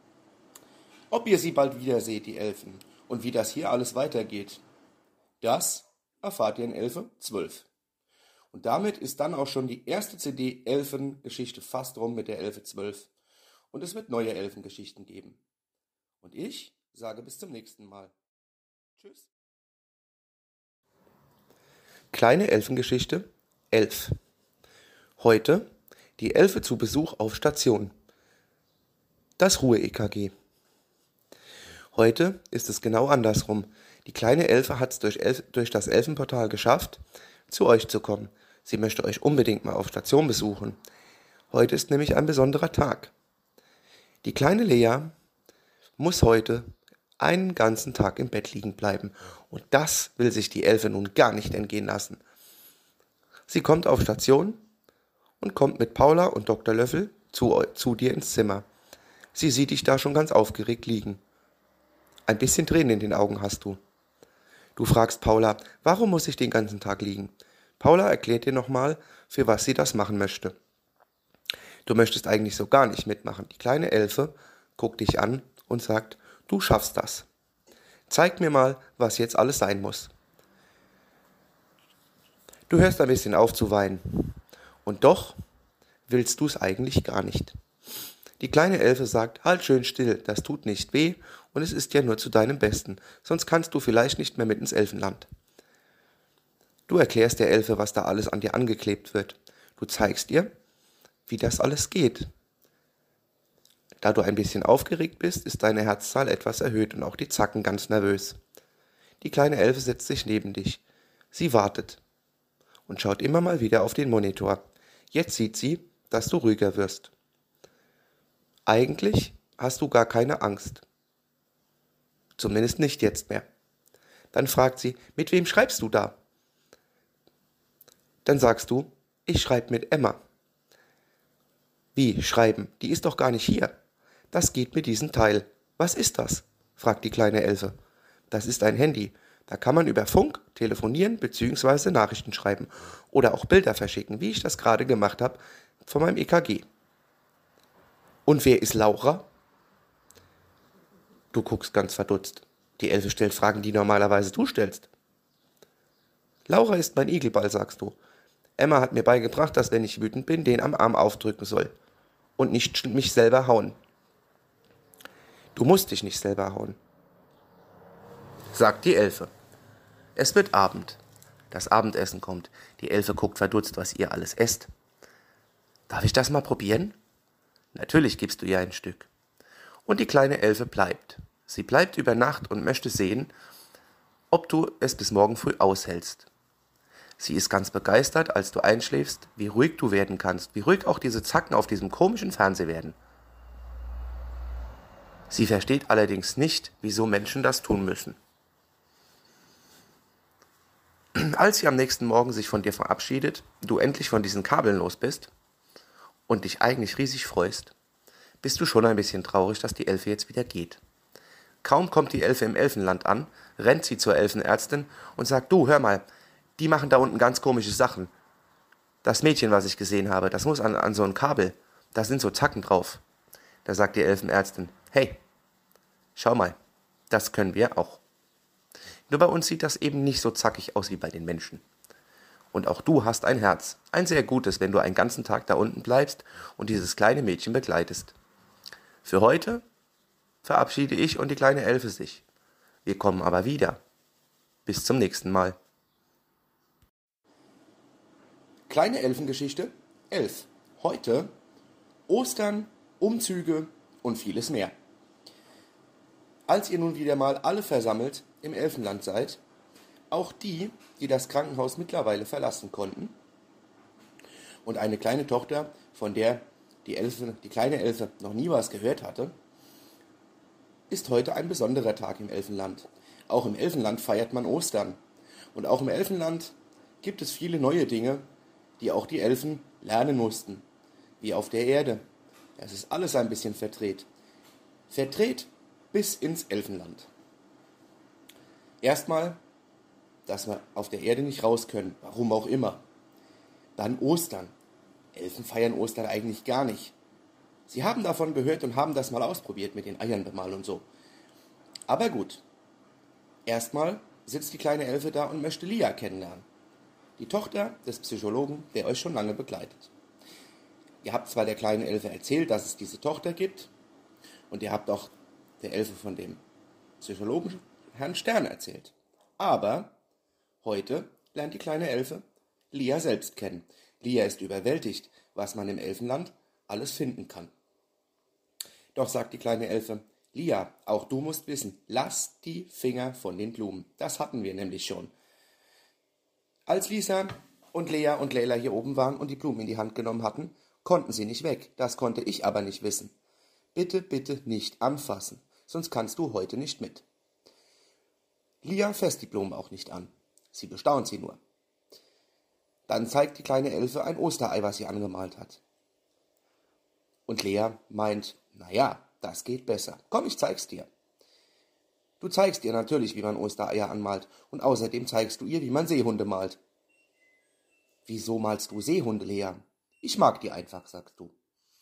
Ob ihr sie bald wieder seht, die Elfen, und wie das hier alles weitergeht, das erfahrt ihr in Elfe zwölf. Und damit ist dann auch schon die erste C D Elfengeschichte fast rum mit der Elfe zwölf. Und es wird neue Elfengeschichten geben. Und ich sage bis zum nächsten Mal. Tschüss. Kleine Elfengeschichte elf. Heute die Elfe zu Besuch auf Station. Das Ruhe-E K G. Heute ist es genau andersrum. Die kleine Elfe hat es durch, Elf- durch das Elfenportal geschafft, zu euch zu kommen. Sie möchte euch unbedingt mal auf Station besuchen. Heute ist nämlich ein besonderer Tag. Die kleine Lea muss heute einen ganzen Tag im Bett liegen bleiben. Und das will sich die Elfe nun gar nicht entgehen lassen. Sie kommt auf Station und kommt mit Paula und Doktor Löffel zu, zu dir ins Zimmer. Sie sieht dich da schon ganz aufgeregt liegen. Ein bisschen Tränen in den Augen hast du. Du fragst Paula, warum muss ich den ganzen Tag liegen? Paula erklärt dir nochmal, für was sie das machen möchte. Du möchtest eigentlich so gar nicht mitmachen. Die kleine Elfe guckt dich an und sagt, du schaffst das. Zeig mir mal, was jetzt alles sein muss. Du hörst ein bisschen auf zu weinen. Und doch willst du es eigentlich gar nicht. Die kleine Elfe sagt, halt schön still, das tut nicht weh und es ist ja nur zu deinem Besten, sonst kannst du vielleicht nicht mehr mit ins Elfenland. Du erklärst der Elfe, was da alles an dir angeklebt wird. Du zeigst ihr, wie das alles geht. Da du ein bisschen aufgeregt bist, ist deine Herzzahl etwas erhöht und auch die Zacken ganz nervös. Die kleine Elfe setzt sich neben dich. Sie wartet und schaut immer mal wieder auf den Monitor. Jetzt sieht sie, dass du ruhiger wirst. Eigentlich hast du gar keine Angst. Zumindest nicht jetzt mehr. Dann fragt sie, mit wem schreibst du da? Dann sagst du, ich schreibe mit Emma. Wie, schreiben? Die ist doch gar nicht hier. Das geht mit diesem Teil. Was ist das? Fragt die kleine Elfe. Das ist ein Handy. Da kann man über Funk telefonieren bzw. Nachrichten schreiben oder auch Bilder verschicken, wie ich das gerade gemacht habe von meinem E K G. Und wer ist Laura? Du guckst ganz verdutzt. Die Elfe stellt Fragen, die normalerweise du stellst. Laura ist mein Igelball, sagst du. Emma hat mir beigebracht, dass wenn ich wütend bin, den am Arm aufdrücken soll und nicht mich selber hauen. Du musst dich nicht selber hauen, sagt die Elfe. Es wird Abend. Das Abendessen kommt. Die Elfe guckt verdutzt, was ihr alles esst. Darf ich das mal probieren? Natürlich gibst du ihr ein Stück. Und die kleine Elfe bleibt. Sie bleibt über Nacht und möchte sehen, ob du es bis morgen früh aushältst. Sie ist ganz begeistert, als du einschläfst, wie ruhig du werden kannst, wie ruhig auch diese Zacken auf diesem komischen Fernseher werden. Sie versteht allerdings nicht, wieso Menschen das tun müssen. Als sie am nächsten Morgen sich von dir verabschiedet, du endlich von diesen Kabeln los bist und dich eigentlich riesig freust, bist du schon ein bisschen traurig, dass die Elfe jetzt wieder geht. Kaum kommt die Elfe im Elfenland an, rennt sie zur Elfenärztin und sagt, du, hör mal, die machen da unten ganz komische Sachen. Das Mädchen, was ich gesehen habe, das muss an, an so ein Kabel, da sind so Zacken drauf. Da sagt die Elfenärztin, hey, schau mal, das können wir auch. Nur bei uns sieht das eben nicht so zackig aus wie bei den Menschen. Und auch du hast ein Herz, ein sehr gutes, wenn du einen ganzen Tag da unten bleibst und dieses kleine Mädchen begleitest. Für heute verabschiede ich und die kleine Elfe sich. Wir kommen aber wieder. Bis zum nächsten Mal. Kleine Elfengeschichte elf. Heute Ostern, Umzüge und vieles mehr. Als ihr nun wieder mal alle versammelt im Elfenland seid, auch die, die das Krankenhaus mittlerweile verlassen konnten, und eine kleine Tochter, von der die, Elfe, die kleine Elfe noch nie was gehört hatte, ist heute ein besonderer Tag im Elfenland. Auch im Elfenland feiert man Ostern. Und auch im Elfenland gibt es viele neue Dinge, die auch die Elfen lernen mussten, wie auf der Erde. Es ist alles ein bisschen verdreht. Verdreht bis ins Elfenland. Erstmal, dass wir auf der Erde nicht raus können, warum auch immer. Dann Ostern. Elfen feiern Ostern eigentlich gar nicht. Sie haben davon gehört und haben das mal ausprobiert mit den Eiern bemalen und so. Aber gut. Erstmal sitzt die kleine Elfe da und möchte Lia kennenlernen. Die Tochter des Psychologen, der euch schon lange begleitet. Ihr habt zwar der kleinen Elfe erzählt, dass es diese Tochter gibt, und ihr habt auch der Elfe von dem Psychologen Herrn Stern erzählt. Aber heute lernt die kleine Elfe Lia selbst kennen. Lia ist überwältigt, was man im Elfenland alles finden kann. Doch sagt die kleine Elfe, Lia, auch du musst wissen, lass die Finger von den Blumen. Das hatten wir nämlich schon. Als Lisa und Lea und Leila hier oben waren und die Blumen in die Hand genommen hatten, konnten sie nicht weg. Das konnte ich aber nicht wissen. Bitte, bitte nicht anfassen, sonst kannst du heute nicht mit. Lia fasst die Blumen auch nicht an. Sie bestaunt sie nur. Dann zeigt die kleine Elfe ein Osterei, was sie angemalt hat. Und Lea meint, naja, das geht besser. Komm, ich zeig's dir. Du zeigst ihr natürlich, wie man Ostereier anmalt. Und außerdem zeigst du ihr, wie man Seehunde malt. Wieso malst du Seehunde, Lea? Ich mag die einfach, sagst du.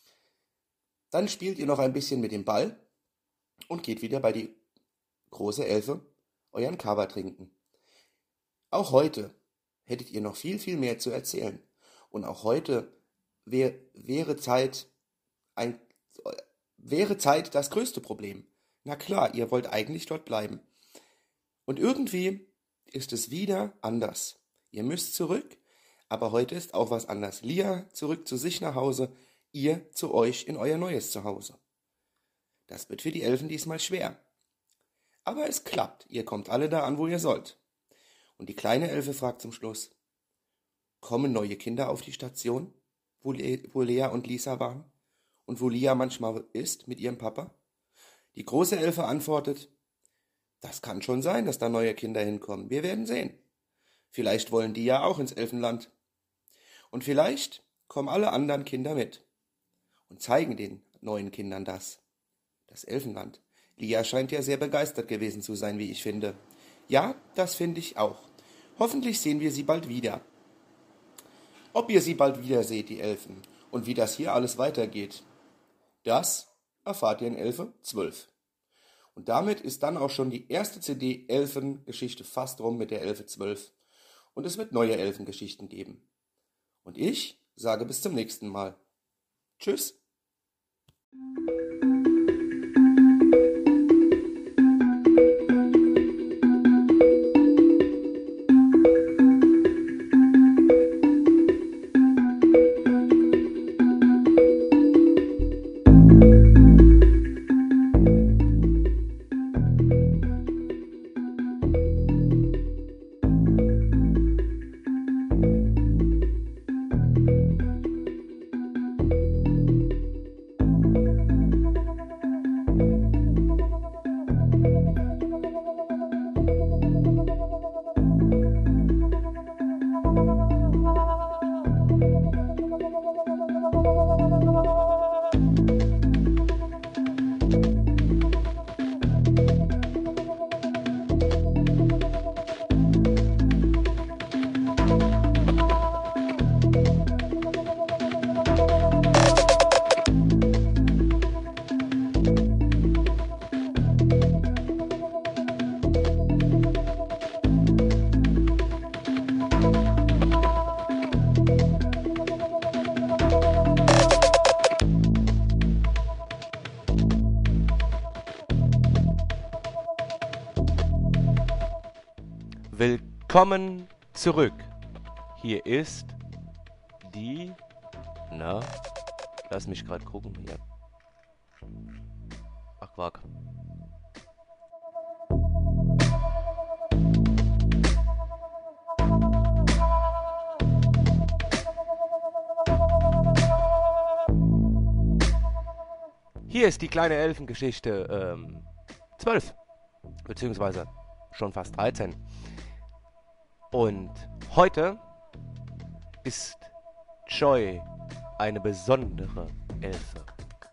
Dann spielt ihr noch ein bisschen mit dem Ball und geht wieder bei die große Elfe euren Kaba trinken. Auch heute hättet ihr noch viel, viel mehr zu erzählen. Und auch heute wär, wäre Zeit ein, wäre Zeit das größte Problem. Na klar, ihr wollt eigentlich dort bleiben. Und irgendwie ist es wieder anders. Ihr müsst zurück, aber heute ist auch was anders. Lia zurück zu sich nach Hause, ihr zu euch in euer neues Zuhause. Das wird für die Elfen diesmal schwer. Aber es klappt, ihr kommt alle da an, wo ihr sollt. Und die kleine Elfe fragt zum Schluss, kommen neue Kinder auf die Station, wo, Le- wo Lea und Lisa waren und wo Lia manchmal ist mit ihrem Papa? Die große Elfe antwortet, das kann schon sein, dass da neue Kinder hinkommen. Wir werden sehen. Vielleicht wollen die ja auch ins Elfenland. Und vielleicht kommen alle anderen Kinder mit und zeigen den neuen Kindern das. Das Elfenland. Lia scheint ja sehr begeistert gewesen zu sein, wie ich finde. Ja, das finde ich auch. Hoffentlich sehen wir sie bald wieder. Ob ihr sie bald wieder seht, die Elfen, und wie das hier alles weitergeht, das erfahrt ihr in Elfe zwölf. Und damit ist dann auch schon die erste C D Elfengeschichte fast rum mit der Elfe zwölf. Und es wird neue Elfengeschichten geben. Und ich sage bis zum nächsten Mal. Tschüss. Willkommen zurück. Hier ist die... Na, lass mich gerade gucken. Ja. Ach, Quark. Hier ist die kleine Elfengeschichte ähm, zwölf. Beziehungsweise schon fast dreizehn. Und heute ist Joy eine besondere Elfe.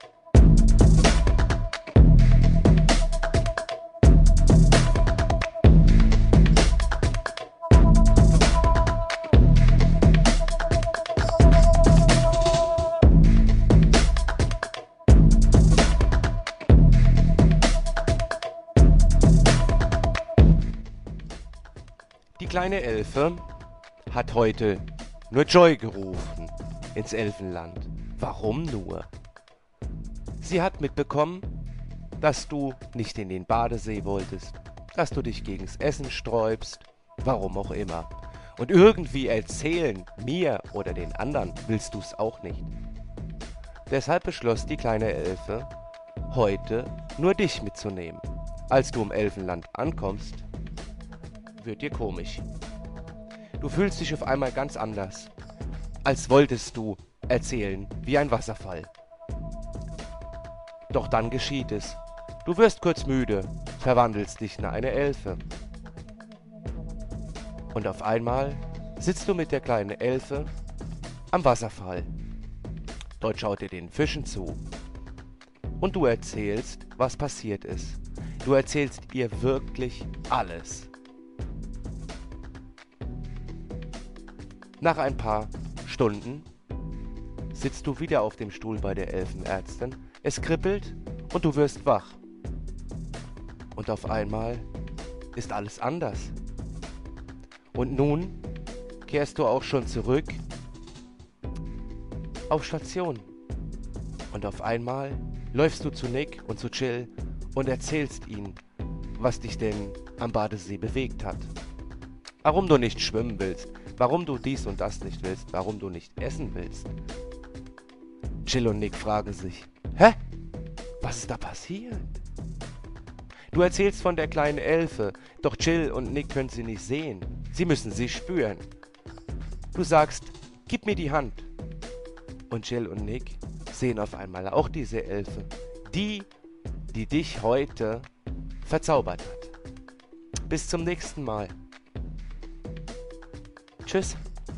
Die kleine Elfe hat heute nur Joy gerufen ins Elfenland. Warum nur? Sie hat mitbekommen, dass du nicht in den Badesee wolltest, dass du dich gegens Essen sträubst, warum auch immer. Und irgendwie erzählen, mir oder den anderen, willst du's auch nicht. Deshalb beschloss die kleine Elfe, heute nur dich mitzunehmen. Als du im Elfenland ankommst, wird dir komisch. Du fühlst dich auf einmal ganz anders, als wolltest du erzählen wie ein Wasserfall. Doch dann geschieht es. Du wirst kurz müde, verwandelst dich in eine Elfe. Und auf einmal sitzt du mit der kleinen Elfe am Wasserfall. Dort schaut ihr den Fischen zu. Und du erzählst, was passiert ist. Du erzählst ihr wirklich alles. Nach ein paar Stunden sitzt du wieder auf dem Stuhl bei der Elfenärztin. Es kribbelt und du wirst wach. Und auf einmal ist alles anders. Und nun kehrst du auch schon zurück auf Station. Und auf einmal läufst du zu Nick und zu Jill und erzählst ihnen, was dich denn am Badesee bewegt hat. Warum du nicht schwimmen willst, warum du dies und das nicht willst, warum du nicht essen willst. Jill und Nick fragen sich, hä? Was ist da passiert? Du erzählst von der kleinen Elfe, doch Jill und Nick können sie nicht sehen. Sie müssen sie spüren. Du sagst, gib mir die Hand. Und Jill und Nick sehen auf einmal auch diese Elfe. Die, die dich heute verzaubert hat. Bis zum nächsten Mal. Tschüss.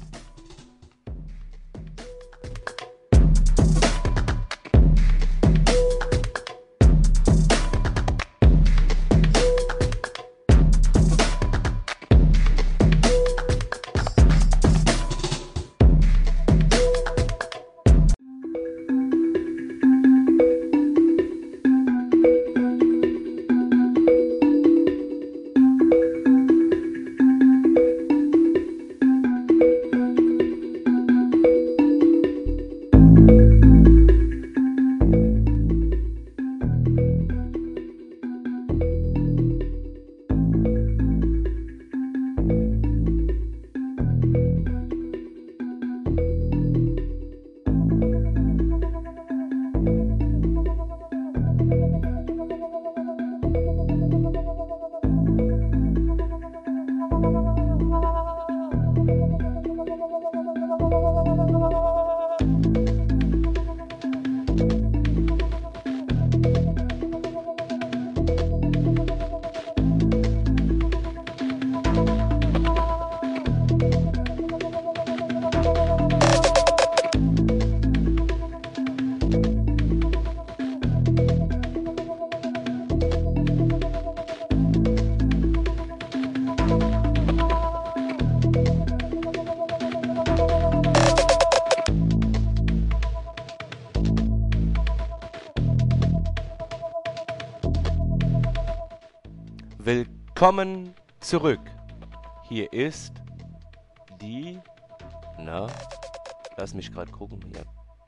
Willkommen zurück. Hier ist die... Na, lass mich gerade gucken hier.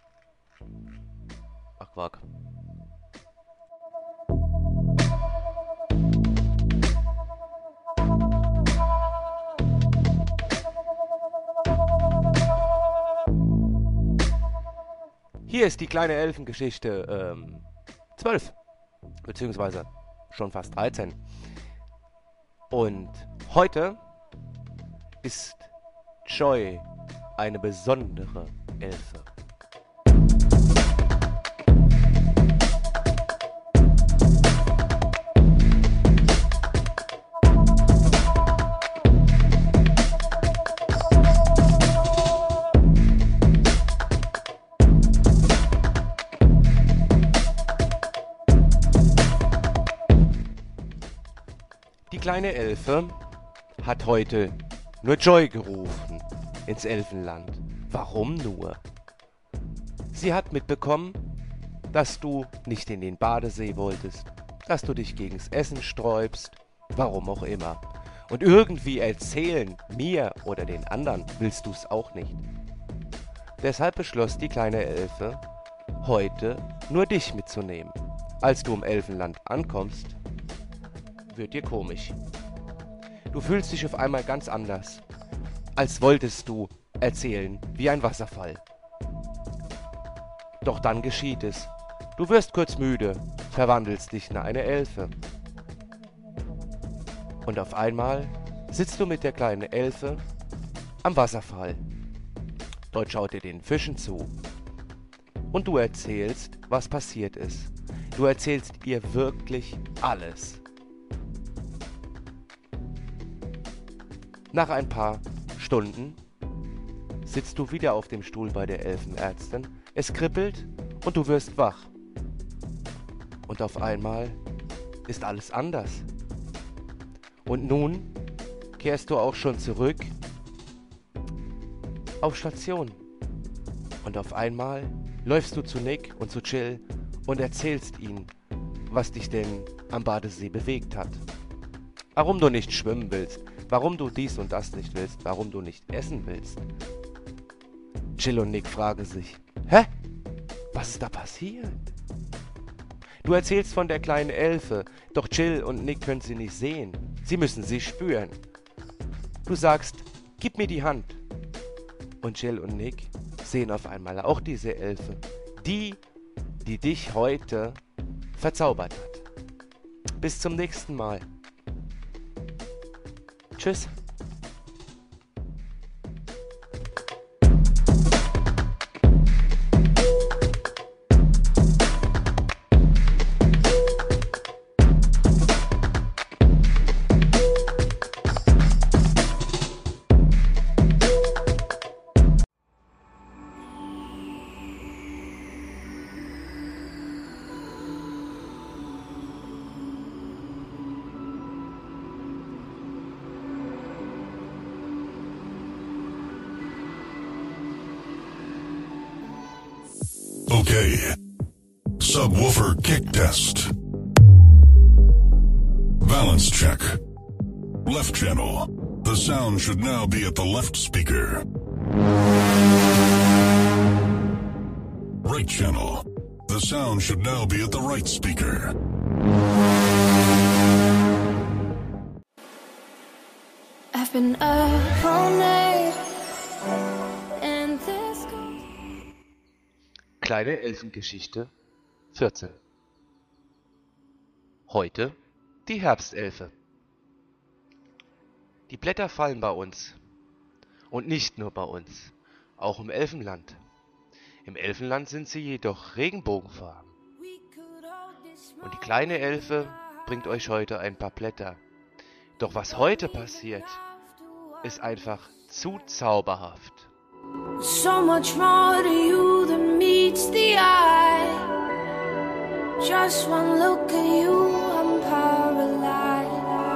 Ach, Quark. Hier ist die kleine Elfengeschichte ähm, zwölf. Beziehungsweise schon fast dreizehn. Und heute ist Joy eine besondere Elfe. Die kleine Elfe hat heute nur Joy gerufen ins Elfenland. Warum nur? Sie hat mitbekommen, dass du nicht in den Badesee wolltest, dass du dich gegens Essen sträubst, warum auch immer. Und irgendwie erzählen, mir oder den anderen, willst du's auch nicht. Deshalb beschloss die kleine Elfe, heute nur dich mitzunehmen. Als du im Elfenland ankommst, wird dir komisch. Du fühlst dich auf einmal ganz anders, als wolltest du erzählen wie ein Wasserfall. Doch dann geschieht es. Du wirst kurz müde, verwandelst dich in eine Elfe. Und auf einmal sitzt du mit der kleinen Elfe am Wasserfall. Dort schaut ihr den Fischen zu. Und du erzählst, was passiert ist. Du erzählst ihr wirklich alles. Nach ein paar Stunden sitzt du wieder auf dem Stuhl bei der Elfenärztin. Es kribbelt und du wirst wach. Und auf einmal ist alles anders. Und nun kehrst du auch schon zurück auf Station. Und auf einmal läufst du zu Nick und zu Jill und erzählst ihnen, was dich denn am Badesee bewegt hat. Warum du nicht schwimmen willst, warum du dies und das nicht willst, warum du nicht essen willst. Jill und Nick fragen sich, hä? Was ist da passiert? Du erzählst von der kleinen Elfe, doch Jill und Nick können sie nicht sehen. Sie müssen sie spüren. Du sagst, gib mir die Hand. Und Jill und Nick sehen auf einmal auch diese Elfe. Die, die dich heute verzaubert hat. Bis zum nächsten Mal. Tschüss. Okay. Subwoofer kick test. Balance check. Left channel. The sound should now be at the left speaker. Right channel. The sound should now be at the right speaker. I've been up all night and this Kleine Elfengeschichte vierzehn. Heute die Herbstelfe. Die Blätter fallen bei uns. Und nicht nur bei uns, auch im Elfenland. Im Elfenland sind sie jedoch regenbogenfarben. Und die kleine Elfe bringt euch heute ein paar Blätter. Doch was heute passiert, ist einfach zu zauberhaft. so much more to you than meets the eye. Just one look at you, I'm paralyzed.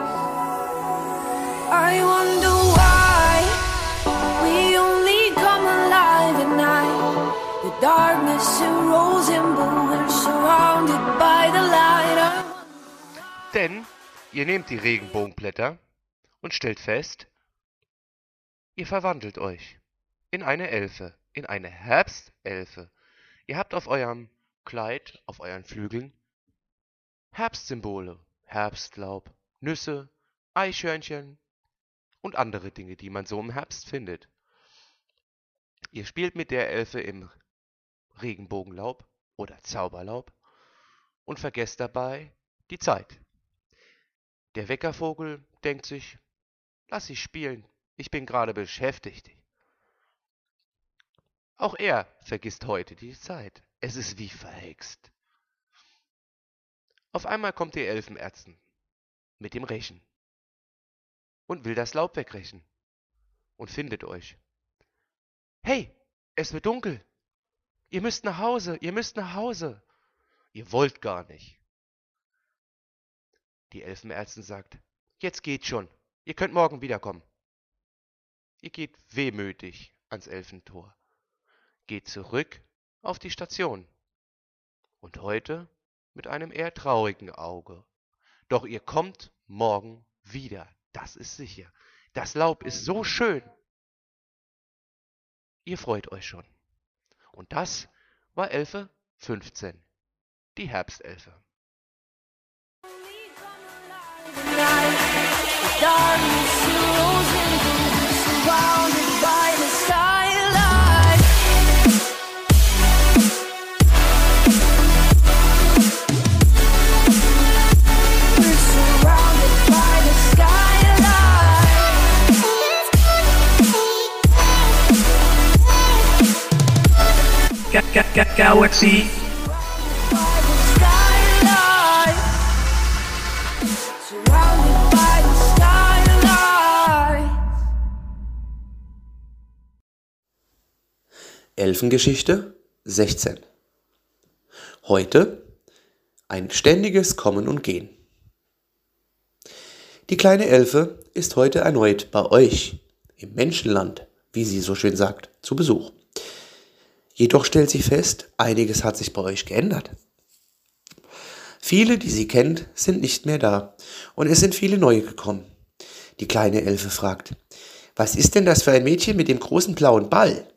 I wonder why we only come alive at night. The darkness rolls in, but we're surrounded by the light. Denn ihr nehmt die Regenbogenblätter und stellt fest, ihr verwandelt euch in eine Elfe, in eine Herbstelfe. Ihr habt auf eurem Kleid, auf euren Flügeln Herbstsymbole, Herbstlaub, Nüsse, Eichhörnchen und andere Dinge, die man so im Herbst findet. Ihr spielt mit der Elfe im Regenbogenlaub oder Zauberlaub und vergesst dabei die Zeit. Der Weckervogel denkt sich, lass sie spielen, ich bin gerade beschäftigt. Auch er vergisst heute die Zeit. Es ist wie verhext. Auf einmal kommt die Elfenärztin mit dem Rechen und will das Laub wegrechen und findet euch. Hey, es wird dunkel. Ihr müsst nach Hause, ihr müsst nach Hause. Ihr wollt gar nicht. Die Elfenärztin sagt, jetzt geht schon, ihr könnt morgen wiederkommen. Ihr geht wehmütig ans Elfentor, geht zurück auf die Station und heute mit einem eher traurigen Auge. Doch ihr kommt morgen wieder, das ist sicher. Das Laub ist so schön. Ihr freut euch schon. Und das war Elfe fünfzehn, die Herbstelfe. Galaxy. By the skyline, surrounded by the skyline. Elfengeschichte sechzehn. Heute ein ständiges Kommen und Gehen. Die kleine Elfe ist heute erneut bei euch im Menschenland, wie sie so schön sagt, zu Besuch. Jedoch stellt sie fest, einiges hat sich bei euch geändert. Viele, die sie kennt, sind nicht mehr da und es sind viele neue gekommen. Die kleine Elfe fragt: Was ist denn das für ein Mädchen mit dem großen blauen Ball?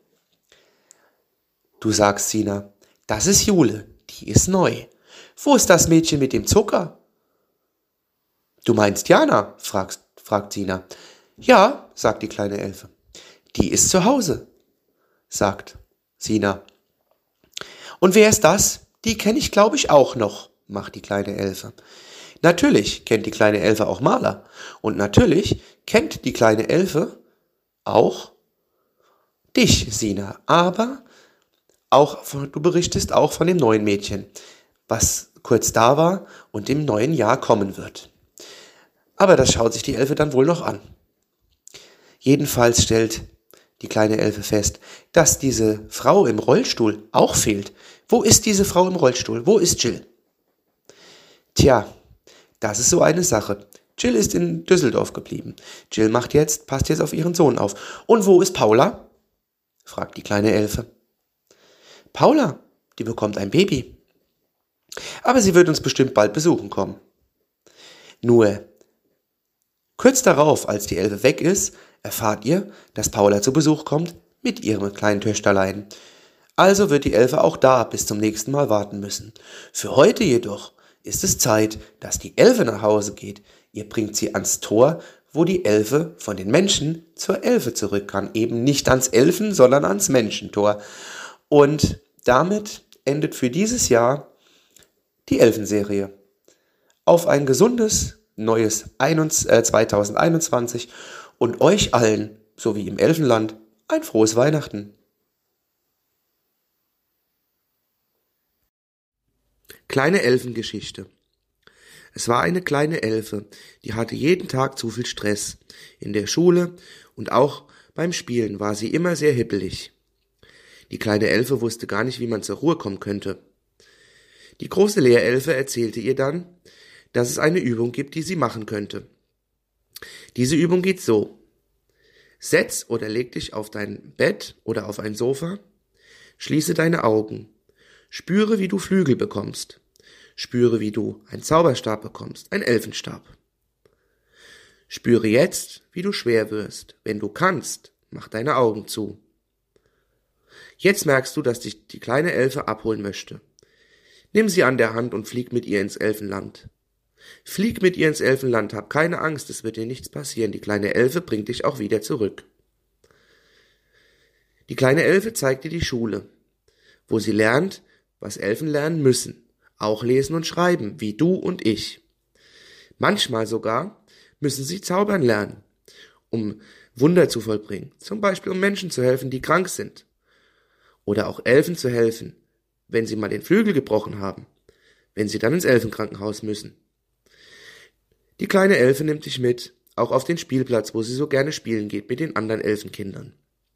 Du sagst, Sina: Das ist Jule, die ist neu. Wo ist das Mädchen mit dem Zucker? Du meinst Jana, fragst, fragt Sina. Ja, sagt die kleine Elfe. Die ist zu Hause, sagt Sina. Und wer ist das? Die kenne ich, glaube ich, auch noch, macht die kleine Elfe. Natürlich kennt die kleine Elfe auch Maler. Und natürlich kennt die kleine Elfe auch dich, Sina. Aber auch von, du berichtest auch von dem neuen Mädchen, was kurz da war und im neuen Jahr kommen wird. Aber das schaut sich die Elfe dann wohl noch an. Jedenfalls stellt die kleine Elfe fest, dass diese Frau im Rollstuhl auch fehlt. Wo ist diese Frau im Rollstuhl? Wo ist Jill? Tja, das ist so eine Sache. Jill ist in Düsseldorf geblieben. Jill macht jetzt, passt jetzt auf ihren Sohn auf. Und wo ist Paula? Fragt die kleine Elfe. Paula, die bekommt ein Baby. Aber sie wird uns bestimmt bald besuchen kommen. Nur, kurz darauf, als die Elfe weg ist, erfahrt ihr, dass Paula zu Besuch kommt mit ihrem kleinen Töchterlein. Also wird die Elfe auch da bis zum nächsten Mal warten müssen. Für heute jedoch ist es Zeit, dass die Elfe nach Hause geht. Ihr bringt sie ans Tor, wo die Elfe von den Menschen zur Elfe zurück kann. Eben nicht ans Elfen, sondern ans Menschentor. Und damit endet für dieses Jahr die Elfenserie. Auf ein gesundes, neues zwanzig einundzwanzig und euch allen, sowie im Elfenland, ein frohes Weihnachten. Kleine Elfengeschichte. Es war eine kleine Elfe, die hatte jeden Tag zu viel Stress. In der Schule und auch beim Spielen war sie immer sehr hippelig. Die kleine Elfe wusste gar nicht, wie man zur Ruhe kommen könnte. Die große Lehrelfe erzählte ihr dann, dass es eine Übung gibt, die sie machen könnte. Diese Übung geht so: Setz oder leg dich auf dein Bett oder auf ein Sofa, schließe deine Augen, spüre, wie du Flügel bekommst, spüre, wie du einen Zauberstab bekommst, einen Elfenstab. Spüre jetzt, wie du schwer wirst. Wenn du kannst, mach deine Augen zu. Jetzt merkst du, dass dich die kleine Elfe abholen möchte. Nimm sie an der Hand und flieg mit ihr ins Elfenland. Flieg mit ihr ins Elfenland, hab keine Angst, es wird dir nichts passieren. Die kleine Elfe bringt dich auch wieder zurück. Die kleine Elfe zeigt dir die Schule, wo sie lernt, was Elfen lernen müssen. Auch lesen und schreiben, wie du und ich. Manchmal sogar müssen sie zaubern lernen, um Wunder zu vollbringen. Zum Beispiel um Menschen zu helfen, die krank sind. Oder auch Elfen zu helfen, wenn sie mal den Flügel gebrochen haben, wenn sie dann ins Elfenkrankenhaus müssen. Die kleine Elfe nimmt dich mit, auch auf den Spielplatz, wo sie so gerne spielen geht mit den anderen Elfenkindern.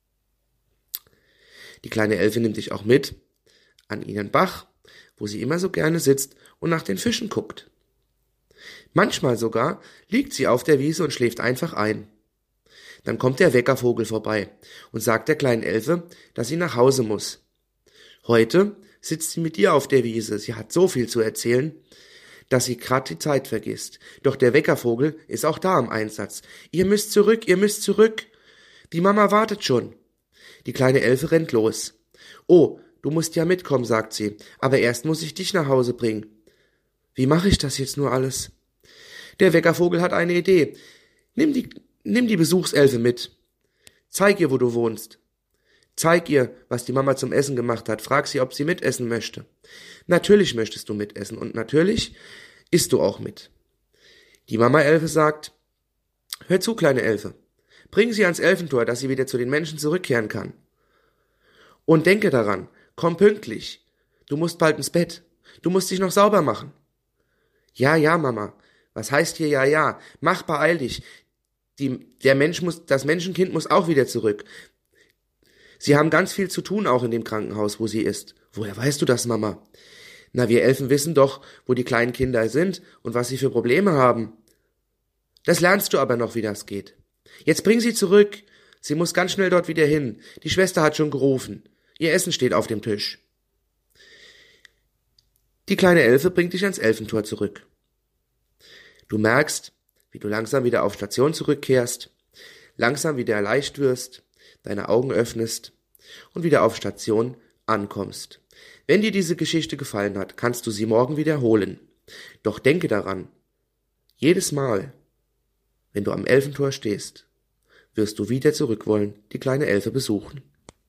Die kleine Elfe nimmt dich auch mit an ihren Bach, wo sie immer so gerne sitzt und nach den Fischen guckt. Manchmal sogar liegt sie auf der Wiese und schläft einfach ein. Dann kommt der Weckervogel vorbei und sagt der kleinen Elfe, dass sie nach Hause muss. Heute sitzt sie mit dir auf der Wiese. Sie hat so viel zu erzählen, dass sie grad die Zeit vergisst. Doch der Weckervogel ist auch da im Einsatz. Ihr müsst zurück, ihr müsst zurück. Die Mama wartet schon. Die kleine Elfe rennt los. Oh, du musst ja mitkommen, sagt sie. Aber erst muss ich dich nach Hause bringen. Wie mache ich das jetzt nur alles? Der Weckervogel hat eine Idee. Nimm die, nimm die Besuchselfe mit. Zeig ihr, wo du wohnst. Zeig ihr, was die Mama zum Essen gemacht hat. Frag sie, ob sie mitessen möchte. Natürlich möchtest du mitessen und natürlich isst du auch mit. Die Mama-Elfe sagt, hör zu, kleine Elfe. Bring sie ans Elfentor, dass sie wieder zu den Menschen zurückkehren kann. Und denke daran, Komm pünktlich. Du musst bald ins Bett. Du musst dich noch sauber machen. Ja, ja, Mama. Was heißt hier ja, ja? Mach, beeil dich. Die, der Mensch muss, das Menschenkind muss auch wieder zurück. Sie haben ganz viel zu tun, auch in dem Krankenhaus, wo sie ist. Woher weißt du das, Mama? Na, wir Elfen wissen doch, wo die kleinen Kinder sind und was sie für Probleme haben. Das lernst du aber noch, wie das geht. Jetzt bring sie zurück. Sie muss ganz schnell dort wieder hin. Die Schwester hat schon gerufen. Ihr Essen steht auf dem Tisch. Die kleine Elfe bringt dich ans Elfentor zurück. Du merkst, wie du langsam wieder auf Station zurückkehrst, langsam wieder leicht wirst, deine Augen öffnest und wieder auf Station ankommst. Wenn dir diese Geschichte gefallen hat, kannst du sie morgen wiederholen. Doch denke daran, jedes Mal, wenn du am Elfentor stehst, wirst du wieder zurück wollen, die kleine Elfe besuchen.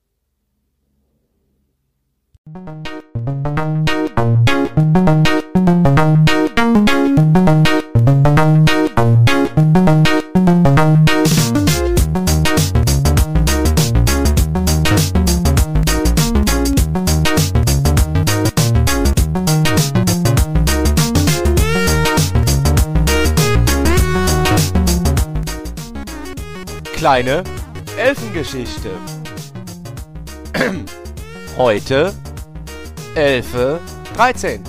Kleine Elfengeschichte. Heute Elfe dreizehn.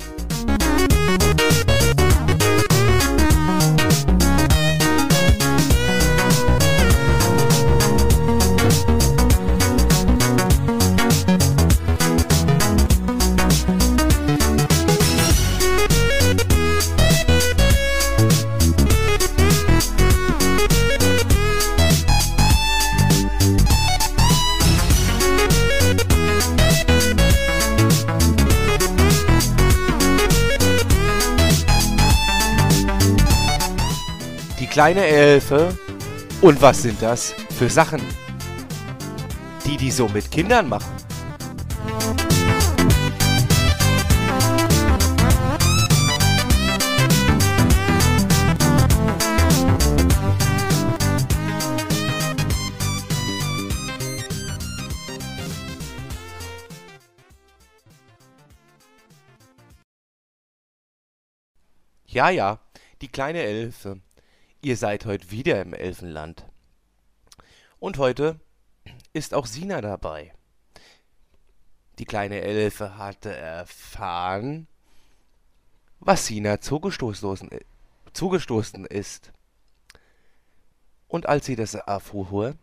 Kleine Elfe. Und was sind das für Sachen, die die so mit Kindern machen? Ja, ja, die kleine Elfe. Ihr seid heute wieder im Elfenland. Und heute ist auch Sina dabei. Die kleine Elfe hatte erfahren, was Sina zugestoßen, zugestoßen ist. Und als sie das erfuhr,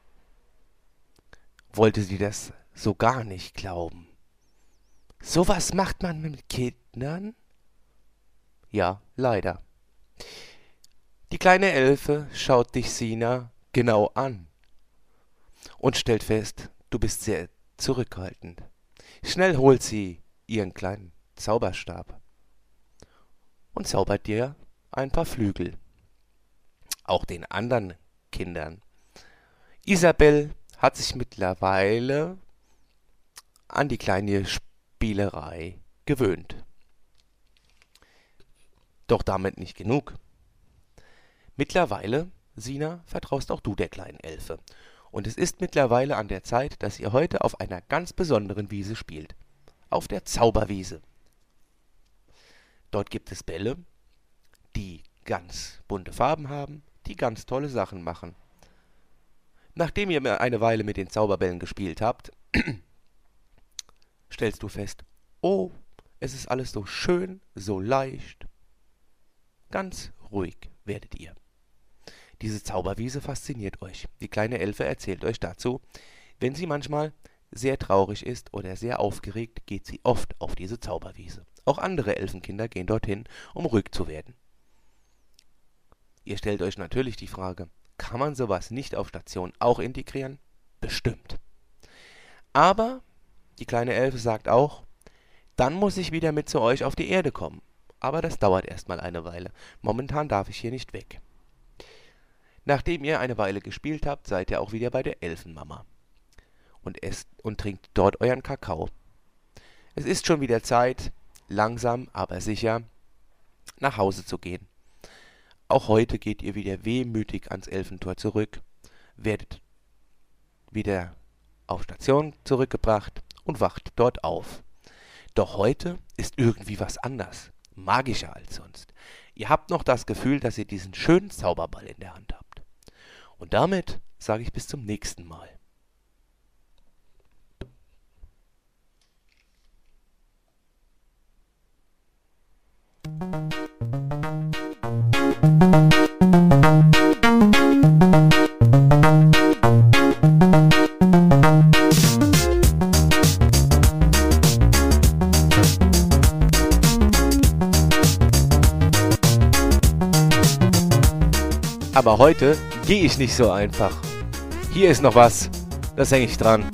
wollte sie das so gar nicht glauben. Sowas macht man mit Kindern? Ja, leider. Die kleine Elfe schaut dich, Sina, genau an und stellt fest, du bist sehr zurückhaltend. Schnell holt sie ihren kleinen Zauberstab und zaubert dir ein paar Flügel. Auch den anderen Kindern. Isabel hat sich mittlerweile an die kleine Spielerei gewöhnt. Doch damit nicht genug. Mittlerweile, Sina, vertraust auch du der kleinen Elfe. Und es ist mittlerweile an der Zeit, dass ihr heute auf einer ganz besonderen Wiese spielt. Auf der Zauberwiese. Dort gibt es Bälle, die ganz bunte Farben haben, die ganz tolle Sachen machen. Nachdem ihr eine Weile mit den Zauberbällen gespielt habt, stellst du fest, oh, es ist alles so schön, so leicht. Ganz ruhig werdet ihr. Diese Zauberwiese fasziniert euch. Die kleine Elfe erzählt euch dazu, wenn sie manchmal sehr traurig ist oder sehr aufgeregt, geht sie oft auf diese Zauberwiese. Auch andere Elfenkinder gehen dorthin, um ruhig zu werden. Ihr stellt euch natürlich die Frage, kann man sowas nicht auf Station auch integrieren? Bestimmt. Aber die kleine Elfe sagt auch, dann muss ich wieder mit zu euch auf die Erde kommen. Aber das dauert erstmal eine Weile. Momentan darf ich hier nicht weg. Nachdem ihr eine Weile gespielt habt, seid ihr auch wieder bei der Elfenmama und esst und trinkt dort euren Kakao. Es ist schon wieder Zeit, langsam, aber sicher, nach Hause zu gehen. Auch heute geht ihr wieder wehmütig ans Elfentor zurück, werdet wieder auf Station zurückgebracht und wacht dort auf. Doch heute ist irgendwie was anders, magischer als sonst. Ihr habt noch das Gefühl, dass ihr diesen schönen Zauberball in der Hand habt. Und damit sage ich bis zum nächsten Mal. Aber heute gehe ich nicht so einfach. Hier ist noch was, das hänge ich dran.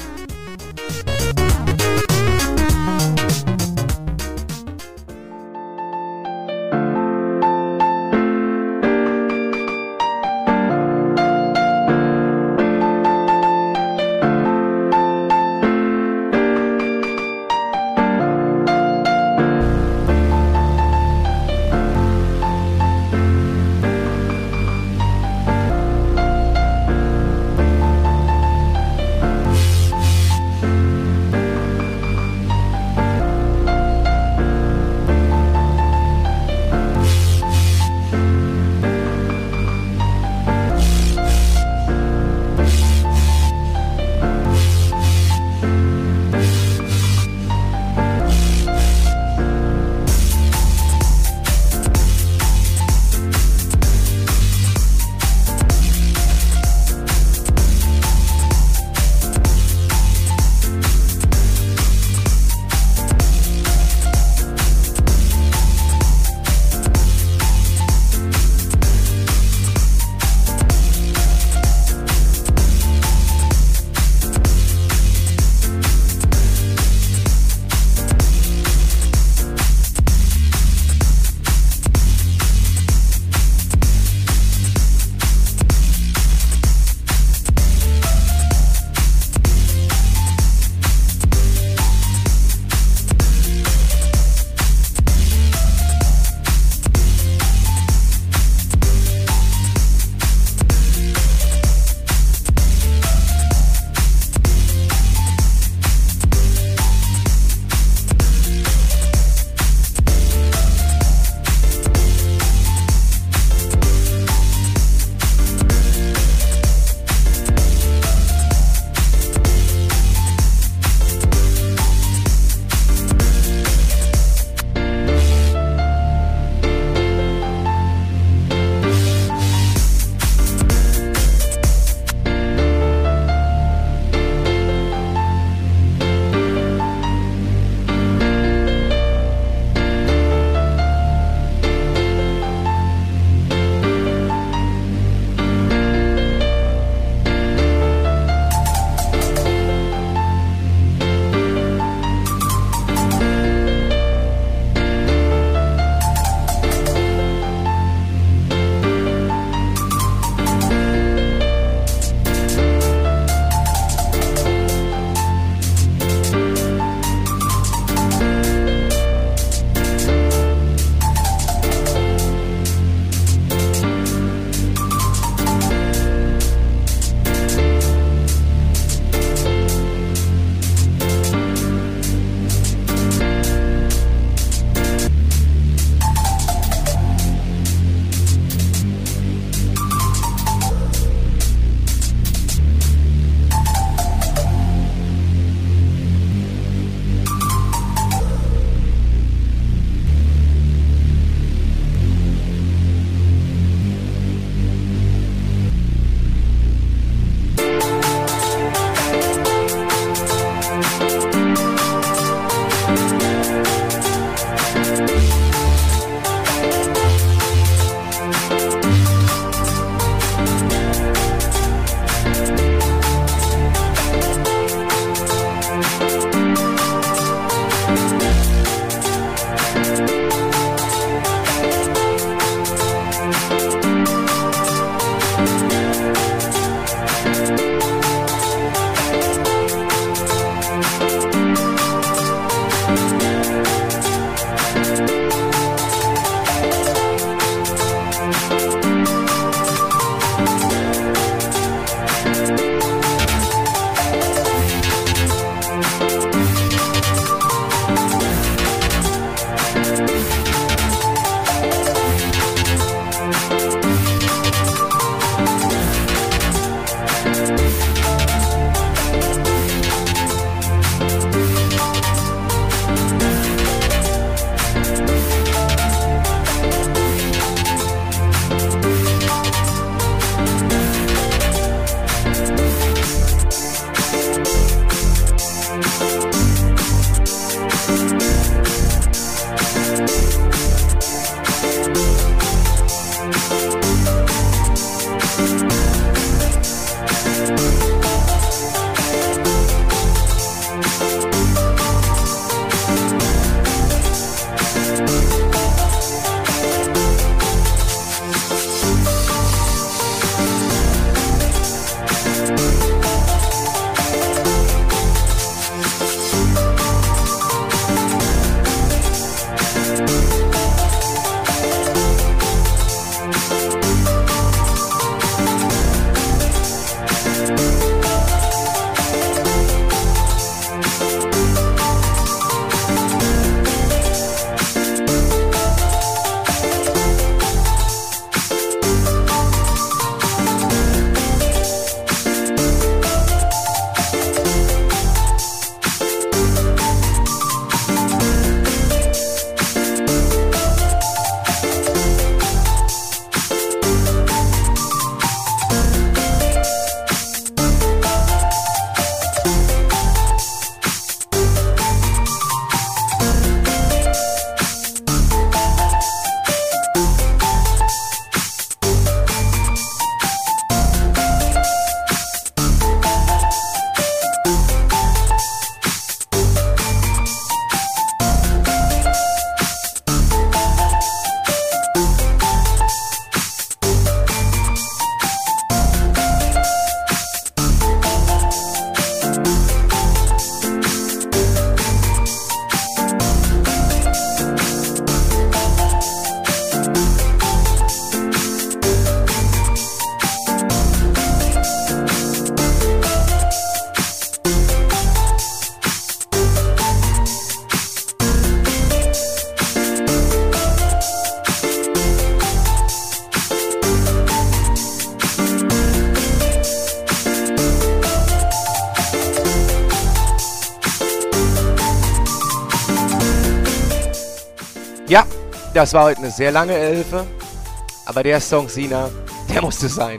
Ja, das war heute eine sehr lange Elfe, aber der Song Sina, der musste sein.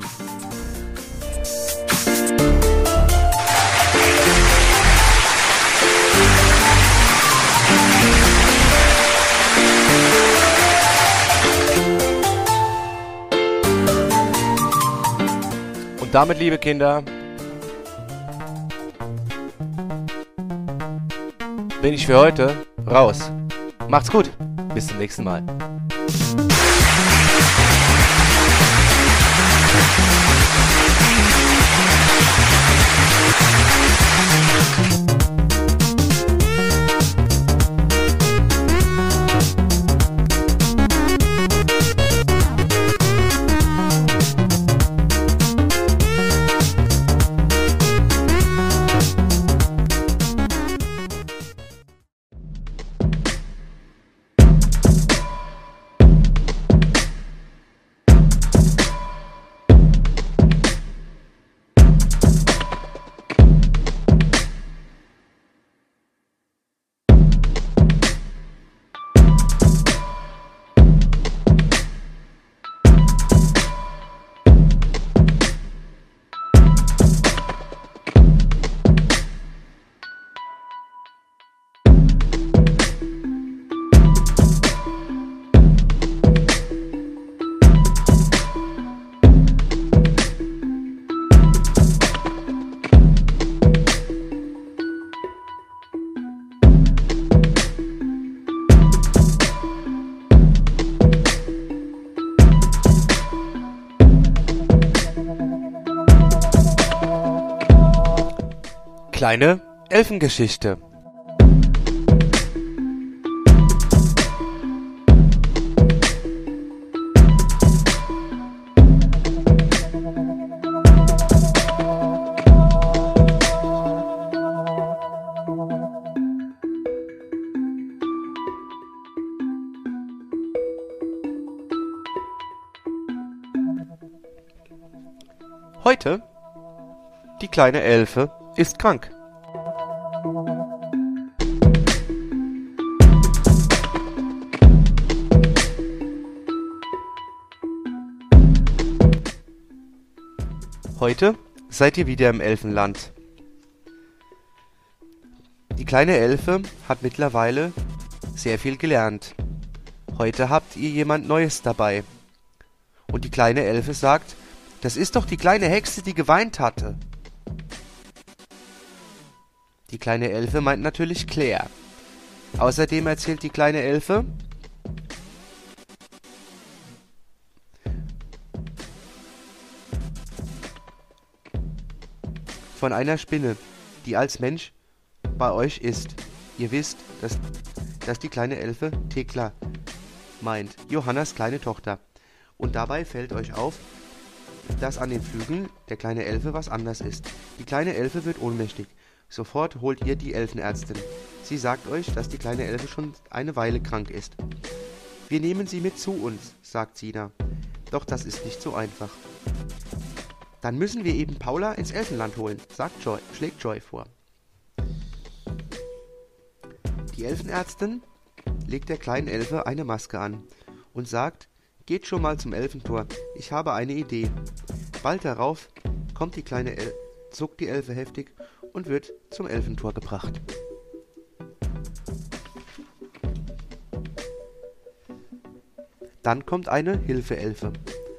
Und damit, liebe Kinder, bin ich für heute raus. Macht's gut. Bis zum nächsten Mal. Kleine Elfengeschichte. Heute, die kleine Elfe ist krank. Heute seid ihr wieder im Elfenland. Die kleine Elfe hat mittlerweile sehr viel gelernt. Heute habt ihr jemand Neues dabei. Und die kleine Elfe sagt, das ist doch die kleine Hexe, die geweint hatte. Die kleine Elfe meint natürlich Claire. Außerdem erzählt die kleine Elfe von einer Spinne, die als Mensch bei euch ist. Ihr wisst, dass, dass die kleine Elfe Thekla meint, Johannas kleine Tochter. Und dabei fällt euch auf, dass an den Flügeln der kleine Elfe was anders ist. Die kleine Elfe wird ohnmächtig. Sofort holt ihr die Elfenärztin. Sie sagt euch, dass die kleine Elfe schon eine Weile krank ist. Wir nehmen sie mit zu uns, sagt Sina. Doch das ist nicht so einfach. Dann müssen wir eben Paula ins Elfenland holen, sagt Joy, schlägt Joy vor. Die Elfenärztin legt der kleinen Elfe eine Maske an und sagt, geht schon mal zum Elfentor, ich habe eine Idee. Bald darauf kommt die kleine El- zuckt die Elfe heftig und wird zum Elfentor gebracht. Dann kommt eine Hilfe-Elfe.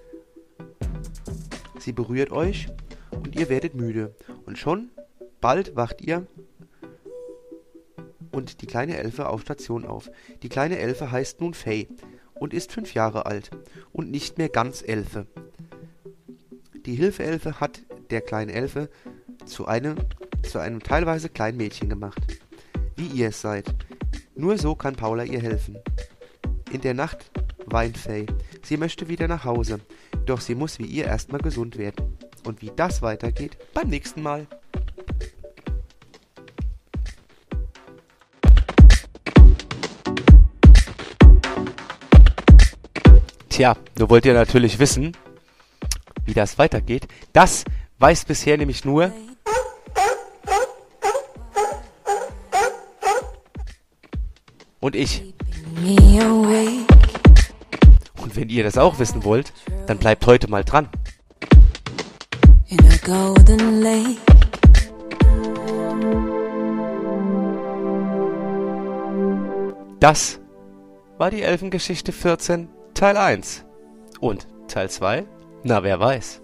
Sie berührt euch und ihr werdet müde. Und schon bald wacht ihr und die kleine Elfe auf Station auf. Die kleine Elfe heißt nun Faye und ist fünf Jahre alt und nicht mehr ganz Elfe. Die Hilfe-Elfe hat der kleinen Elfe zu einem, zu einem teilweise kleinen Mädchen gemacht. Wie ihr es seid. Nur so kann Paula ihr helfen. In der Nacht weint Faye. Sie möchte wieder nach Hause. Doch sie muss wie ihr erstmal gesund werden. Und wie das weitergeht, beim nächsten Mal. Tja, nur wollt ihr natürlich wissen, wie das weitergeht. Das weiß bisher nämlich nur und ich. Und wenn ihr das auch wissen wollt, dann bleibt heute mal dran. Das war die Elfengeschichte vierzehn, Teil eins. Und Teil zwei? Na, wer weiß.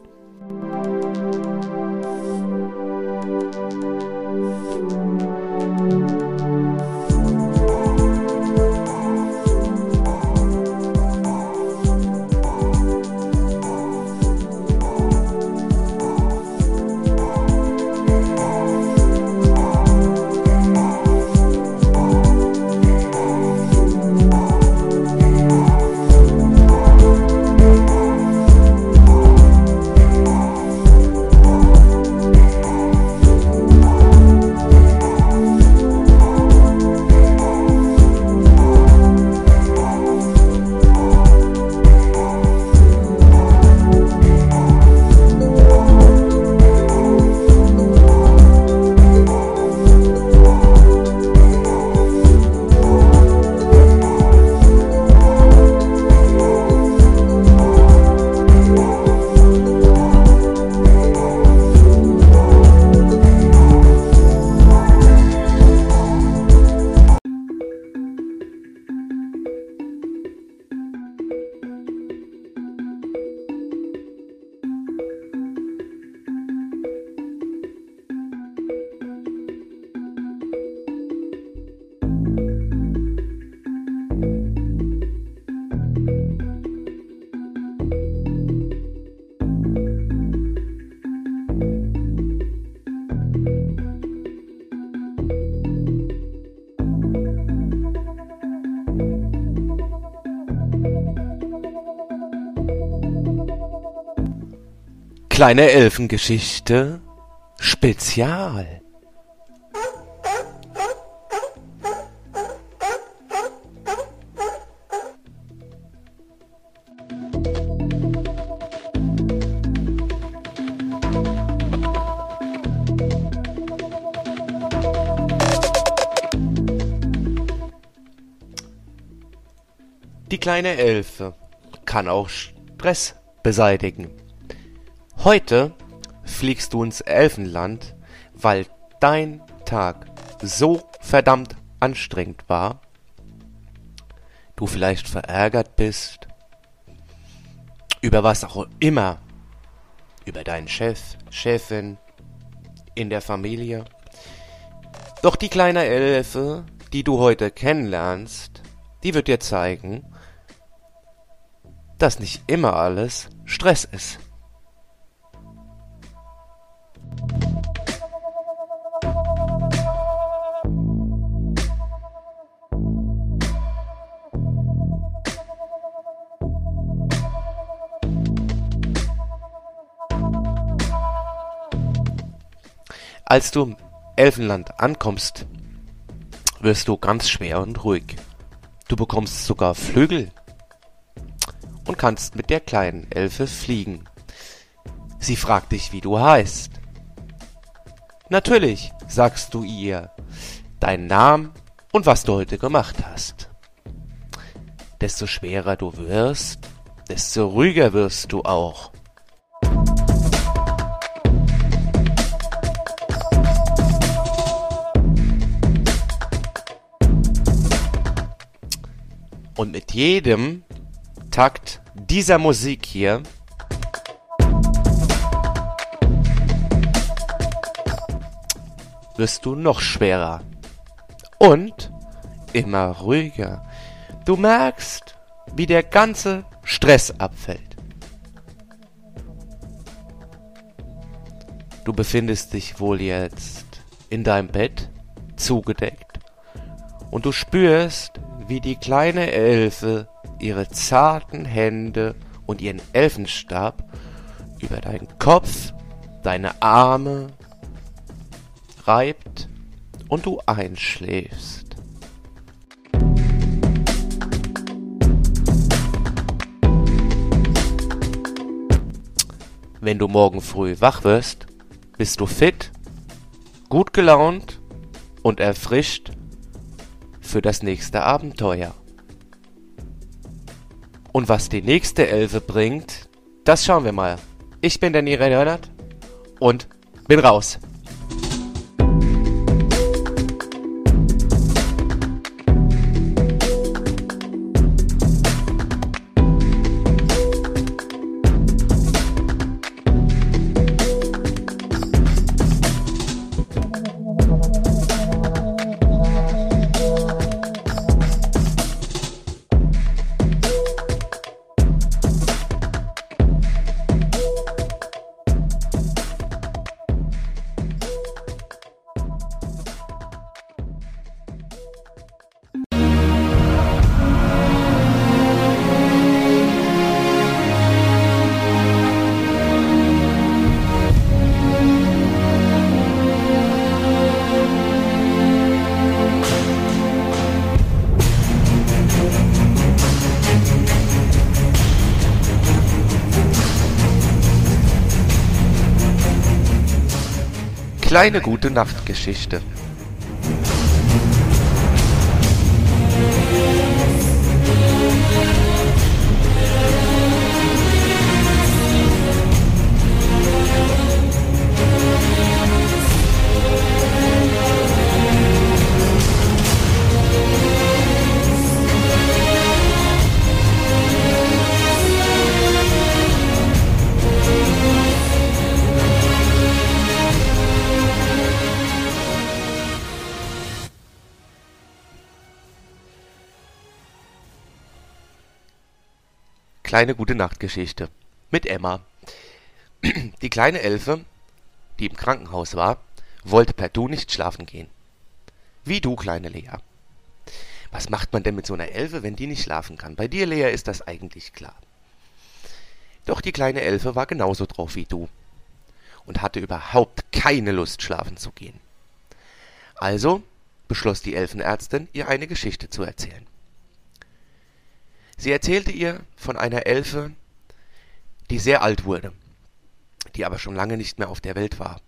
Kleine Elfengeschichte Spezial. Die kleine Elfe kann auch Stress beseitigen. Heute fliegst du ins Elfenland, weil dein Tag so verdammt anstrengend war, du vielleicht verärgert bist, über was auch immer, über deinen Chef, Chefin, in der Familie, Doch die kleine Elfe, die du heute kennenlernst, die wird dir zeigen, dass nicht immer alles Stress ist. Als du im Elfenland ankommst, wirst du ganz schwer und ruhig. Du bekommst sogar Flügel und kannst mit der kleinen Elfe fliegen. Sie fragt dich, wie du heißt. Natürlich sagst du ihr deinen Namen und was du heute gemacht hast. Desto schwerer du wirst, desto ruhiger wirst du auch. Und mit jedem Takt dieser Musik hier wirst du noch schwerer und immer ruhiger. Du merkst, wie der ganze Stress abfällt. Du befindest dich wohl jetzt in deinem Bett, zugedeckt, und du spürst, wie die kleine Elfe ihre zarten Hände und ihren Elfenstab über deinen Kopf, deine Arme reibt und du einschläfst. Wenn du morgen früh wach wirst, bist du fit, gut gelaunt und erfrischt für das nächste Abenteuer. Und was die nächste Elfe bringt, das schauen wir mal. Ich bin Danny Reinhardt und bin raus. Kleine gute Nachtgeschichte. Kleine gute Nachtgeschichte mit Emma. Die kleine Elfe, die im Krankenhaus war, wollte partout nicht schlafen gehen. Wie du, kleine Lea. Was macht man denn mit so einer Elfe, wenn die nicht schlafen kann? Bei dir, Lea, ist das eigentlich klar. Doch die kleine Elfe war genauso drauf wie du und hatte überhaupt keine Lust, schlafen zu gehen. Also beschloss die Elfenärztin, ihr eine Geschichte zu erzählen. Sie erzählte ihr von einer Elfe, die sehr alt wurde, die aber schon lange nicht mehr auf der Welt war,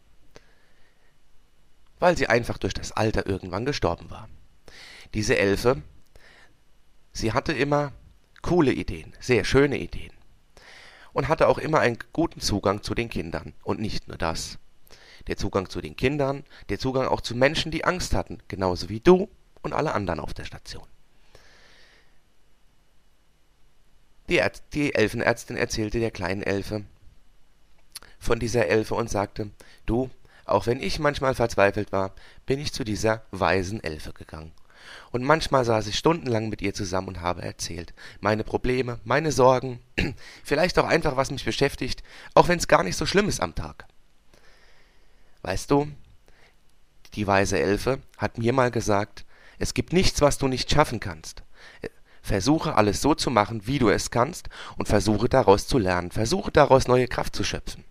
weil sie einfach durch das Alter irgendwann gestorben war. Diese Elfe, sie hatte immer coole Ideen, sehr schöne Ideen und hatte auch immer einen guten Zugang zu den Kindern. Und nicht nur das, der Zugang zu den Kindern, der Zugang auch zu Menschen, die Angst hatten, genauso wie du und alle anderen auf der Station. Die, Ärz- die Elfenärztin erzählte der kleinen Elfe von dieser Elfe und sagte, du, Auch wenn ich manchmal verzweifelt war, bin ich zu dieser weisen Elfe gegangen. Und manchmal saß ich stundenlang mit ihr zusammen und habe erzählt. Meine Probleme, meine Sorgen, vielleicht auch einfach, was mich beschäftigt, auch wenn es gar nicht so schlimm ist am Tag. Weißt du, die weise Elfe hat mir mal gesagt, es gibt nichts, was du nicht schaffen kannst. Versuche alles so zu machen, wie du es kannst, und versuche daraus zu lernen. Versuche daraus neue Kraft zu schöpfen.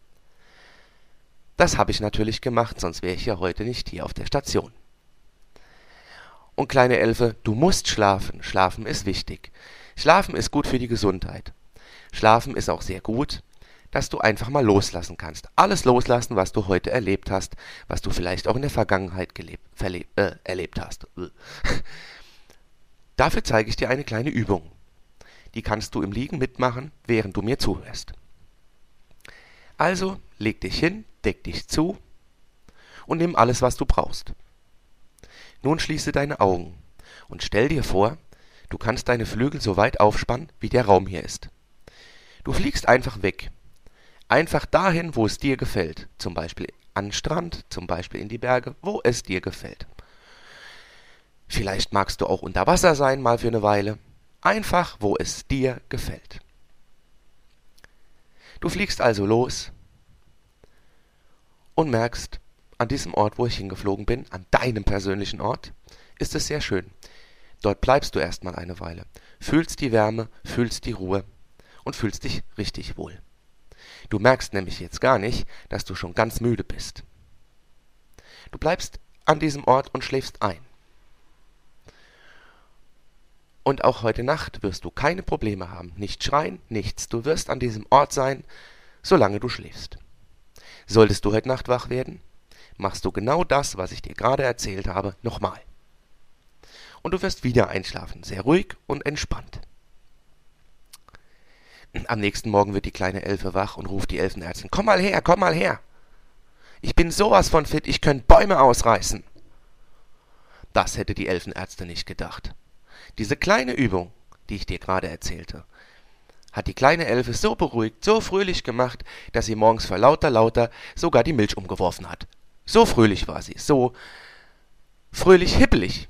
Das habe ich natürlich gemacht, sonst wäre ich ja heute nicht hier auf der Station. Und kleine Elfe, du musst schlafen. Schlafen ist wichtig. Schlafen ist gut für die Gesundheit. Schlafen ist auch sehr gut, dass du einfach mal loslassen kannst. Alles loslassen, was du heute erlebt hast, was du vielleicht auch in der Vergangenheit gelebt, verleb, äh, erlebt hast. Dafür zeige ich dir eine kleine Übung. Die kannst du im Liegen mitmachen, während du mir zuhörst. Also leg dich hin, deck dich zu und nimm alles, was du brauchst. Nun schließe deine Augen und stell dir vor, du kannst deine Flügel so weit aufspannen, wie der Raum hier ist. Du fliegst einfach weg. Einfach dahin, wo es dir gefällt. Zum Beispiel an den Strand, zum Beispiel in die Berge, wo es dir gefällt. Vielleicht magst du auch unter Wasser sein, mal für eine Weile. Einfach, wo es dir gefällt. Du fliegst also los und merkst, an diesem Ort, wo ich hingeflogen bin, an deinem persönlichen Ort, ist es sehr schön. Dort bleibst du erstmal eine Weile, fühlst die Wärme, fühlst die Ruhe und fühlst dich richtig wohl. Du merkst nämlich jetzt gar nicht, dass du schon ganz müde bist. Du bleibst an diesem Ort und schläfst ein. Und auch heute Nacht wirst du keine Probleme haben, nicht schreien, nichts. Du wirst an diesem Ort sein, solange du schläfst. Solltest du heute Nacht wach werden, machst du genau das, was ich dir gerade erzählt habe, nochmal. Und du wirst wieder einschlafen, sehr ruhig und entspannt. Am nächsten Morgen wird die kleine Elfe wach und ruft die Elfenärztin, komm mal her, komm mal her. Ich bin sowas von fit, ich könnte Bäume ausreißen. Das hätte die Elfenärztin nicht gedacht. Diese kleine Übung, die ich dir gerade erzählte, hat die kleine Elfe so beruhigt, so fröhlich gemacht, dass sie morgens vor lauter lauter sogar die Milch umgeworfen hat. So fröhlich war sie, so fröhlich hippelig.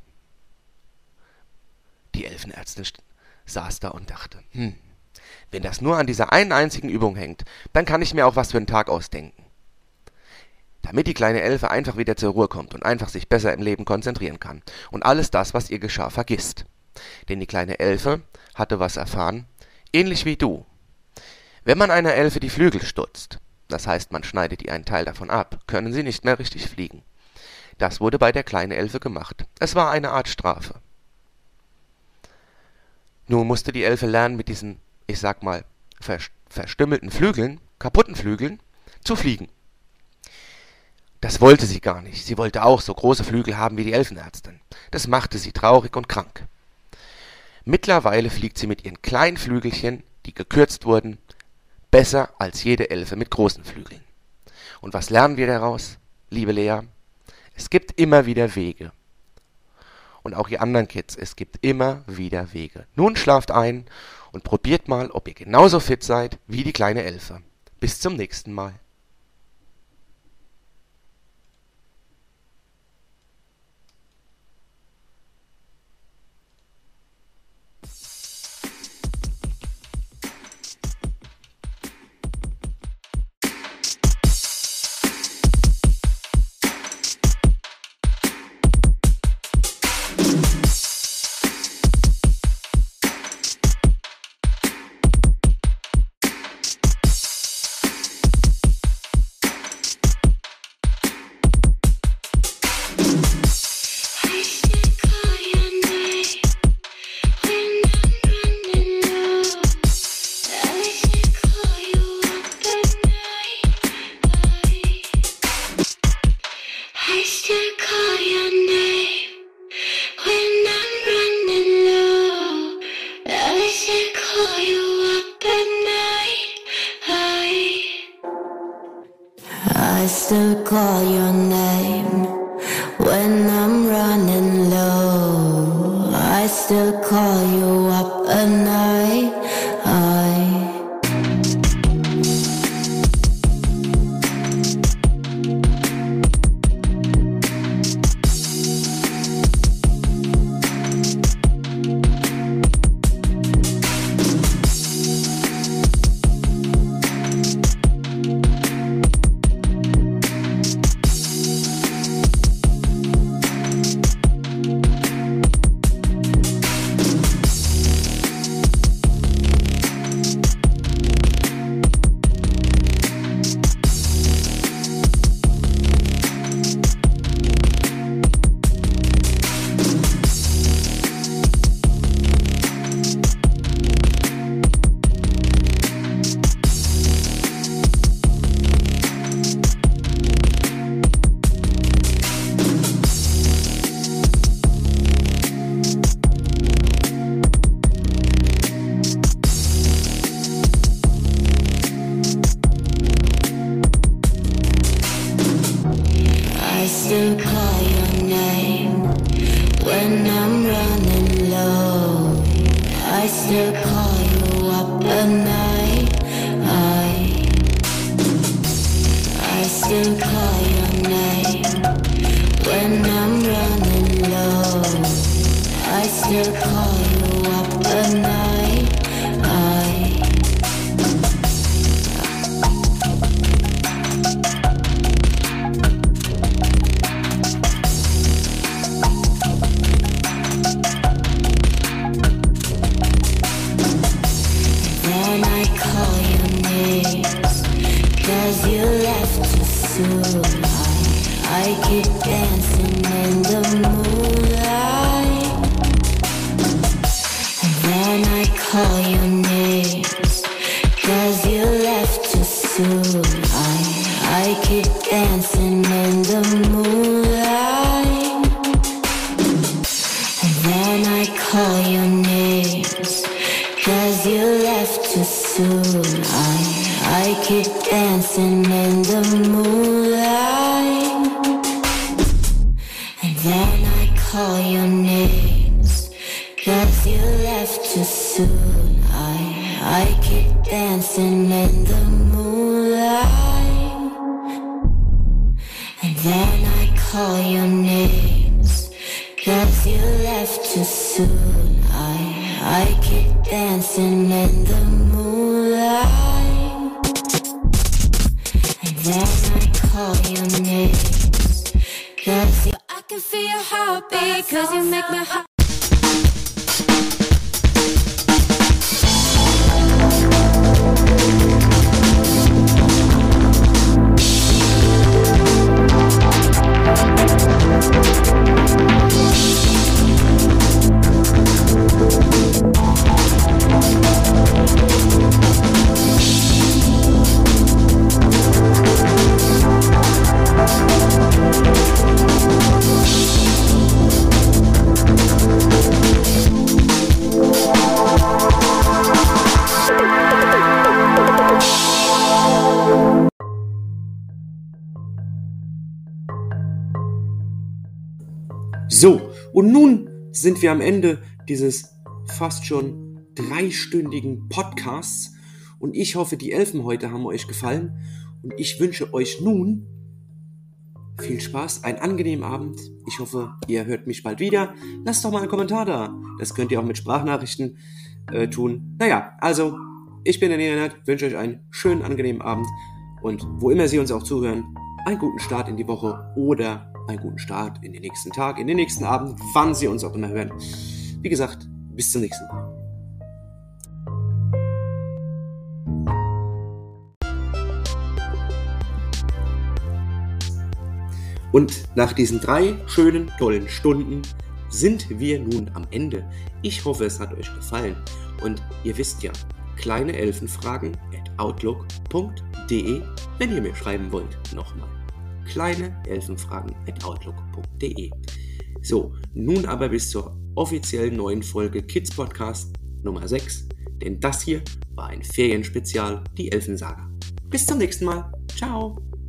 Die Elfenärztin saß da und dachte, hm, wenn das nur an dieser einen einzigen Übung hängt, dann kann ich mir auch was für einen Tag ausdenken. Damit die kleine Elfe einfach wieder zur Ruhe kommt und einfach sich besser im Leben konzentrieren kann und alles das, was ihr geschah, vergisst. Denn die kleine Elfe hatte was erfahren, ähnlich wie du. Wenn man einer Elfe die Flügel stutzt, das heißt, man schneidet ihr einen Teil davon ab, können sie nicht mehr richtig fliegen. Das wurde bei der kleinen Elfe gemacht. Es war eine Art Strafe. Nun musste die Elfe lernen, mit diesen, ich sag mal, verstümmelten Flügeln, kaputten Flügeln, zu fliegen. Das wollte sie gar nicht. Sie wollte auch so große Flügel haben wie die Elfenärztin. Das machte sie traurig und krank. Mittlerweile fliegt sie mit ihren kleinen Flügelchen, die gekürzt wurden, besser als jede Elfe mit großen Flügeln. Und was lernen wir daraus, liebe Lea? Es gibt immer wieder Wege. Und auch ihr anderen Kids, es gibt immer wieder Wege. Nun schlaft ein und probiert mal, ob ihr genauso fit seid wie die kleine Elfe. Bis zum nächsten Mal. I still call your name when I'm running low. I still call you up at night. I still call your name when I'm running low. I still call you up at night. I, I still call your name when I'm running low. I still call you up at night. I Then I call your names, cause you left too soon. I, I keep dancing in the moonlight. And then I call your names, cause you left too soon. I, I keep dancing in the moonlight. And then I call your names, cause you left too soon. I, I keep dancing in the moonlight. And then I call your names, cause you left too soon. I, I keep dancing in the moonlight. And then I call your names, cause you left too soon. I, I keep dancing in the moonlight. And then I call your names, cause you I can feel your heartbeat, cause you make my heart. So, und nun sind wir am Ende dieses fast schon dreistündigen Podcasts und ich hoffe, die Elfen heute haben euch gefallen und ich wünsche euch nun viel Spaß, einen angenehmen Abend. Ich hoffe, ihr hört mich bald wieder. Lasst doch mal einen Kommentar da. Das könnt ihr auch mit Sprachnachrichten äh, tun. Naja, also, ich bin der Neonat, wünsche euch einen schönen, angenehmen Abend und wo immer Sie uns auch zuhören, einen guten Start in die Woche oder einen guten Start in den nächsten Tag, in den nächsten Abend, wann Sie uns auch immer hören. Wie gesagt, bis zum nächsten Mal. Und nach diesen drei schönen, tollen Stunden sind wir nun am Ende. Ich hoffe, es hat euch gefallen. Und ihr wisst ja, kleine Elfenfragen at outlook punkt de, wenn ihr mir schreiben wollt, nochmal. kleine Elfenfragen at outlook punkt de. So, nun aber bis zur offiziellen neuen Folge Kids Podcast Nummer sechs, denn das hier war ein Ferienspezial, die Elfensaga. Bis zum nächsten Mal. Ciao.